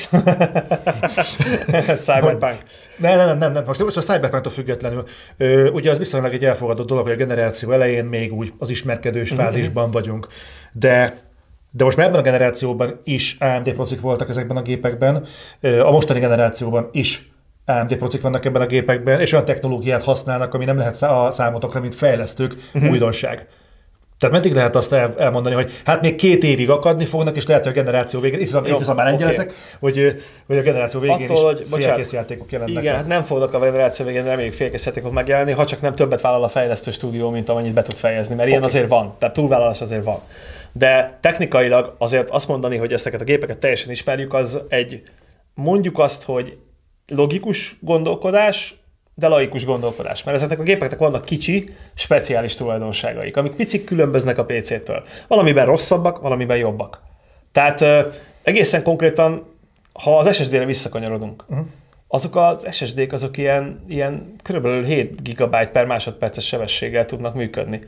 Cyberpunk. Nem. Most a Cyberpunktól függetlenül. Ugye az viszonylag egy elfogadott dolog, hogy a generáció elején még úgy az ismerkedős fázisban vagyunk. De most már ebben a generációban is AMD procik voltak ezekben a gépekben, a mostani generációban is AMD procik vannak ebben a gépekben, és olyan technológiát használnak, ami nem lehet a számotokra, mint fejlesztők, újdonság. Tehát meddig lehet azt elmondani, hogy hát még 2 évig akadni fognak, és lehet, hogy a generáció végén, viszont már lengyelezek, hogy a generáció végén attól, is félkész játékok jelennek. Igen, hát nem fognak a generáció végén reméljük félkész játékok megjelenni, ha csak nem többet vállal a fejlesztő stúdió, mint amennyit be tud fejezni, mert ilyen azért van, tehát túlvállalás azért van. De technikailag azért azt mondani, hogy ezeket a gépeket teljesen ismerjük, az egy, mondjuk azt, hogy logikus gondolkodás, de laikus gondolkodás. Mert ezeknek a gépeknek vannak kicsi, speciális tulajdonságaik, amik picik különböznek a PC-től. Valamiben rosszabbak, valamiben jobbak. Tehát egészen konkrétan, ha az SSD-re visszakanyarodunk, azok az SSD-k azok ilyen kb. 7 GB per másodperces sebességgel tudnak működni.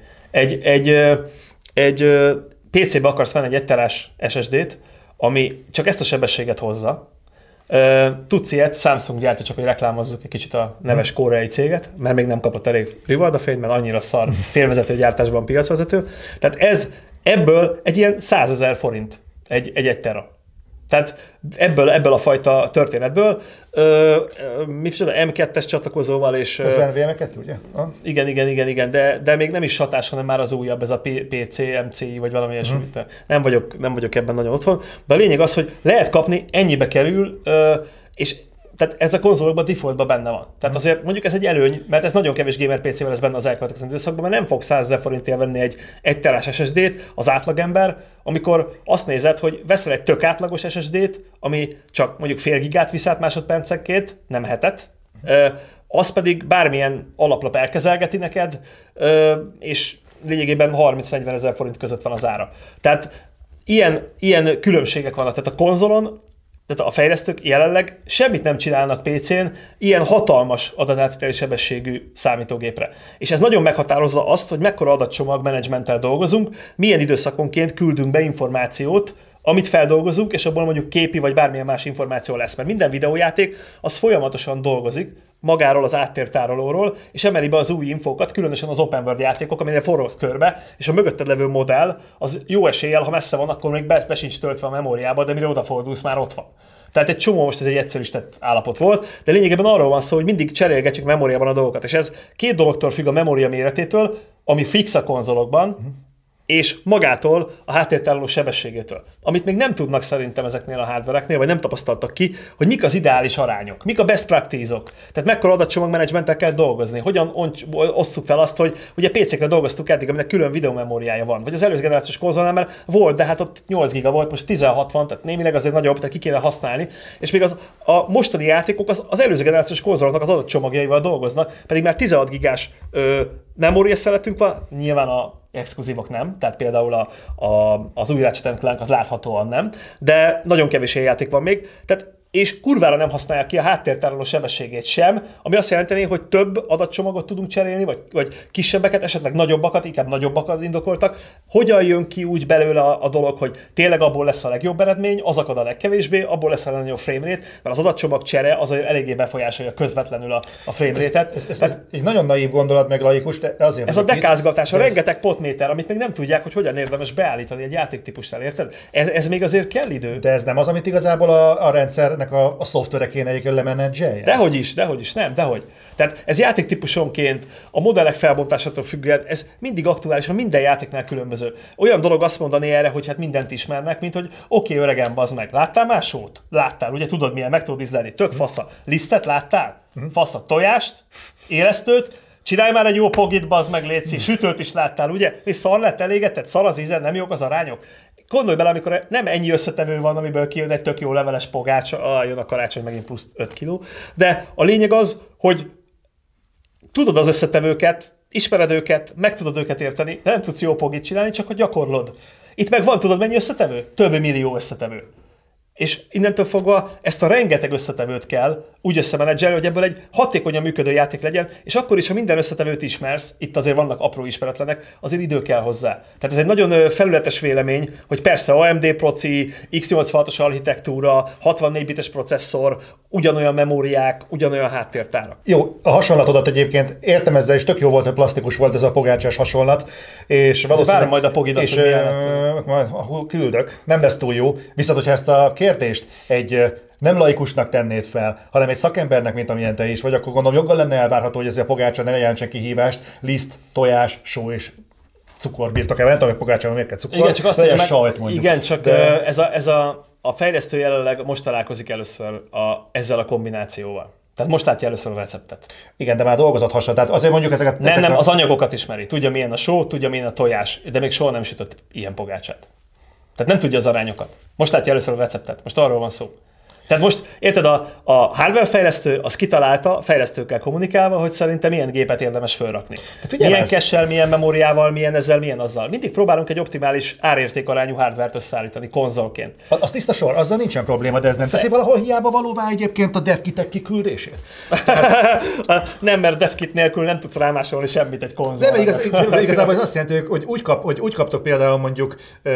Egy PC-be akarsz venni egy 1 terás SSD-t, ami csak ezt a sebességet hozza. Tudsz ilyet, Samsung gyártja, csak hogy reklámozzuk egy kicsit a neves koreai céget, mert még nem kapott elég Rivalda-fényt, mert annyira szar félvezető gyártásban piacvezető. Tehát ebből egy ilyen 100 000 forint egy tera. Tehát ebből a fajta történetből micsoda M2-es csatlakozóval és... Ez NVMe-2, ugye? Igen, de még nem is satás, hanem már az újabb, ez a PC, MCI, vagy valami ilyesmi. Nem vagyok ebben nagyon otthon. De a lényeg az, hogy lehet kapni, ennyibe kerül, és Tehát ez a konzolokban defaultban benne van. Tehát azért mondjuk ez egy előny, mert ez nagyon kevés gamer PC-vel lesz benne az elkövetkező időszakban, mert nem fog 100 000 forintért venni egy terás SSD-t az átlagember, amikor azt nézed, hogy veszel egy tök átlagos SSD-t, ami csak mondjuk fél gigát visz át másodpercenként, nem hetet, az pedig bármilyen alaplap elkezelgeti neked, és lényegében 30-40 000 forint között van az ára. Tehát ilyen különbségek vannak. Tehát a konzolon, tehát a fejlesztők jelenleg semmit nem csinálnak PC-n ilyen hatalmas adatátviteli sebességű számítógépre. És ez nagyon meghatározza azt, hogy mekkora adatcsomag menedzsmenttel dolgozunk, milyen időszakonként küldünk be információt, amit feldolgozunk, és abból mondjuk képi vagy bármilyen más információ lesz. Mert minden videójáték az folyamatosan dolgozik magáról az áttértárolóról, és emeli be az új infókat, különösen az open world játékok, aminél forogsz körbe, és a mögötted levő modell az jó eséllyel, ha messze van, akkor még be sincs töltve a memóriába, de mire odafordulsz, már ott van. Tehát egy csomó, most ez egy egyszerűsített állapot volt, de lényegében arról van szó, hogy mindig cserélgetjük memóriában a dolgokat, és ez két dologtól függ: a memória méretétől, ami fix a konzolokban, és magától a háttértároló sebességétől. Amit még nem tudnak szerintem ezeknél a hardvereknél, vagy nem tapasztaltak ki, hogy mik az ideális arányok, mik a best practice-ok. Tehát mekkora adatcsomagmenedzsmenttel kell dolgozni, hogyan osszuk fel azt, hogy ugye PC-kre dolgoztuk eddig, aminek külön videómemóriája van, vagy az előző generációs konzolnál már volt, de hát ott 8 giga volt, most 16 van, tehát némileg azért nagyobb, tehát ki kéne használni, és még a mostani játékok az előző generációs konzoloknak az adatcsomagjaival dolgoznak, pedig már 16 gigás memóriaszeletünk van, nyilván a exkluzívok nem, tehát például az új Ratchet & Clank az láthatóan nem, de nagyon kevés ilyen játék van még, tehát és kurvára nem használják ki a háttértároló sebességét sem, ami azt jelenteni, hogy több adatcsomagot tudunk cserélni, vagy kisebbeket, esetleg nagyobbakat, inkább nagyobbakat indokoltak. Hogyan jön ki úgy belőle a dolog, hogy tényleg abból lesz a legjobb eredmény, az akad a legkevésbé, abból lesz a legnagyobb framerate, mert az adatcsomag csere az eléggé befolyásolja közvetlenül a framerate-et. Ez egy nagyon naív gondolat, meg laikus, de azért... Ez a dekázgatás, a rengeteg potméter, amit még nem tudják, hogy hogyan érdemes beállítani egy játéktípusnál, érted? Ez még azért kell idő. De ez nem az, amit igazából a rendszer a szoftvere kéne egyébként lemenedzselje? Dehogy is, nem, dehogy. Tehát ez játéktípusonként, a modellek felbontásától függően, ez mindig aktuális, a minden játéknál különböző. Olyan dolog azt mondani erre, hogy hát mindent ismernek, mint hogy oké, öregem, bazd meg, láttál már sót? Láttál, ugye tudod milyen, meg tudod ízlelni. Tök fasza. Lisztet láttál? Fasza. Tojást? Élesztőt? Csinálj már egy jó pogit, bazd meg, létszi. Sütőt is láttál, ugye? És szar lett, elégetett, szar az ízed, nem jók az arányok. Gondolj bele, amikor nem ennyi összetevő van, amiből kijön egy tök jó leveles pogács, jön a karácsony megint plusz 5 kiló, de a lényeg az, hogy tudod az összetevőket, ismered őket, meg tudod őket érteni, de nem tudsz jó pogit csinálni, csak hogy gyakorlod. Itt meg van, tudod mennyi összetevő? Több millió összetevő. És innentől fogva ezt a rengeteg összetevőt kell úgy összemenedzselni, hogy ebből egy hatékonyan működő játék legyen, és akkor is, ha minden összetevőt ismersz, itt azért vannak apró ismeretlenek, azért idő kell hozzá. Tehát ez egy nagyon felületes vélemény, hogy persze AMD proci, x86-os architektúra, 64 bites processzor, ugyanolyan memóriák, ugyanolyan háttértárak. Jó, a hasonlatodat egyébként értem ezzel, és tök jó volt, hogy plastikus volt ez a pogácsás hasonlat. És várom majd a pogidat, és majd küldök, nem lesz túl jó. Viszont, hogyha ezt a kérdést egy nem laikusnak tennéd fel, hanem egy szakembernek, mint amilyen te is vagy, akkor gondolom joggal lenne elvárható, hogy ez a pogácsa ne jelentsen kihívást, liszt, tojás, só és cukor birtok el. Nem tudom, hogy pogácsában miért kell cukor, igen, csak azt legyen sajt mondjuk. Igen, csak ez a fejlesztő jelenleg most találkozik először ezzel a kombinációval. Tehát most látja először a receptet. Igen, de már dolgozott hasonló. Tehát azért mondjuk ezeket... Nem, az anyagokat ismeri. Tudja, milyen a só, tudja, milyen a tojás, de még soha nem sütött ilyen pogácsát. Tehát nem tudja az arányokat. Most látja először a receptet. Most arról van szó. Tehát most, érted, a hardware fejlesztő az kitalálta, fejlesztőkkel kommunikálva, hogy szerintem milyen gépet érdemes felrakni. Milyen cache-sel, milyen memóriával, milyen ezzel, milyen azzal. Mindig próbálunk egy optimális árértékarányú hardware-t összeállítani konzolként. Az tiszta sor, azzal nincsen probléma, de ez nem teszi valahol hiába valóvá egyébként a devkitek kiküldését? Nem, mert devkit nélkül nem tudsz rámásolni semmit egy konzolra. De igazából ez azt jelenti, hogy úgy kaptok például mondjuk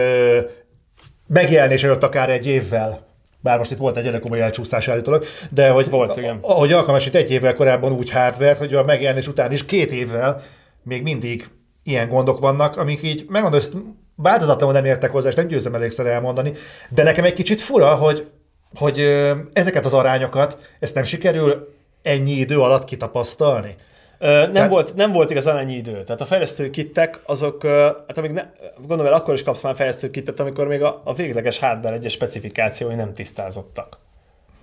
megjelenés előtt akár egy évvel, bár most itt volt egy elég komoly elcsúszás állítólag, de hogy, volt, igen. Ahogy alkalmasít egy évvel korábban úgy hardware, hogy a megjelenés után is 2 évvel még mindig ilyen gondok vannak, amik így, megmondom, ezt változatlanul nem értek hozzá, és nem győzöm elégszer elmondani, de nekem egy kicsit fura, hogy ezeket az arányokat, ezt nem sikerül ennyi idő alatt kitapasztalni. Nem volt igazán ennyi idő. Tehát a fejlesztő kittek, azok, hát amíg gondolom, akkor is kapsz már fejlesztő kittet, amikor még a végleges hardware egyes specifikációi nem tisztázottak.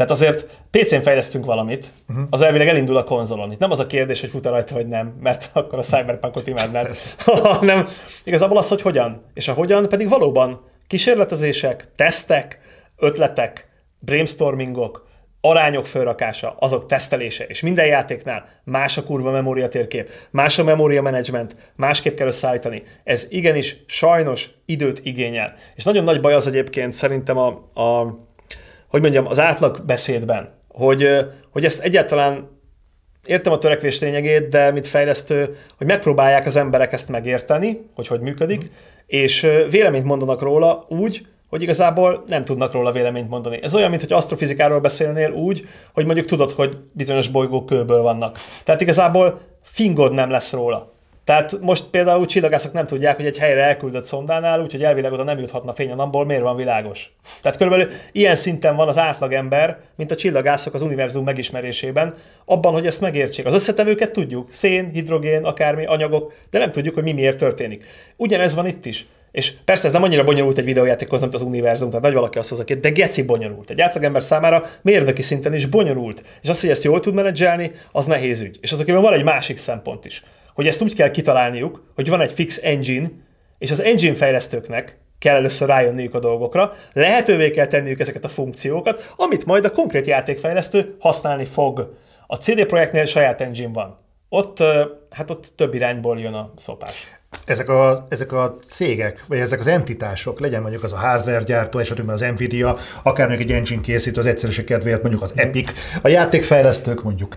Tehát azért PC-n fejlesztünk valamit, az elvileg elindul a konzolon. Itt nem az a kérdés, hogy fut-e rajta, vagy nem, mert akkor a Cyberpunkot imádnád. Hanem igazából az, hogy hogyan. És a hogyan pedig valóban kísérletezések, tesztek, ötletek, brainstormingok, arányok felrakása, azok tesztelése, és minden játéknál más a kurva memóriatérkép, más a memória management, másképp kell összeállítani. Ez igenis sajnos időt igényel. És nagyon nagy baj az egyébként szerintem hogy mondjam, az átlag beszédben, hogy ezt egyáltalán értem a törekvés lényegét, de mint fejlesztő, hogy megpróbálják az emberek ezt megérteni, hogy működik, és véleményt mondanak róla úgy, hogy igazából nem tudnak róla véleményt mondani. Ez olyan, mint hogy asztrofizikáról beszélnél úgy, hogy mondjuk tudod, hogy bizonyos bolygók kőből vannak. Tehát igazából fingod nem lesz róla. Tehát most például csillagászok nem tudják, hogy egy helyre elküldött szondánál, úgyhogy elvileg oda nem juthatna fény a napból, miért van világos. Tehát körülbelül ilyen szinten van az átlagember, mint a csillagászok az univerzum megismerésében, abban, hogy ezt megértsék. Az összetevőket tudjuk, szén, hidrogén, akármi, anyagok, de nem tudjuk, hogy mi miért történik. Ugyanez van itt is. És persze ez nem annyira bonyolult egy videójátékhoz, mint az univerzum, tehát nagy valaki azt hozza ki, de geci bonyolult. Egy átlagember számára mérnöki szinten is bonyolult. És az, hogy ezt jól tud menedzselni, az nehéz ügy. És azokban van egy másik szempont is, hogy ezt úgy kell kitalálniuk, hogy van egy fix engine, és az engine fejlesztőknek kell először rájönniük a dolgokra, lehetővé kell tenniük ezeket a funkciókat, amit majd a konkrét játékfejlesztő használni fog. A CD Projektnél saját engine van. Ott több irányból jön a szopás. Ezek a cégek, vagy ezek az entitások, legyen mondjuk az a hardware gyártó, esetünkben az Nvidia, akár mondjuk egy engine készítő, az egyszerűség kedvéért mondjuk az Epic, a játékfejlesztők, mondjuk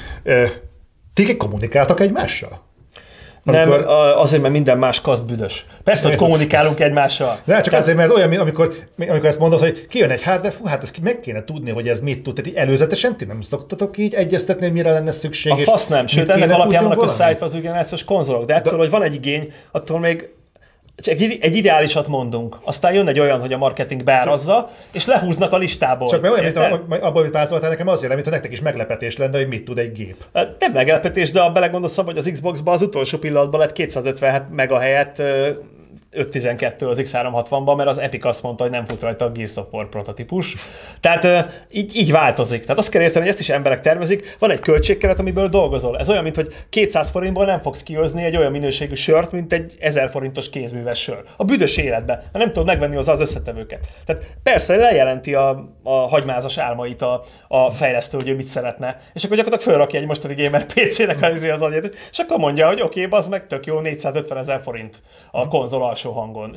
ti kommunikáltak egymással? Nem, azért, mert minden más kaszt büdös. Persze, hogy kommunikálunk egymással. De csak azért, mert olyan, amikor ezt mondod, hogy kijön egy hardware, hát ezt meg kéne tudni, hogy ez mit tud. Tehát előzetesen ti nem szoktatok így egyeztetni, hogy mire lenne szükség. A fasz nem, sőt ennek alapján vannak összeállítva az új generációs konzolok. De ettől, hogy van egy igény, attól még csak egy ideálisat mondunk. Aztán jön egy olyan, hogy a marketing beárazza, és lehúznak a listából. Csak mert olyan, mint abban, amit vázoltál nekem, azért, mint ha nektek is meglepetés lenne, hogy mit tud egy gép. Nem meglepetés, de ha belegondolsz abba, hogy az Xbox-ban az utolsó pillanatban lett 257 mega helyett 512 az X360-ban, mert az Epic azt mondta, hogy nem fut rajta a Gears of War prototípus. Tehát így változik. Tehát azt kell érteni, hogy ezt is emberek tervezik. Van egy költségkeret, amiből dolgozol. Ez olyan, mint hogy 200 forintból nem fogsz kihozni egy olyan minőségű sört, mint egy 1000 forintos kézműves sör. A büdös életben. Mert nem tudod megvenni hozzá az összetevőket. Tehát persze lejelenti a hagymázas álmait a fejlesztő, hogy ő mit szeretne. És akkor gyakorlatilag fölrakja egy mostani gamer PC-nek az agyát, és akkor mondja, hogy oké, bazd meg, tök jó, 450 000 forint a konzol alsó hangon.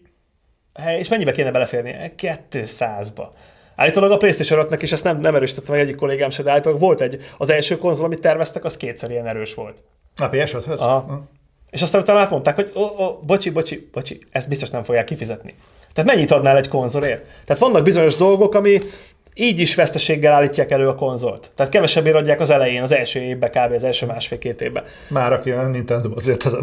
És mennyibe kéne beleférni? 200-ba. Állítólag a PlayStation 5-nek is, ezt nem erősítette meg egyik kollégám se, de állítólag volt az első konzol, amit terveztek, az kétszer ilyen erős volt. A PS5-höz? És aztán utána átmondták, hogy bocsi, ezt biztos nem fogják kifizetni. Tehát mennyit adnál egy konzolért? Tehát vannak bizonyos dolgok, ami így is veszteséggel állítják elő a konzolt. Tehát kevesebbért adják az elején, az első évben, kb. Az első másfél-két évben. Már aki a Nintendo azért az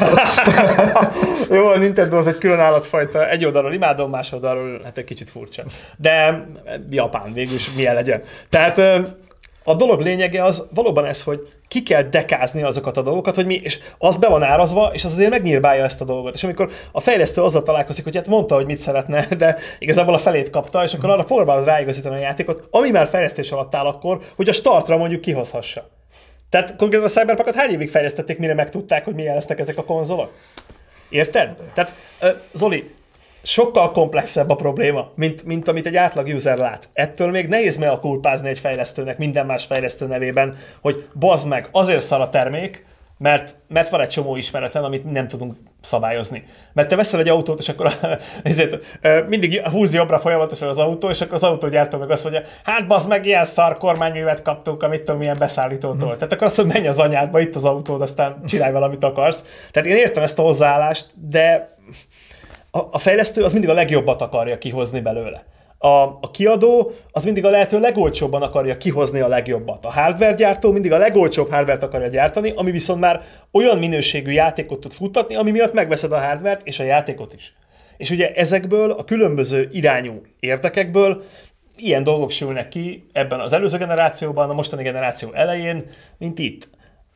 Jó, a Nintendo az egy külön állatfajta. Egy oldalról imádom, más oldalról hát egy kicsit furcsa. De Japán végül is milyen legyen. Tehát a dolog lényege az valóban ez, hogy ki kell dekázni azokat a dolgokat, hogy mi, és az be van árazva, és az azért megnyírbálja ezt a dolgot. És amikor a fejlesztő azzal találkozik, hogy hát mondta, hogy mit szeretne, de igazából a felét kapta, és akkor arra próbálod ráigazítani a játékot, ami már fejlesztés alatt áll akkor, hogy a startra mondjuk kihozhassa. Tehát konkrétan a Cyberpunkot hány évig fejlesztették, mire megtudták, hogy milyen lesznek ezek a konzolok? Érted? Tehát, Zoli, sokkal komplexebb a probléma, mint amit egy átlag user lát. Ettől még nehéz meg a kulpázni egy fejlesztőnek minden más fejlesztő nevében, hogy bazd meg, azért szar a termék, mert van egy csomó ismeretlen, amit nem tudunk szabályozni. Mert te veszel egy autót, és akkor mindig húz jobbra folyamatosan az autó, és akkor az autógyártó meg azt mondja, hát bazd meg, ilyen szar kormányművet kaptunk, amit tudom, milyen beszállítótól. Tehát akkor azt mondja, menj az anyádba, itt az autód, aztán csinálj valamit akarsz. Tehát én értem ezt a hozzáállást, de a fejlesztő az mindig a legjobbat akarja kihozni belőle. A kiadó az mindig a lehető legolcsóbban akarja kihozni a legjobbat. A hardware gyártó mindig a legolcsóbb hardware-t akarja gyártani, ami viszont már olyan minőségű játékot tud futtatni, ami miatt megveszed a hardware-t és a játékot is. És ugye ezekből a különböző irányú érdekekből ilyen dolgok sülnek ki ebben az előző generációban, a mostani generáció elején, mint itt.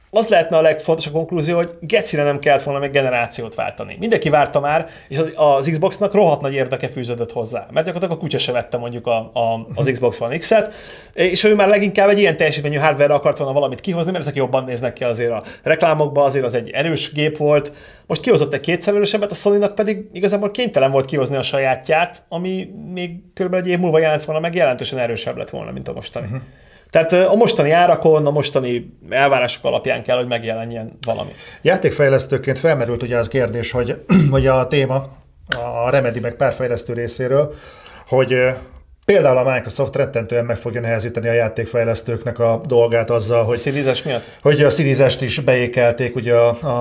az lehetne a legfontosabb konklúzió, hogy gecire nem kellett volna meg generációt váltani. Mindenki várta már, és az Xboxnak rohadt nagy érdeke fűződött hozzá. Mert gyakorlatilag a kutya se vette mondjuk az Xbox One X-et, és ő már leginkább egy ilyen teljesítményű hardware-re akart volna valamit kihozni, mert ezek jobban néznek ki azért a reklámokban, azért az egy erős gép volt. Most kihozott egy kétszer erősebbet, a Sony-nak pedig igazából kénytelen volt kihozni a sajátját, ami még kb. Egy év múlva jelent volna, meg jelentősen erősebb lett volna, mint a mostani. Tehát a mostani árakon, a mostani elvárások alapján kell, hogy megjelenjen valami. Játékfejlesztőként felmerült ugye az kérdés, hogy a téma a Remedy meg pár fejlesztő részéről, hogy például a Microsoft rettentően meg fogja nehezíteni a játékfejlesztőknek a dolgát azzal, hogy Series miatt? Hogy a Series-est is beékelték ugye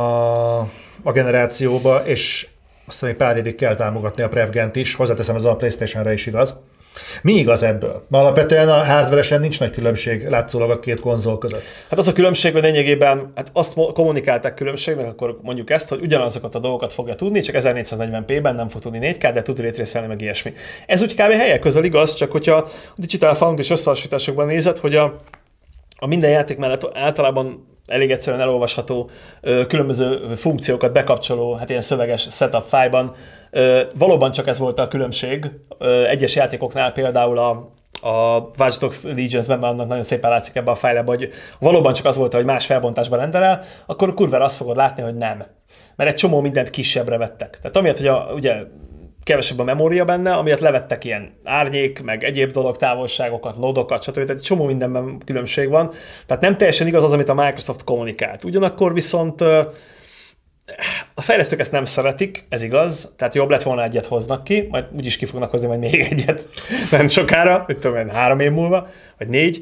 a generációba, és azt mondja, pár évig kell támogatni a Prevgent is, hozzáteszem, ez a PlayStation-re is igaz. Mi igaz ebből? Alapvetően a hardware-esen nincs nagy különbség látszólag a két konzol között. Hát az a különbség, hogy lényegében hát azt kommunikálták különbségnek, akkor mondjuk ezt, hogy ugyanazokat a dolgokat fogja tudni, csak 1440p-ben nem fog tudni 4K, de tud rétrészelni meg ilyesmi. Ez úgy kb. Helyek közel igaz, csak hogyha a Digital Foundry összehasonlításokban nézed, hogy a minden játék mellett általában elég egyszerűen elolvasható, különböző funkciókat bekapcsoló, hát ilyen szöveges setup file-ban. Valóban csak ez volt a különbség. Egyes játékoknál például a Watch Dogs Legions-ben annak nagyon szépen látszik ebben a file-ban, hogy valóban csak az volt, hogy más felbontásban rendelel, akkor kurvára azt fogod látni, hogy nem. Mert egy csomó mindent kisebbre vettek. Tehát amiatt, hogy ugye kevesebb a memória benne, amiatt levettek ilyen árnyék, meg egyéb dolog, távolságokat, loadokat, stb. Tehát egy csomó mindenben különbség van. Tehát nem teljesen igaz az, amit a Microsoft kommunikált. Ugyanakkor viszont a fejlesztők ezt nem szeretik, ez igaz, tehát jobb lett volna egyet hoznak ki, majd úgyis ki fognak hozni majd még egyet, nem sokára, mit tudom én, 3 év múlva, vagy 4.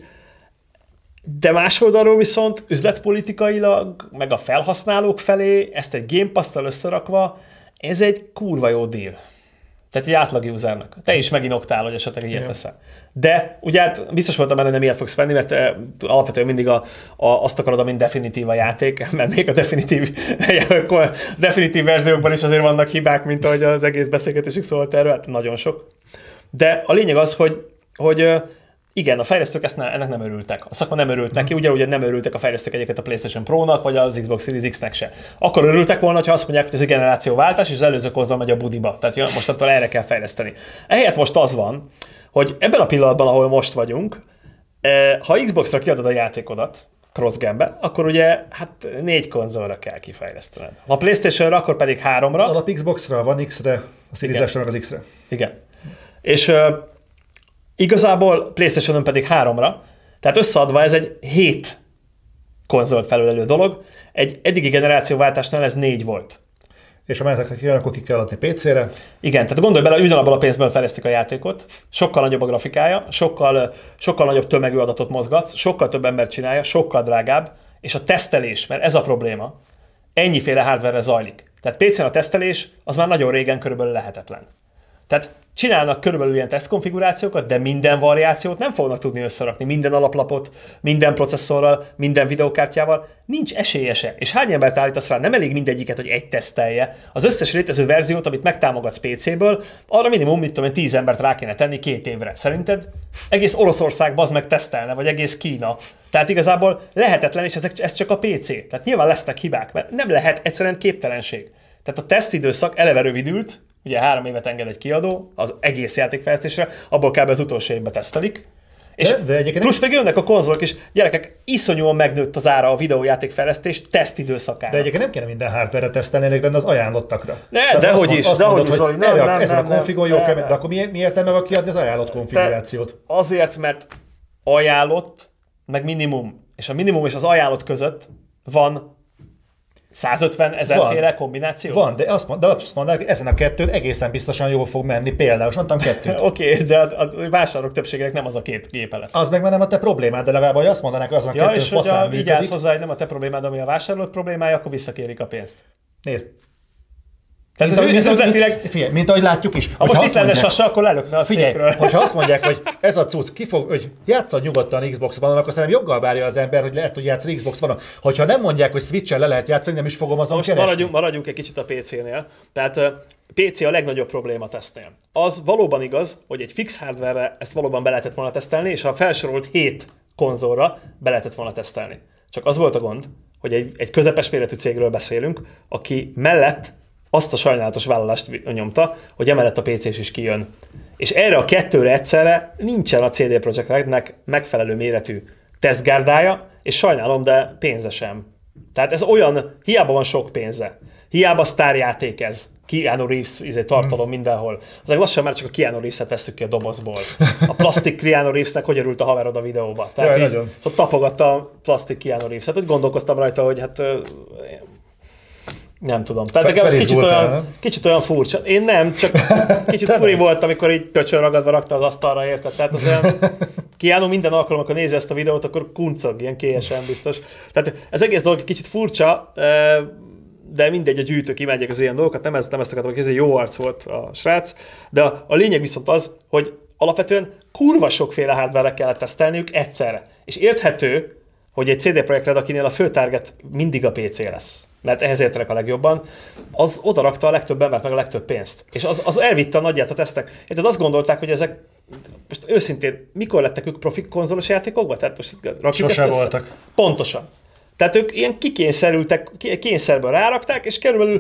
De más oldalról viszont üzletpolitikailag, meg a felhasználók felé ezt egy Game Pass-tal összerakva, ez egy kurva jó deal. Tehát egy átlag usernek. Te is megint oktál, hogy esetleg ilyet veszel. De ugye hát biztos voltam benne, nem ilyet fogsz venni, mert alapvetően mindig azt akarod, amint definitív a játék, mert még a definitív verziókban is azért vannak hibák, mint ahogy az egész beszélgetésük szólt erről, hát nagyon sok. De a lényeg az, hogy igen, a fejlesztők ennek nem örültek. A szakma nem örült neki, ugye nem örültek a fejlesztők egyébként a PlayStation Pro-nak, vagy az Xbox Series X-nek se. Akkor örültek volna, ha azt mondják, hogy ez egy generációváltás, és az előző konzol megy a budiba. Tehát mostantól erre kell fejleszteni. Ehelyett most az van, hogy ebben a pillanatban, ahol most vagyunk, ha Xbox-ra kiadod a játékodat, cross-gen-be, akkor ugye hát 4 konzolra kell kifejlesztened. Ha PlayStation-ra, akkor pedig 3-ra. Az alap Xbox-ra, van X-re, a Series S-re, az X-re. Igen. És igazából PlayStation-on pedig 3-ra, tehát összeadva ez egy 7 konzolt felülelő dolog. Egy eddigi generációváltásnál ez 4 volt. És ha meheteknek jön, akkor ki kell adni PC-re. Igen, tehát gondolj bele, ugyanabban a pénzből fejlesztik a játékot, sokkal nagyobb a grafikája, sokkal nagyobb tömegű adatot mozgatsz, sokkal több ember csinálja, sokkal drágább, és a tesztelés, mert ez a probléma, ennyiféle hardware-re zajlik. Tehát PC-n a tesztelés az már nagyon régen körülbelül lehetetlen. Tehát csinálnak körülbelül ilyen tesztkonfigurációkat, de minden variációt nem fognak tudni összerakni, minden alaplapot, minden processzorral, minden videokártyával, nincs esélye se. És hány embert állítasz rá, nem elég mindegyiket, hogy egy tesztelje. Az összes létező verziót, amit megtámogatsz PC-ből, arra minimum, mit tudom én, 10 embert rá kéne tenni 2 évre. Szerinted egész Oroszország bazd meg tesztelne, vagy egész Kína. Tehát igazából lehetetlen, és ez csak a PC. Tehát nyilván lesznek hibák, mert nem lehet, egyszerűen képtelenség. Tehát a tesztidőszak eleve rövidült, ugye 3 évet enged egy kiadó az egész játékfejlesztésre, abból kb. Az utolsó évben tesztelik. És plusz meg jönnek a konzolok, és gyerekek, iszonyúan megnőtt az ára a videójátékfejlesztés tesztidőszakára. De egyébként nem kéne minden hardware-re tesztelni, elég lenne az ajánlottakra. Dehogy is. Ezen a konfigon jó kell, de akkor miért nem meg kiadni az ajánlott konfigurációt? Azért, mert ajánlott, meg minimum. És a minimum és az ajánlott között van 150 000 féle kombináció? Van, de azt mondják, hogy ezen a kettőn egészen biztosan jól fog menni. Például, most mondtam 2. Oké, de a vásárlók többségének nem az a 2 gépe lesz. Az meg már nem a te problémád, de legalább, hogy azt mondanák, azon a 2 faszán működik. Így állsz hozzá, hogy nem a te problémád, ami a vásárlók problémája, akkor visszakérik a pénzt. Nézd. Tehát mint ahogy látjuk is. Ha most itt lenne Sasa, akkor lelökne a székről. Hogyha azt mondják, hogy ez a cucc, hogy játszad nyugodtan Xbox One-on, akkor szerintem joggal várja az ember, hogy lehet, hogy játsz Xbox One-on. Hogyha nem mondják, hogy Switch-en le lehet játszani, nem is fogom azon keresni. Maradjunk egy kicsit a PC-nél. Tehát PC a legnagyobb probléma tesztnél. Az valóban igaz, hogy egy fix hardware-re ezt valóban be lehetett volna tesztelni, és a felsorolt 7 konzolra be lehetett volna tesztelni. Csak az volt a gond, hogy egy közepes méretű cégről beszélünk, aki mellett azt a sajnálatos vállalást nyomta, hogy emellett a PC-s is kijön. És erre a kettőre egyszerre nincsen a CD Projekt Rednek megfelelő méretű tesztgárdája, és sajnálom, de pénze sem. Tehát ez olyan, hiába van sok pénze, hiába sztárjáték ez, Keanu Reeves tartalom mindenhol. Azért lassan már csak a Keanu Reeves-et vesszük ki a dobozból. A plastik Keanu Reeves-nek hogy örült a haverod a videóba. Tehát így, ott tapogatta a plastik Keanu Reeves-et, hogy gondolkoztam rajta, hogy hát nem tudom. Tehát nekem ez kicsit olyan furcsa. Én nem, csak kicsit furi volt, amikor így pöcsön ragadva rakta az asztalra, érted? Tehát az olyan, Keanu minden alkalom, amikor nézi ezt a videót, akkor kuncog, ilyen kélyesen biztos. Tehát ez egész dolog kicsit furcsa, de mindegy, a gyűjtők imádják az ilyen dolgokat, nem ezt akartam, hogy ez egy jó arc volt a srác, de a lényeg viszont az, hogy alapvetően kurva sokféle hardware-re kellett tesztelniük egyszerre. És érthető, hogy egy CD Projekt Red, akinél a fő target mindig a PC lesz, mert ehhez értenek a legjobban, az odarakta a legtöbb embert, meg a legtöbb pénzt. És az elvitte a nagyját a tesztek. Érted, azt gondolták, hogy ezek, most őszintén, mikor lettek ők profi konzolos játékokba? Tehát most rakjuk sose voltak. Pontosan. Tehát ők ilyen kikényszerültek, kényszerből rárakták, és körülbelül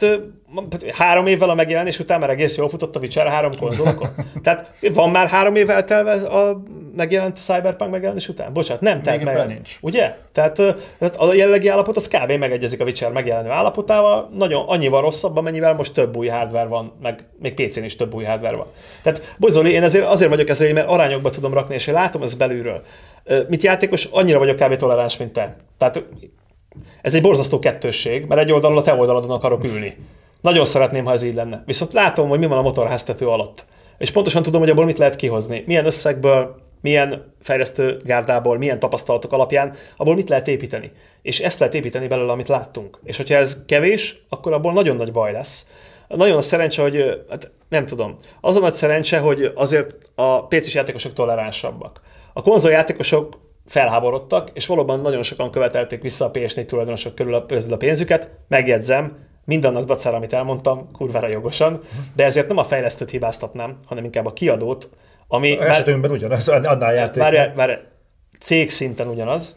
3 évvel a megjelenés után már egész jól futott a Witcher 3 konzolokon. Tehát van már 3 év eltelve a megjelent Cyberpunk megjelenés után? Bocsánat, nem telt meg. Nincs. Ugye? Tehát a jelenlegi állapot az kb. Megegyezik a Witcher megjelenő állapotával, nagyon annyival rosszabb, amennyivel most több új hardware van, meg még PC-n is több új hardware van. Tehát Zoli, én azért vagyok ezzel, mert arányokba tudom rakni, és én látom ezt belülről. Mint játékos annyira vagyok kb. Toleráns, mint te. Tehát ez egy borzasztó kettősség, mert egy oldalon a te oldaladon akarok ülni. Nagyon szeretném, ha ez így lenne. Viszont látom, hogy mi van a motorháztető alatt. És pontosan tudom, hogy abból mit lehet kihozni. Milyen összegből, milyen fejlesztő gárdából, milyen tapasztalatok alapján, abból mit lehet építeni. És ezt lehet építeni belőle, amit láttunk. És hogyha ez kevés, akkor abból nagyon nagy baj lesz. Nagyon a szerencse, hogy hát nem tudom. Az a nagy szerencse, hogy azért a PC-s játékosok toleránsabbak. A konzoljátékosok felháborodtak, és valóban nagyon sokan követelték vissza a PS4 tulajdonosok körül a pénzüket. Megjegyzem, mindannak dacára, amit elmondtam, kurvára jogosan, de ezért nem a fejlesztőt hibáztatnám, hanem inkább a kiadót, ami... Esetünkben ugyanaz, annál játék. Bár cég szinten ugyanaz,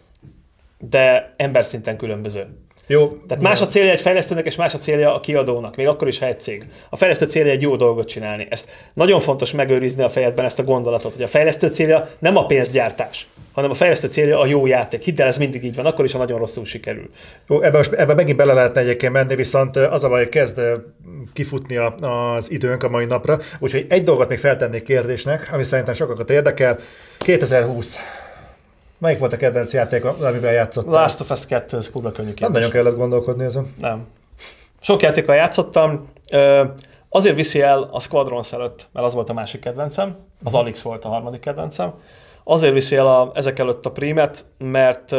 de ember szinten különböző. Jó. Tehát más a célja egy fejlesztőnek, és más a célja a kiadónak, még akkor is, ha egy cég. A fejlesztő célja egy jó dolgot csinálni. Ezt nagyon fontos megőrizni a fejedben, ezt a gondolatot, hogy a fejlesztő célja nem a pénzgyártás, hanem a fejlesztő célja a jó játék. Hidd el, ez mindig így van, akkor is, ha nagyon rosszul sikerül. Jó, ebbe megint bele lehetne egyébként menni, viszont az a baj, hogy kezd kifutni az időnk a mai napra, úgyhogy egy dolgot még feltennék kérdésnek, ami szerintem sokakat érdekel. 2020. Melyik volt a kedvenc játék, amivel játszottál? Last of Us 2, ez kurva könnyű kérdés. Nem nagyon kellett gondolkodni ezen. Nem. Sok játékkal játszottam. Azért viszi el a Squadrons előtt, mert az volt a másik kedvencem. Az Alyx volt a harmadik kedvencem. Azért viszi el ezek előtt a Primet, mert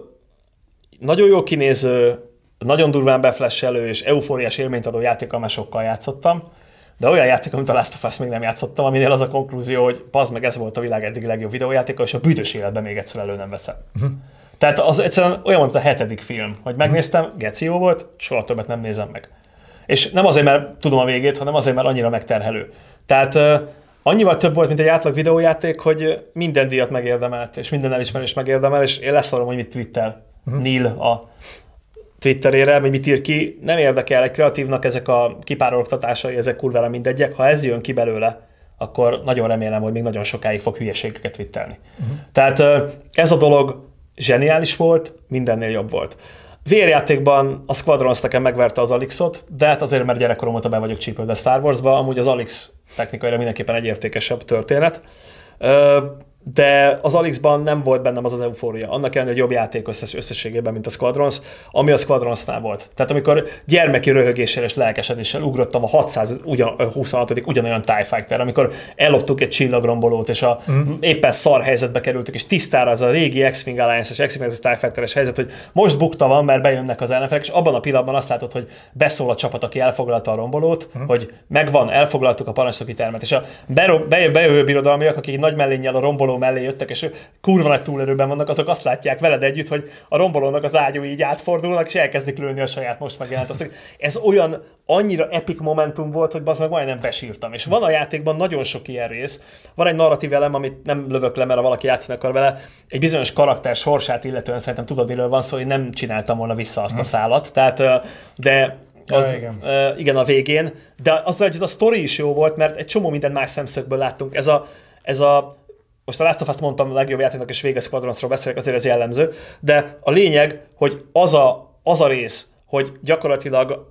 nagyon jól kinéző, nagyon durván beflashelő és eufóriás élményt adó játékkal már sokkal játszottam. De olyan játék, amit a Last of Us még nem játszottam, aminél az a konklúzió, hogy pazd meg, ez volt a világ eddig legjobb videójátéka, és a büdös életben még egyszer elő nem veszem. Tehát az egyszerűen olyan, mint a 7. film, hogy megnéztem, geci jó volt, soha többet nem nézem meg. És nem azért, mert tudom a végét, hanem azért, mert annyira megterhelő. Tehát annyival több volt, mint egy átlag videójáték, hogy minden díjat megérdemelt, és minden elismerést megérdemel, és én leszarom, hogy mit twitter Neil a Twitterére, vagy mit ír ki, nem érdekel, egy kreatívnak ezek a kipárologtatásai, ezek kurvára mindegyek. Ha ez jön ki belőle, akkor nagyon remélem, hogy még nagyon sokáig fog hülyeségeket twittelni. Tehát ez a dolog zseniális volt, mindennél jobb volt. VR-játékban a Squadrons nekem megverte az Alyxot, de hát azért, mert gyerekkorom óta be vagyok csípődve Star Warsba, amúgy az Alyx technikailag mindenképpen egy értékesebb történet. De az Alyxban nem volt bennem az eufória. Annak ellenére, hogy jobb játék összességében, mint a Squadrons, ami a Squadronsnál volt. Tehát amikor gyermeki röhögéssel és lelkesedéssel ugrottam a 626. ugyanolyan TIE Fighter, amikor elloptuk egy csillagrombolót, és éppen szar helyzetbe kerültük, és tisztára az a régi X-Wing Alliance-es, X-Wing TIE Fighter-es helyzet, hogy most bukta van, mert bejönnek az ellenfelek, és abban a pillanatban azt látod, hogy beszól a csapat, aki elfoglalta a rombolót, hogy megvan, elfoglaltuk a parancsnoki termet, és a bejövő birodalmiak, akik nagy mellénnyel a romboló romboló mellé jöttek, és kurva nagy túlerőben vannak, azok azt látják veled együtt, hogy a rombolónak az ágyúi így átfordulnak, és elkezdik lőni a saját most megjelent. Ez olyan annyira epic momentum volt, hogy bazd meg majdnem besírtam. És van a játékban nagyon sok ilyen rész. Van egy narratív elem, amit nem lövök le, mert ha valaki játszani akar vele, egy bizonyos karakter sorsát illetően szerintem tudod, miről van szó, hogy nem csináltam volna vissza azt a szálat. Tehát, de az, igen, a végén. De azzal együtt a sztori is jó volt, mert egy csomó minden más szemszögből láttunk. Ez a most a Last of Us-t mondtam a legjobb játéknak, és Vegas Squadronsról beszélek, azért ez jellemző, de a lényeg, hogy az a rész, hogy gyakorlatilag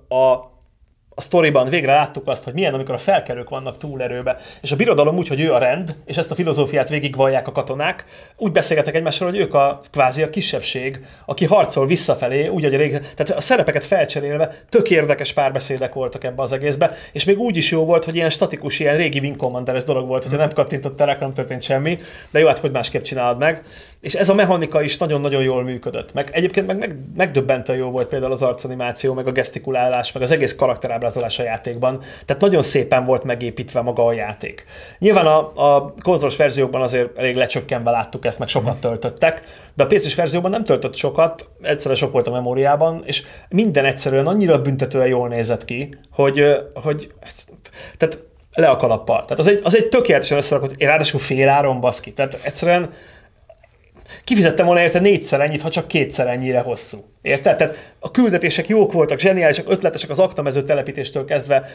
a sztoriban végre láttuk azt, hogy milyen, amikor a felkelők vannak túlerőbe, és a birodalom úgy, hogy ő a rend, és ezt a filozófiát végigvallják a katonák, úgy beszélgetek egymással, hogy ők kvázi a kisebbség, aki harcol visszafelé, úgy, hogy tehát a szerepeket felcserélve tök érdekes párbeszédek voltak ebbe az egészbe, és még úgy is jó volt, hogy ilyen statikus, ilyen régi Wing Commander-es dolog volt, hogyha nem kattintottál rá, nem történt semmi, de jó, hát hogy másképp csinálod meg. És ez a mechanika is nagyon-nagyon jól működött. Meg egyébként megdöbbentően jó volt például az arcanimáció, meg a gesztikulálás, meg az egész karakterábrázolás a játékban. Tehát nagyon szépen volt megépítve maga a játék. Nyilván a konzolos verziókban azért elég lecsökkenve láttuk ezt, meg sokat töltöttek, de a PC-s verzióban nem töltött sokat, egyszerűen sok volt a memóriában, és minden egyszerűen annyira büntetően jól nézett ki, hogy tehát le a kalappal. Tehát az egy tökéletesen összerakott, ráadásul féláron, baszki. Tehát egyszerűen kifizettem volna érte 4-szer ennyit, ha csak 2-szer ennyire hosszú. Érted? Tehát a küldetések jók voltak, zseniálisak, ötletesek az aktamező telepítéstől kezdve,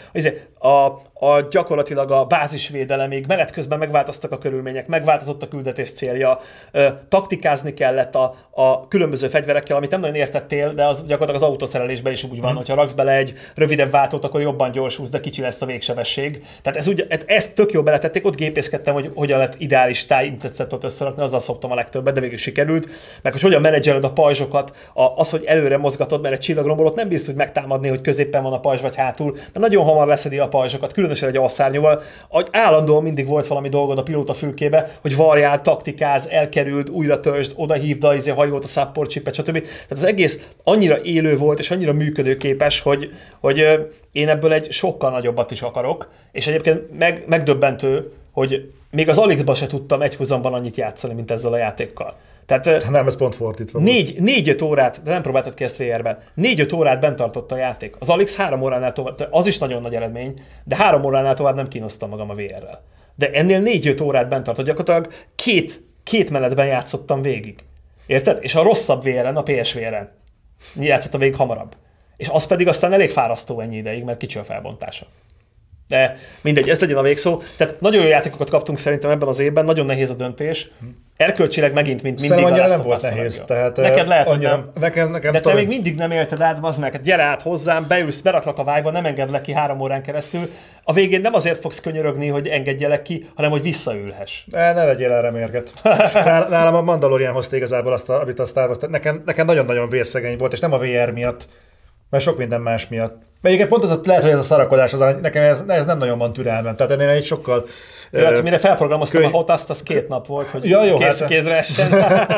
gyakorlatilag a bázisvédelemig, menet közben megváltoztak a körülmények, megváltozott a küldetés célja, taktikázni kellett a különböző fegyverekkel, amit nem nagyon értettél, de az gyakorlatilag az autószerelésben is úgy van, hogyha raksz bele egy rövidebb váltót, akkor jobban gyorsulsz, de kicsi lesz a végsebesség. Tehát ezt tök jól beletették, ott gépészkedtem, hogy hogyan lett ideális tájinterceptot összerakni, azzal szoktam a legtöbbet, de végül sikerült, meg hogy hogyan menedzseled a pajzsokat, hogy előre mozgatod, mert egy csillagrombolót nem bírsz úgy megtámadni, hogy középen van a pajzs vagy hátul, mert nagyon hamar leszedi a pajzsokat, különösen egy alszárnyúval, hogy állandóan mindig volt valami dolgod a pilóta fülkébe, hogy varjál, taktikáz, elkerült, újra törzsd, odahívd a hajót, a support chipet, stb. Tehát az egész annyira élő volt és annyira működőképes, hogy én ebből egy sokkal nagyobbat is akarok, és egyébként megdöbbentő, hogy még az Alyx-ba se tudtam egyhuzamban annyit játszani, mint ezzel a játékkal. Tehát nem, ez pont fordítva. 4-5 órát, de nem próbáltad ki ezt VR-ben, 4-5 órát bent tartott a játék. Az Alyx 3 óránál tovább, az is nagyon nagy eredmény, de 3 óránál tovább nem kínoztam magam a VR-rel. De ennél 4-5 órát bent tartott, gyakorlatilag két menetben játszottam végig. Érted? És a rosszabb VR-en, a PSVR-en játszottam végig hamarabb. És az pedig aztán elég fárasztó ennyi ideig, mert kicsi a felbontása. De mindegy, ez legyen a végszó. Tehát nagyon jó játékokat kaptunk szerintem ebben az évben, nagyon nehéz a döntés. Erkölcsileg megint, mint mindig. Szerintem nem volt nehéz. Tehát, neked lehet, annyira, hogy nem. Nekem de te még mindig nem élted át, bazd meg, gyere át hozzám, beülsz, beraklak a vágyba, nem engedlek ki 3 órán keresztül. A végén nem azért fogsz könyörögni, hogy engedjelek ki, hanem hogy visszaülhess. Ne legyél erre mérget. Nálam a Mandalorian hozta igazából azt, amit a Star Wars. Nekem nagyon-nagyon vérszegény volt, és nem a VR miatt, mert sok minden más miatt. Mert pont az lehet, hogy ez a szarakodás, nekem ez nem nagyon van türelmem. Tehát ennél egy sokkal... Hát, mire felprogramoztam a Hotaszt, az 2 nap volt, hogy kézre essen.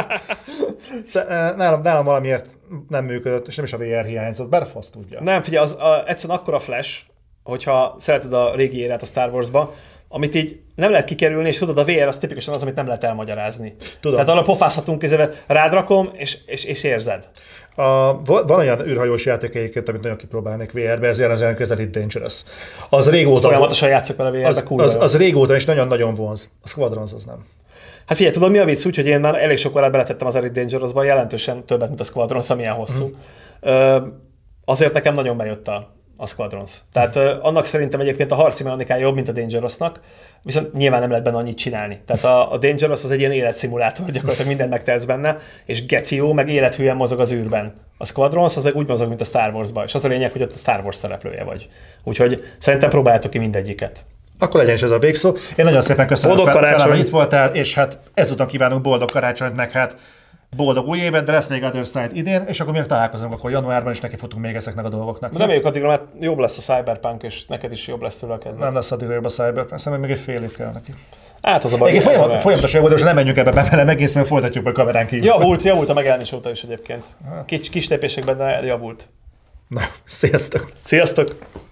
Nálam valamiért nem működött, és nem is a VR hiányzott, bár fasz tudja. Nem, figyelj, egyszerűen akkora flash, hogyha szereted a régi érát a Star Wars-ba, amit így nem lehet kikerülni, és tudod, a VR az tipikusan az, amit nem lehet elmagyarázni. Tudom. Tehát arra pofázhatunk kézzel, rád rakom, és érzed. Van olyan űrhajós játék egyébként, amit nagyon kipróbálnék VR-be, ez jelenleg az Elite Dangerous. Az régóta... Folyamatosan játszok vele VR-be, az régóta is nagyon-nagyon vonz. A Squadrons az nem. Hát figyelj, tudod mi a vicc? Úgyhogy én már elég sok órát beletettem az Elite Dangerous-ba, jelentősen többet, mint a Squadrons, amilyen hosszú. Azért nekem nagyon bejött a Squadrons. Tehát annak szerintem egyébként a harci mechanikája jobb, mint a Dangerousnak, viszont nyilván nem lehet benne annyit csinálni. Tehát a Dangerous az egy ilyen életszimulátor, gyakorlatilag mindent megtehetsz benne, és geci jó, meg élethűen mozog az űrben. A Squadrons az meg úgy mozog, mint a Star Wars-ban, és az a lényeg, hogy ott a Star Wars szereplője vagy. Úgyhogy szerintem próbáljátok ki mindegyiket. Akkor legyen is ez a végszó. Én nagyon szépen köszönöm, hogy itt voltál, és hát ezúton kívánunk boldog karácsonyt, meg hát boldog új évet, de lesz még Other Side idén, és akkor még találkozunk, akkor januárban is neki futunk még ezeknek a dolgoknak. Reméljük addigra, mert jobb lesz a Cyberpunk, és neked is jobb lesz tőle a kedve. Nem lesz addigra jobb a Cyberpunk, szerintem még egy fél év kell neki. Hát az a baj. Folyamatosan jobb, de nem menjünk ebbe bele, egészen folytatjuk be kamerán kívül. Javult a megjelenés óta is egyébként. Kis lépésekben, de javult. Na, sziasztok! Sziasztok!